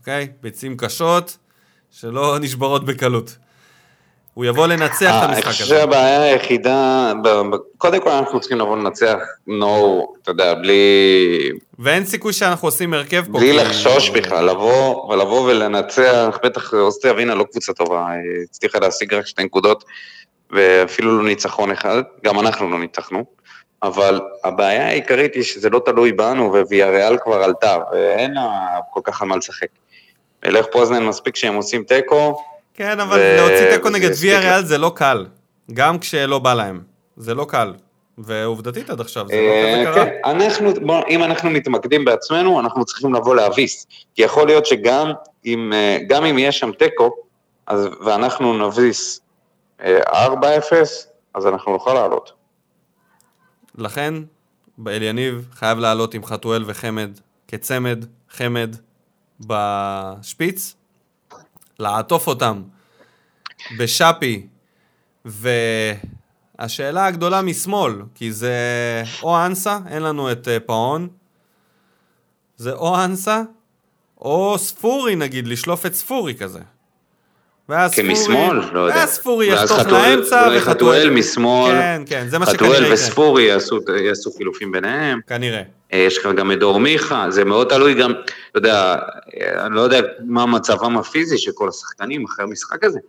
אוקיי? ביצים קשות שלא נשברות בקלות. הוא יבוא לנצח את המשחק הזה. אני חושב שהבעיה היחידה, קודם כל אנחנו צריכים לבוא לנצח, אתה יודע, בלי... ואין סיכוי שאנחנו עושים הרכב פה. בלי לחשוש בכלל, לבוא ולנצח, בטח אוסטריה ווינה לא קבוצה טובה, הצליחה להשיג רק 2 נקודות, ואפילו לא ניצחון אחד, גם אנחנו לא ניצחנו, אבל הבעיה העיקרית היא שזה לא תלוי בנו, וויאריאל כבר עלתה, ואין כל כך על מה לשחק. אלך פוזנן מספיק שהם עושים טקו, כן, אבל להוציא טקו נגד ויאריאל זה לא קל, גם כשלא בא להם, זה לא קל, ועובדתית עד עכשיו זה לא כזה קרה. אם אנחנו מתמקדים בעצמנו, אנחנו צריכים לבוא להביס, כי יכול להיות שגם אם יש שם טקו, ואנחנו נביס 4-0, אז אנחנו נוכל לעלות. לכן, אליניב חייב לעלות עם חתואל וחמד, כצמד, חמד, בשפיץ, לעטוף אותם בשאפי, והשאלה הגדולה משמאל, כי זה או אנסה, אין לנו את פאון, זה או אנסה, או ספורי נגיד, לשלוף את ספורי כזה. כמשמאל, לא יודע. ואז ספורי ישטוף לאמצע, וחתואל משמאל, כן, זה מה שכנראה יקרה. חתואל וספורי יעשו חילופים ביניהם. כנראה. יש לך גם את דור מיכה, זה מאוד תלוי גם, אתה יודע, אני לא יודע מה מצבם הפיזי של כל השחקנים אחרי המשחק הזה.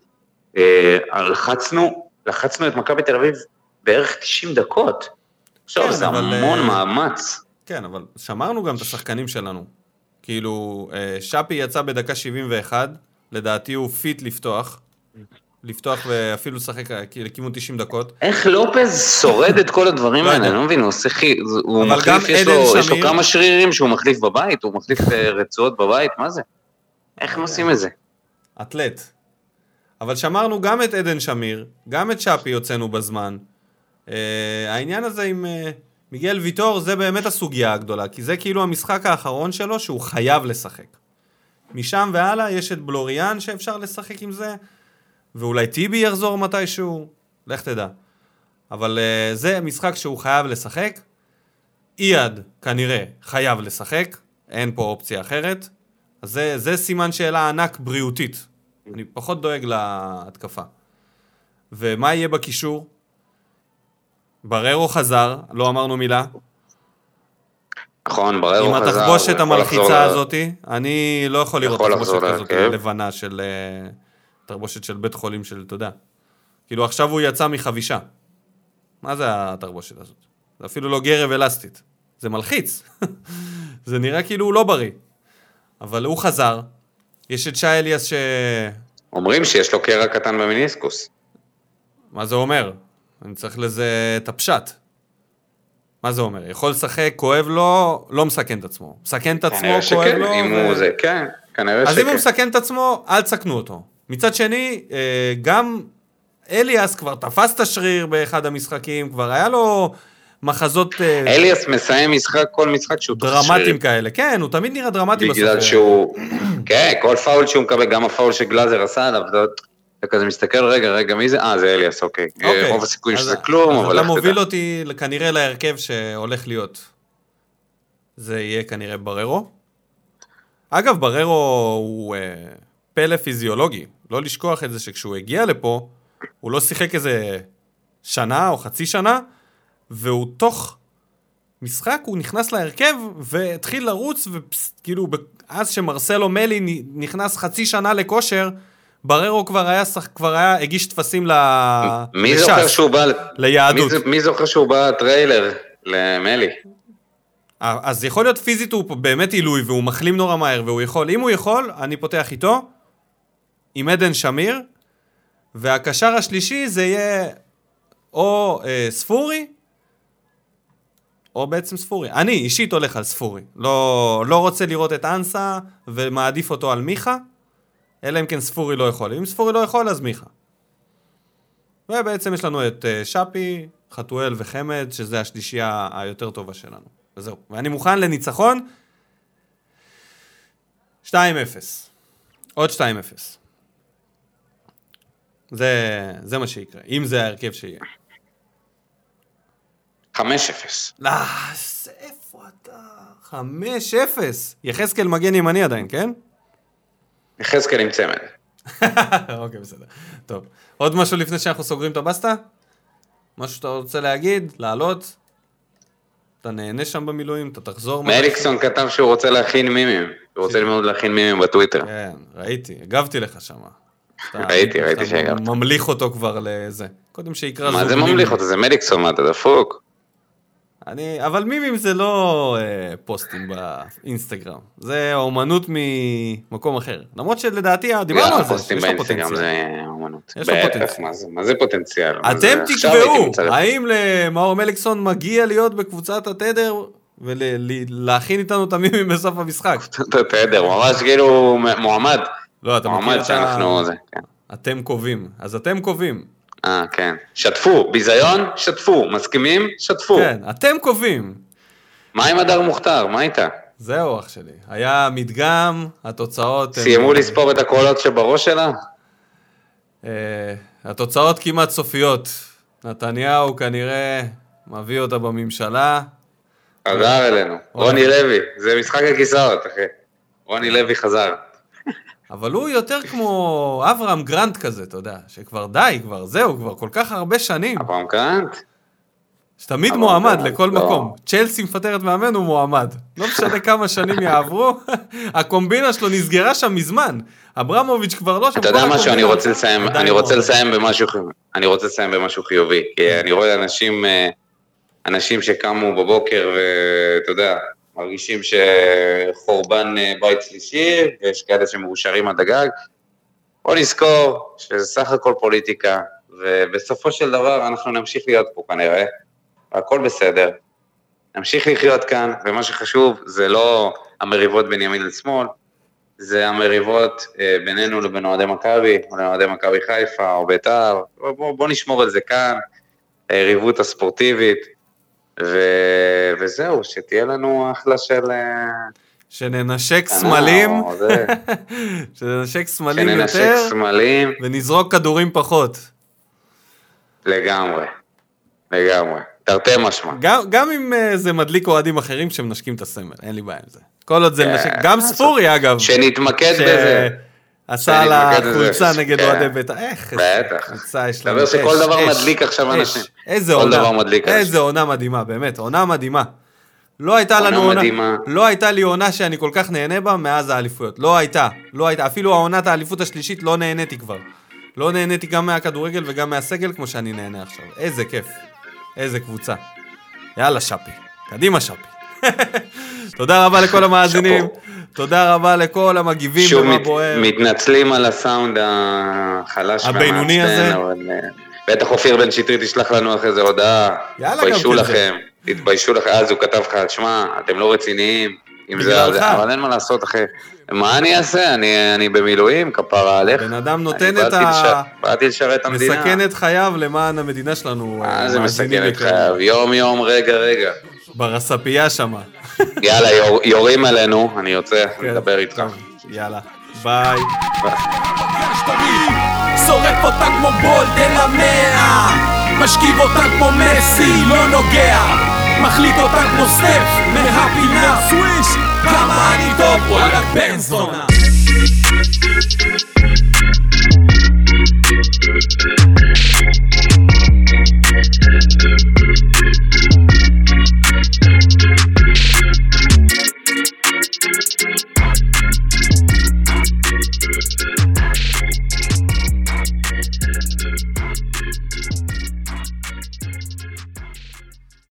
לחצנו את מכבי תל אביב בערך 90 דקות. עכשיו זה המון מאמץ. כן, אבל שמרנו גם את השחקנים שלנו. כאילו, שפי יצא בדקה 71, לדעתי הוא פיט לפתוח ואפילו לשחק לכיוון 90 דקות. איך לופז שורד את כל הדברים האלה? אני לא מבין, הוא מחליף, יש לו כמה שרירים שהוא מחליף בבית, הוא מחליף רצועות בבית, מה זה? איך הם עושים את זה? אתלט. אבל שמרנו גם את עדן שמיר, גם את שפי יוצאנו בזמן. העניין הזה עם מיגל ויטור זה באמת הסוגיה הגדולה, כי זה כאילו המשחק האחרון שלו שהוא חייב לשחק. משם והלאה יש את בלוריאן שאפשר לשחק עם זה, ואולי טיבי יחזור מתישהו, לך תדע. אבל זה משחק שהוא חייב לשחק, אייד כנראה חייב לשחק, אין פה אופציה אחרת, אז זה סימן שאלה ענק בריאותית, אני פחות דואג להתקפה. ומה יהיה בקישור? בררו חזר, לא אמרנו מילה. נכון, בררו חזר. עם התחבושת המלחיצה הזאת, אני לא יכול לראות תחבושת כזאת לבנה של תחבושת של בית חולים של, אתה יודע. כאילו עכשיו הוא יצא מחבישה. מה זה התחבושת הזאת? זה אפילו לא גרב אלסטית. זה מלחיץ. זה נראה כאילו הוא לא בריא. אבל הוא חזר. יש את שי אליאס אומרים שיש לו קרע קטן במיניסקוס. מה זה אומר? אני צריך לזה את הפשט. מה זה אומר? יכול לשחק, כואב לו, לא מסכן את עצמו. מסכן את עצמו, כואב לו. אם הוא זה, כן, כנראה אז אם הוא מסכן את עצמו, אל תסכנו אותו. מצד שני, גם אליאס כבר תפס את השריר באחד המשחקים, כבר היה לו מחזות... אליאס מסיים משחק, כל משחק שהוא תופס שריר. דרמטיים כאלה, כן, הוא תמיד נראה דרמטי בסוף. בגלל שהוא... כן, כל פאול שהוא מקבל, גם הפאול שגלאזר עשה עליו, אתה כזה מסתכל, רגע, מי זה? זה אליאס, אוקיי. רוב הסיכויים שזה כלום, אבל... אתה מוביל אותי כנראה להרכב שהולך להיות. זה יהיה כנראה בררו. אגב, בררו הוא פלא פיזיולוגי. לא לשכוח את זה שכשהוא הגיע לפה, הוא לא שיחק איזה שנה או חצי שנה, והוא תוך משחק, הוא נכנס להרכב והתחיל לרוץ, וכאילו, אז שמרסלו מלי נכנס חצי שנה לכושר, בררו כבר היה, הגיש תפסים ליהדות. מי זוכר שהוא בא טריילר למלי? אז יכול להיות פיזית הוא באמת עילוי, והוא מחלים נורא מהר, והוא יכול, אם הוא יכול, אני פותח איתו, עם עדן שמיר, והקשר השלישי זה יהיה או ספורי, או בעצם ספורי. אני אישית הולך על ספורי. לא רוצה לראות את אנסה, ומעדיף אותו על מיכה, אלא אם כן ספורי לא יכול. אם ספורי לא יכול, אז מיכה. ובעצם יש לנו את שפי, חתואל וחמד, שזה השלישייה היותר טובה שלנו. וזהו. ואני מוכן לניצחון 2-0. עוד 2-0. זה מה שיקרה. אם זה ההרכב שיהיה. 5-0. לא, איפה אתה? 5-0. יחזקאל מגן ימני עדיין, כן? חזקאל עם צמד. אוקיי, בסדר. טוב. עוד משהו לפני שאנחנו סוגרים את הבסטה? משהו שאתה רוצה להגיד? לעלות? אתה נהנה שם במילואים? אתה תחזור? מליקסון כתב שהוא רוצה להכין מימים. הוא רוצה ללמוד להכין מימים בטוויטר. כן, ראיתי. הגבתי לך שם. ראיתי שהגבת. אתה ממליך אותו כבר לזה. קודם שיקרא זוג. מה זה ממליך אותו? זה מליקסון, מה אתה דפוק? אבל מימים זה לא פוסטים באינסטגרם, זה אומנות ממקום אחר, למרות שלדעתי דיברנו על זה, פוסטים באינסטגרם זה אומנות, בטח, מה זה פוטנציאל? אתם תקבעו, האם למאור מליקסון מגיע להיות בקבוצת התדר, ולהכין איתנו את המימים בסוף המשחק? קבוצת התדר, ממש כאילו מועמד, לא, אתה מכיר שאנחנו... אתם קובעים, אז אתם קובעים. כן. שתפו, ביזיון, שתפו, מסכימים, שתפו. כן, אתם קובעים. מה עם הדר מוכתר? מה איתה? זהו אח שלי. היה מדגם, התוצאות... סיימו לספור את הקולות שבראש שלה? התוצאות כמעט סופיות. נתניהו כנראה מביא אותה בממשלה. חזר אלינו. רוני לוי, זה משחק הכיסאות, אחי. רוני לוי חזר. אבל הוא יותר כמו אברהם גרנט כזה, אתה יודע, שכבר די, כבר זהו, כבר כל כך הרבה שנים. אברהם גרנט? שתמיד מועמד לכל מקום. צ'לסי מפטרת מאמן, הוא מועמד. לא משנה כמה שנים יעברו, הקומבינה שלו נסגרה שם מזמן. אברמוביץ' כבר לא שם. אתה יודע משהו, אני רוצה לסיים במשהו חיובי, כי אני רואה אנשים שקמו בבוקר, ואתה יודע, מרגישים שחורבן בית שלישי, ויש כאלה שמאושרים עד הגג. בוא נזכור שזה סך הכל פוליטיקה, ובסופו של דבר אנחנו נמשיך להיות פה כנראה, והכל בסדר. נמשיך לחיות כאן, ומה שחשוב זה לא המריבות בין ימין לשמאל, זה המריבות בינינו לבין אוהדי מכבי, או לאוהדי מכבי חיפה, או בית"ר. בוא נשמור על זה כאן, היריבות הספורטיבית, וזהו, שתהיה לנו אחלה של... שננשק סמלים, שננשק סמלים יותר, ונזרוק כדורים פחות. לגמרי. תרתי משמע. גם אם זה מדליק אוהדים אחרים שמנשקים את הסמל, אין לי בעיה עם זה. כל עוד זה מנשק, גם ספורי אגב. שנתמקד בזה. עשה על החולצה נגד אוהדי בית"ר. בטח. דבר שכל דבר מדליק עכשיו אנשים. איזה עונה מדהימה, באמת, עונה מדהימה. לא הייתה לי עונה שאני כל כך נהנה בה מאז האליפויות. לא הייתה. אפילו העונת האליפות השלישית לא נהניתי כבר. לא נהניתי גם מהכדורגל וגם מהסגל כמו שאני נהנה עכשיו. איזה כיף. איזה קבוצה. יאללה שפי. קדימה שפי. תודה רבה לכל המאזינים. תודה רבה לכל המגיבים. שוב מתנצלים על הסאונד החלש הבינוני הזה. בטח אופיר בן שטרית ישלח לנו אחרי זה הודעה. תתביישו לכם. אז הוא כתב לך, שמע, אתם לא רציניים. אבל אין מה לעשות אחרי. מה אני אעשה? אני במילואים, כפרה עליך. בן אדם נותן באתי לשרת את המדינה. מסכן את חייו למען המדינה שלנו. מה זה מסכן את חייו? יום, רגע. ברספייה שמה. יאללה, יורים עלינו, אני יוצא, נדבר איתך. יאללה, ביי. שורף אותה כמו בולד אל המאה, משכיב אותה כמו מסי, לא נוגע, מחליט אותה כמו סטף, מהפינה סוויש, כמה אני טוב, וואלה בן זונה.